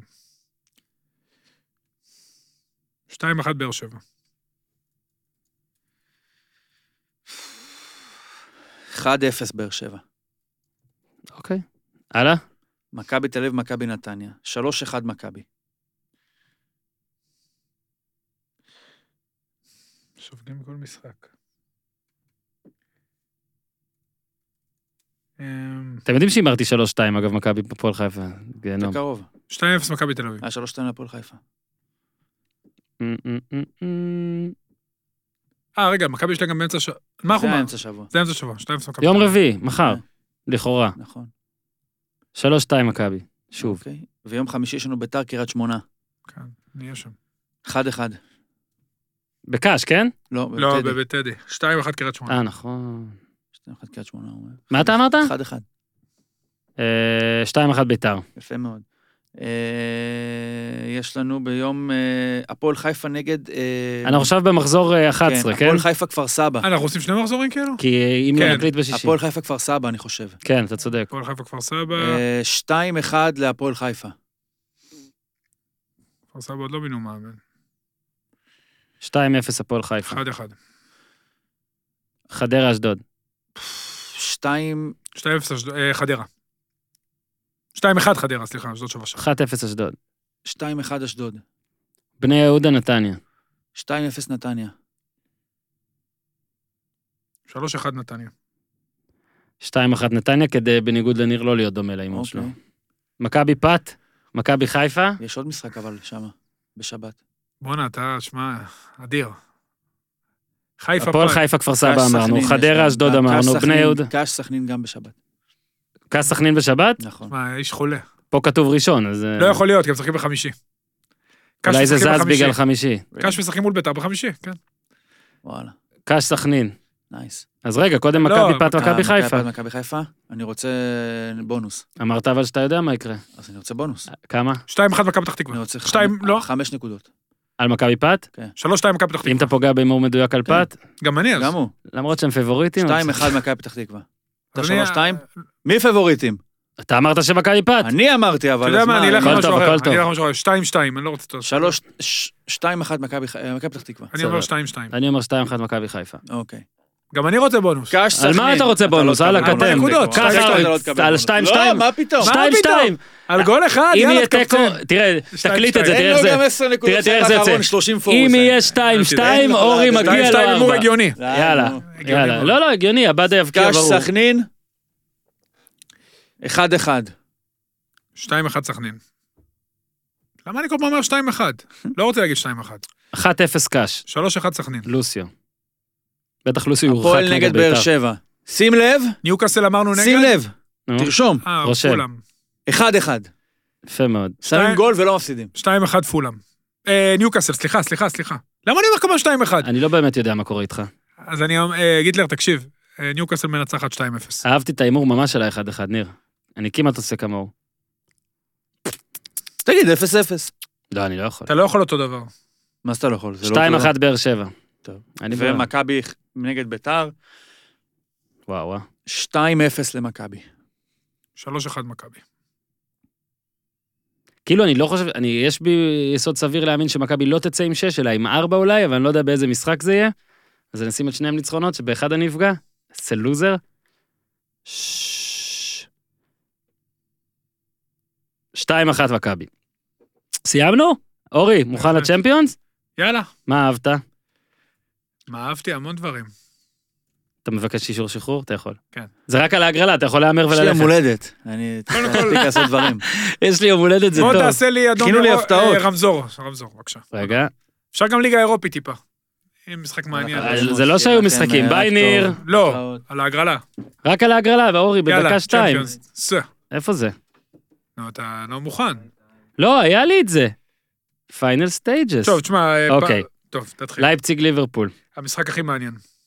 2-1 באר שבע. 1-0 באר שבע. אוקיי. הלאה? מכבי תל אביב, מכבי נתניה. 3-1 מכבי. סופגים בכל משחק. אתם יודעים שאימרתי 3-2, אגב, מכבי הפועל חיפה. אתה גיהנום. קרוב. 2-0 מכבי תל אביב. היה 3-2 להפועל חיפה. רגע, מכבי יש לה גם באמצע שבוע. מה אנחנו זה מה? אמצע שבוע. זה אמצע שבוע. 2-0 מכבי. יום רביעי, מחר, לכאורה. נכון. 3-2 מכבי, שוב. אוקיי. ויום חמישי יש לנו ביתר קריית שמונה. כן, נהיה שם. 1-1. בקש, כן? לא, לא, בטדי. בטדי. 2-1 קריית שמונה. נכון. 2-1 קריית שמונה. הוא אומר. מה אתה אמרת? 1-1. 2-1 ביתר. יפה מאוד. יש לנו ביום הפועל חיפה נגד... אנחנו עכשיו במחזור 11, כן? הפועל חיפה כפר סבא. אנחנו עושים 2 מחזורים כאילו? כי אם כן. לא נקליט בשישי. הפועל חיפה כפר סבא, אני חושב. כן, אתה צודק. הפועל חיפה כפר סבא. 2-1 להפועל חיפה. כפר סבא עוד לא בינו מאמן. 2-0 הפועל חיפה. 1-1. חדרה אשדוד. 2... 2-0 חדרה. 2-1 חדרה, סליחה, אשדוד שבוע שם. 1-0 אשדוד. 2-1 אשדוד. בני יהודה נתניה. 2-0 נתניה. 3-1 נתניה. 2-1 נתניה, כדי בניגוד לניר לא להיות דומה לאימון שלו. אוקיי. מכבי פת, מכבי חיפה. יש עוד משחק אבל שמה, בשבת. בואנה, אתה, שמע, אדיר. חיפה הפועל פת. חיפה כפר סבא קאש אמרנו, סכנין יש חדרה לנו. אשדוד קאש אמרנו, סכנין- בני יהודה. קאש סכנין גם בשבת. קאש סכנין בשבת? נכון. מה, איש חולה. פה כתוב ראשון, אז... לא יכול להיות, כי הם משחקים בחמישי. קאש אולי זה משחקים זז בחמישי. בגלל חמישי. קאש משחקים מול ביתר בחמישי, כן. וואלה, קאש סכנין. נייס. אז רגע, קודם לא, מכבי פת, מכבי חיפה. מכבי חיפה, אני רוצה בונוס. אמרת אבל שאתה יודע מה יקרה. אז אני רוצה בונוס. כמה? 2-1 מכבי פתח אני תקווה. רוצה 2, לא. 5 נקודות. על מכבי פת? 3-2 מכבי פתח אם תקווה. אתה פוגע בהימור מדויק על כן. פת, גם אני אז. גם הוא. למרות שהם פבוריטים. 2-1 מכבי פתח תקווה. אתה אז אני- 3-2? מי פבוריטים? אתה אמרת שמכבי פת. אני אמרתי, אתה אבל... יודע אז מה, אני אלך הכל על משהו טוב, אחר. הכל טוב. אני אלך על משהו אחר. 2-2, אני לא רוצה... 2-1 מכבי פתח תקווה. אני אומר 2-2. אני אומר 2-1 מכבי חיפה. אוקיי. גם אני רוצה בונוס. קאש סכנין. על מה אתה רוצה בונוס? לא על תקבל הקטם. בונוס. נקודות. ככה, אתה לא תקבל על בונוס. 2-2. לא, מה פתאום? 2-2. על גול אחד, אם יאללה, יהיה תיקו, תקפצן. תראה, תקליט את זה, אין תראה לו איך גם זה. 10 נקודות. תראה איך זה יוצא. 30 פורס. אם יהיה 2-2, לו, אורי לא, מגיע לו 2-2 הימור 4. הגיוני. יאללה, יאללה. מאוד. לא, לא, הגיוני, הבאדה יבקיע קאש ברור. סכנין. 1-1. 2-1 סכנין. למה אני כל פעם אומר 2-1? לא רוצה להגיד 2-1. 1-0 קאש, 3-1 סכנין. לוסיו. בטח לוסיו יורחק הפועל נגד באר שבע. שים לב, ניוקאסל אמרנו נגד? שים לב. נו, תרשום. רושם. פולאם. 1-1. יפה מאוד. שמים גול ולא מפסידים. 2-1 פולאם. ניוקאסל, סליחה. למה אני אומר כל פעם 2-1? אני לא באמת יודע מה קורה איתך. אז אני גיטלר, תקשיב. ניוקאסל מנצחת 2-0. אהבתי את ההימור ממש על ה-1-1, ניר. אני כמעט עושה כמוהו. תגיד, 0-0. לא, אני לא יכול. אתה לא יכול אותו דבר. מה שאתה לא יכול? זה לא 2-1 באר שבע. טוב. אני בעד. ומכבי נגד ביתר, וואו. 2-0 למכבי. 3-1 מכבי. כאילו, אני לא חושב, יש בי יסוד סביר להאמין שמכבי לא תצא עם 6, אלא עם 4 אולי, אבל אני לא יודע באיזה משחק זה יהיה. אז אני אשים את שניהם ניצחונות, שבאחד אני אפגע. זה לוזר. 2-1 מכבי. סיימנו? אורי, מוכן לצ'מפיונס? יאללה. מה אהבת? מה אהבתי? המון דברים. אתה מבקש אישור שחרור? אתה יכול. כן. זה רק על ההגרלה, אתה יכול להמר יש לי וללכת. יום הולדת. אני צריך לעשות דברים. יש לי יום הולדת, זה בוא טוב. תעשה לי אדום הכינו לי הפתעות. רמזור, בבקשה. רגע. אפשר גם ליגה אירופית טיפה. אם משחק מעניין. זה לא שהיו משחקים, ביי ניר. לא, על ההגרלה. רק על ההגרלה, ואורי, יאללה, בדקה 2. צ'מפיונס. סע. איפה זה? נו, אתה לא מוכן. לא, היה לי את זה. פיינל סטייג'ס. טוב, תשמע, אוקיי. טוב, תתחיל. לייפציג ליברפול. המשחק הכי מעניין.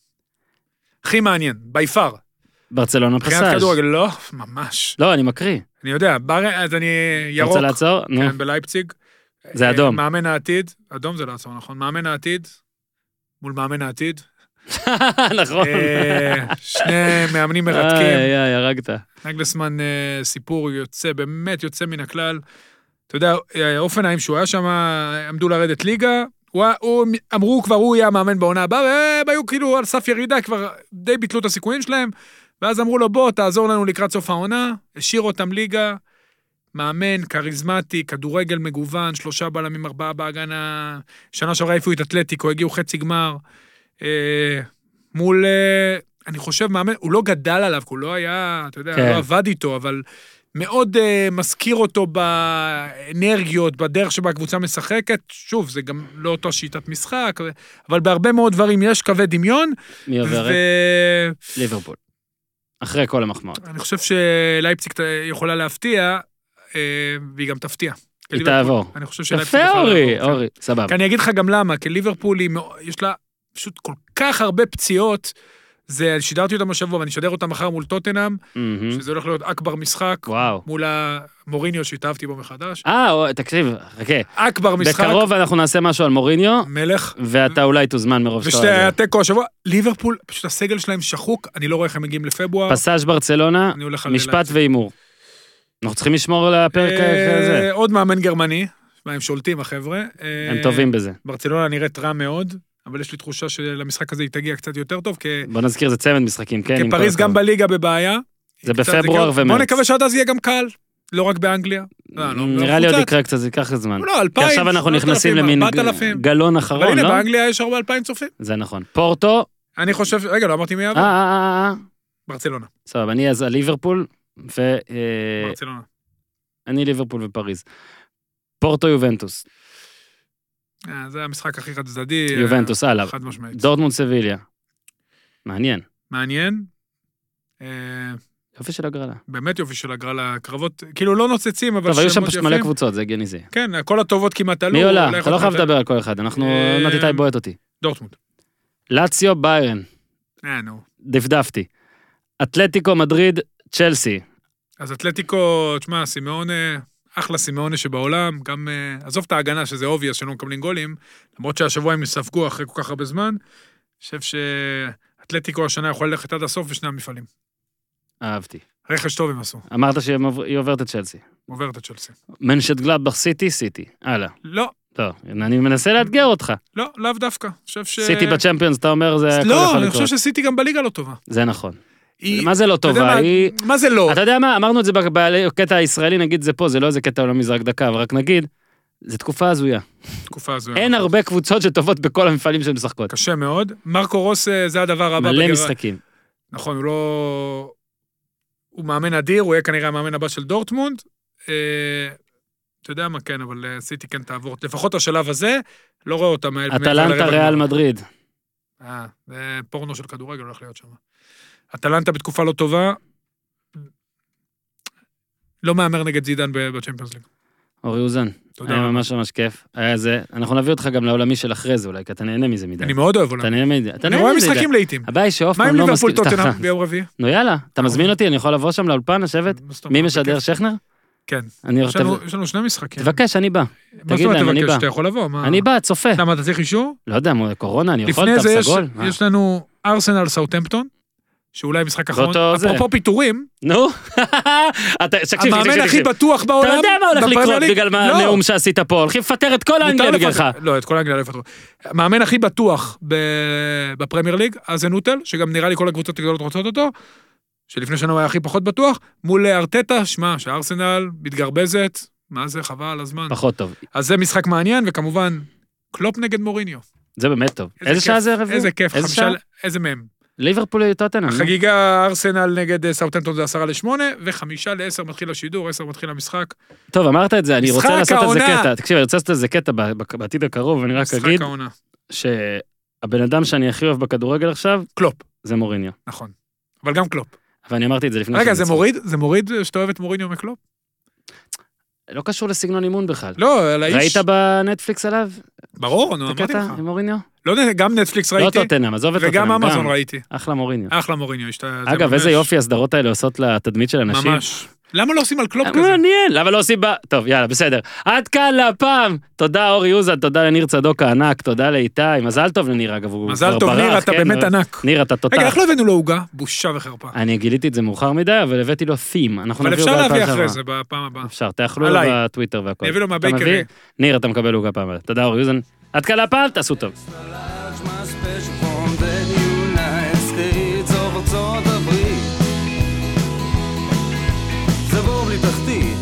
הכי מעניין, בי פאר. ברצלונה מבחינת פסאז'. כדורגל, לא, ממש. לא, אני מקריא. אני יודע, אז אני אתה ירוק. רוצה לעצור? נו. כן, בלייפציג. זה אדום. מאמן העתיד, אדום זה לעצור, נכון? מאמן העתיד, מול מאמן העתיד. נכון. שני מאמנים מרתקים. איי, הרגת. נגלסמן סיפור יוצא, באמת יוצא מן הכלל. אתה יודע, אופנהיים שהוא היה שם, עמדו לרדת ליגה, אמרו כבר הוא יהיה המאמן בעונה הבאה, והם היו כאילו על סף ירידה, כבר די ביטלו את הסיכויים שלהם, ואז אמרו לו בוא, תעזור לנו לקראת סוף העונה, השאיר אותם ליגה, מאמן, כריזמטי, כדורגל מגוון, 3 בלמים, 4 בהגנה, שנה שעברה העיפו את אתלטיקו, הגיעו חצי גמר, מול, אני חושב, מאמן, הוא לא גדל עליו, הוא לא היה, אתה יודע, כן. לא עבד איתו, אבל מאוד מזכיר אותו באנרגיות, בדרך שבה הקבוצה משחקת, שוב, זה גם לא אותו שיטת משחק, אבל בהרבה מאוד דברים יש קווי דמיון, מי עוברת? ליברפול. אחרי כל המחמאות. אני חושב שלייפציג יכולה להפתיע, והיא גם תפתיע. היא תעבור. אני חושב שלייפציג יפה יכולה אורי, לעבור, כן. אורי, סבבה. כי אני אגיד לך גם למה, כי ליברפול יש לה פשוט כל כך הרבה פציעות, שידרתי אותם השבוע ואני אשדר אותם מחר מול טוטנהאם, מהמם. שזה הולך להיות אכבר משחק, וואו. מול המוריניו שהתאהבתי בו מחדש. תקשיב, חכה. אכבר משחק, בקרוב אנחנו נעשה משהו על מוריניו, מלך, ואתה אולי תוזמן מרוב שאתה ושתי אוהב. התיקו השבוע, ליברפול, פשוט הסגל שלהם שחוק, אני לא רואה איך הם מגיעים לפברואר. פסאז' ברצלונה, אני הולך על משפט לייפציג. והימור. אנחנו צריכים לשמור על הפרק הזה. עוד מאמן גרמני, הם שולטים החבר'ה. הם טובים בזה. ברצלונה נראית רע מאוד, אבל יש לי תחושה שלמשחק הזה היא תגיע קצת יותר טוב, בוא נזכיר, זה צמד משחקים, כן? עם כל כפריז גם הכבוד. בליגה בבעיה. זה קצת בפברואר בוא ומרץ. נקווה שעד אז יהיה גם קהל, לא רק באנגליה. נראה לי עוד יקרה קצת, זה ייקח זמן. לא, כי 2,000, עכשיו אנחנו נכנסים למין 4,000. גלון אבל אחרון, הנה, לא? באנגליה יש 4,000 צופים. זה נכון. פורטו, אני חושב, רגע, לא אמרתי מי יעבור. ברצלונה. סבבה, אני אז על ליברפול, ברצלונה. ואני ליברפול ופריז. פורטו יובנטוס, זה המשחק הכי חד צדדי. יובנטוס, הלאה. חד משמעית. דורטמונד סביליה. מעניין. מעניין. יופי של הגרלה. באמת יופי של הגרלה. קרבות, כאילו לא נוצצים, אבל טוב, היו שם שמות פשוט מלא יפים. קבוצות, זה הגיוני זה. כן, כל הטובות כמעט עלו. מי עולה? אולי אתה לא יכול חייב להיות- לדבר על כל אחד, אנחנו עוד מעט איתי בועט אותי. דורטמונד. לאציו ביירן, נו. דפדפתי. אתלטיקו מדריד, צ'לסי. אז אתלטיקו, תשמע, סימאונה, אחלה סימאונה שבעולם, גם, עזוב את ההגנה שזה אובייס שלא מקבלים גולים, למרות שהשבוע הם ספגו אחרי כל כך הרבה זמן, אני חושב שאתלטיקו השנה יכול ללכת עד הסוף בשני המפעלים. אהבתי. רכש טוב הם עשו, אמרת שהיא עוברת את צ'לסי. עוברת את צ'לסי. מנשט גלאדבך סיטי, סיטי. הלאה. לא, לא, אני מנסה לאתגר אותך. לא, לאו דווקא. אני חושב ש... סיטי בצ'מפיונס, אתה אומר, זה הכל לא, יכול אני לקרות. חושב שסיטי גם בליגה לא טובה. זה נכון. היא- מה זה לא אתה יודע טובה? מה- היא... מה זה לא? אתה יודע מה, אמרנו את זה בקטע הישראלי, נגיד זה פה, זה לא איזה קטע עולמי, זה רק דקה, אבל רק נגיד, זה תקופה הזויה. תקופה הזו. אין הרבה קבוצות שטובות בכל המפעלים שהן משחקות. קשה מאוד. מרקו רוס זה הדבר הבא. מלא בגרלה. משחקים. נכון, הוא לא... הוא מאמן אדיר, הוא יהיה כנראה המאמן הבא של דורטמונד. אתה יודע מה, כן, אבל סיטי כן תעבור. לפחות השלב הזה, לא רואה אותה. אטלנטה ריאל מדריד. זה פורנו של כדורגל הולך להיות שם. אטלנטה בתקופה לא טובה, לא מאמר נגד זידן בצ'מפיונס ליג. אורי אוזן. תודה. היה ממש ממש כיף. היה זה. אנחנו נביא אותך גם לעולמי של אחרי זה אולי, כי אתה נהנה מזה מדי. אני מאוד אוהב אתה עולם. נהנה מזה. אתה אני נהנה רואה מזה. משחקים לעיתים. הבעיה היא מה שאופמן עם לא ליברפול מסכים. טוטנהאם ביום רביעי? נו יאללה, אתה מזמין אותי, אני יכול לבוא שם לאולפן, לשבת? מה זאת אומרת? מי משדר, בכיף. שכנר? כן. אני יש לנו שני משחקים. תבקש, אני בא. מה זאת תגיד אומרת להם, אני תבקש? בא. אתה יכול לבוא? מה? אני בא, צופה. למה, אתה צריך אישור? לא יודע, קורונה, אני יכול לפני תו זה סגול? מה? יש לנו ארסנל סאוטהמפטון, שאולי משחק אחרון. באותו זה. אפרופו פיטורים, נו, תקשיב, המאמן הכי בטוח אתה בעולם. יודע מה הולך בפרמייר לקרות ליג? בגלל לא. הנאום שעשית פה, הולכים לפטר את כל האנגליה מותר בגללך. לפטר. לא, את כל האנגליה לא יפטרו. המאמן הכי בטוח בפרמייר ליג, אזן נוטל, שגם נראה לי כל הקבוצות הגדולות רוצות אותו, שלפני שנה הוא היה הכי פחות בטוח, מול ארטטה, שמע, שארסנל מתגרבזת, מה זה, חבל על הזמן. פחות טוב. אז זה משחק מעניין, וכמובן, קלופ נגד מוריניו. זה באמת טוב. איזה שעה זה רביעי? איזה כיף, איזה שעה? איזה מהם. ליברפול טוטנהאם. נו. החגיגה ארסנל נגד סאוטהמפטון זה 10:08, ו5:10 מתחיל השידור, 10 מתחיל המשחק. טוב, אמרת את זה, אני רוצה משחק לעשות איזה העונה. קטע. תקשיב, אני רוצה לעשות איזה קטע בעתיד הקרוב, ואני רק משחק אגיד העונה. שהבן אדם שאני הכי אוהב בכדורגל עכשיו, קלופ, זה מוריניו. נכון. אבל גם קלופ. ואני אמרתי את זה לפני רגע, שאני זה מוריד שאתה אוהב את מוריניו מקלופ? לא קשור לסגנון אימון בכלל. לא, על האיש. ראית בנטפליקס עליו? ברור, נו, את אמרתי הקטע לך. עם מוריניו? לא יודע, גם נטפליקס לא ראיתי, טוטנהאם, עזוב את טוטנהאם. וגם אמזון גם. ראיתי. אחלה מוריניו. אחלה מוריניו. אגב, איזה יופי הסדרות האלה עושות לתדמית של אנשים. ממש. למה לא עושים על קלופ כזה? מעניין, למה לא עושים טוב, יאללה, בסדר. עד כאן להפעם. תודה אורי אוזן, תודה לניר צדוק הענק, תודה לאיתי, מזל טוב לניר, אגב, הוא מזל כבר טוב, ניר, ברח, אתה כן, באמת ענק. ניר, אתה תותח. רגע, איך לא הבאנו לו עוגה? בושה וחרפה. אני גיליתי את זה מאוחר מדי, אבל הבאתי לו theme. אנחנו אבל נביא אפשר עוגה להביא פעם אחרי שעברה. זה, בפעם הבאה. אפשר, תאכלו עליי. בטוויטר והכל. אני אביא לו אתה מהבייקרי. מביא? ניר, אתה מקבל עוגה פעם הבאה. תודה אורי אוזן. עד כאן להפעם, תעשו טוב. Large, my special from the United States of ארצות הברית. זה בור בלי תחתית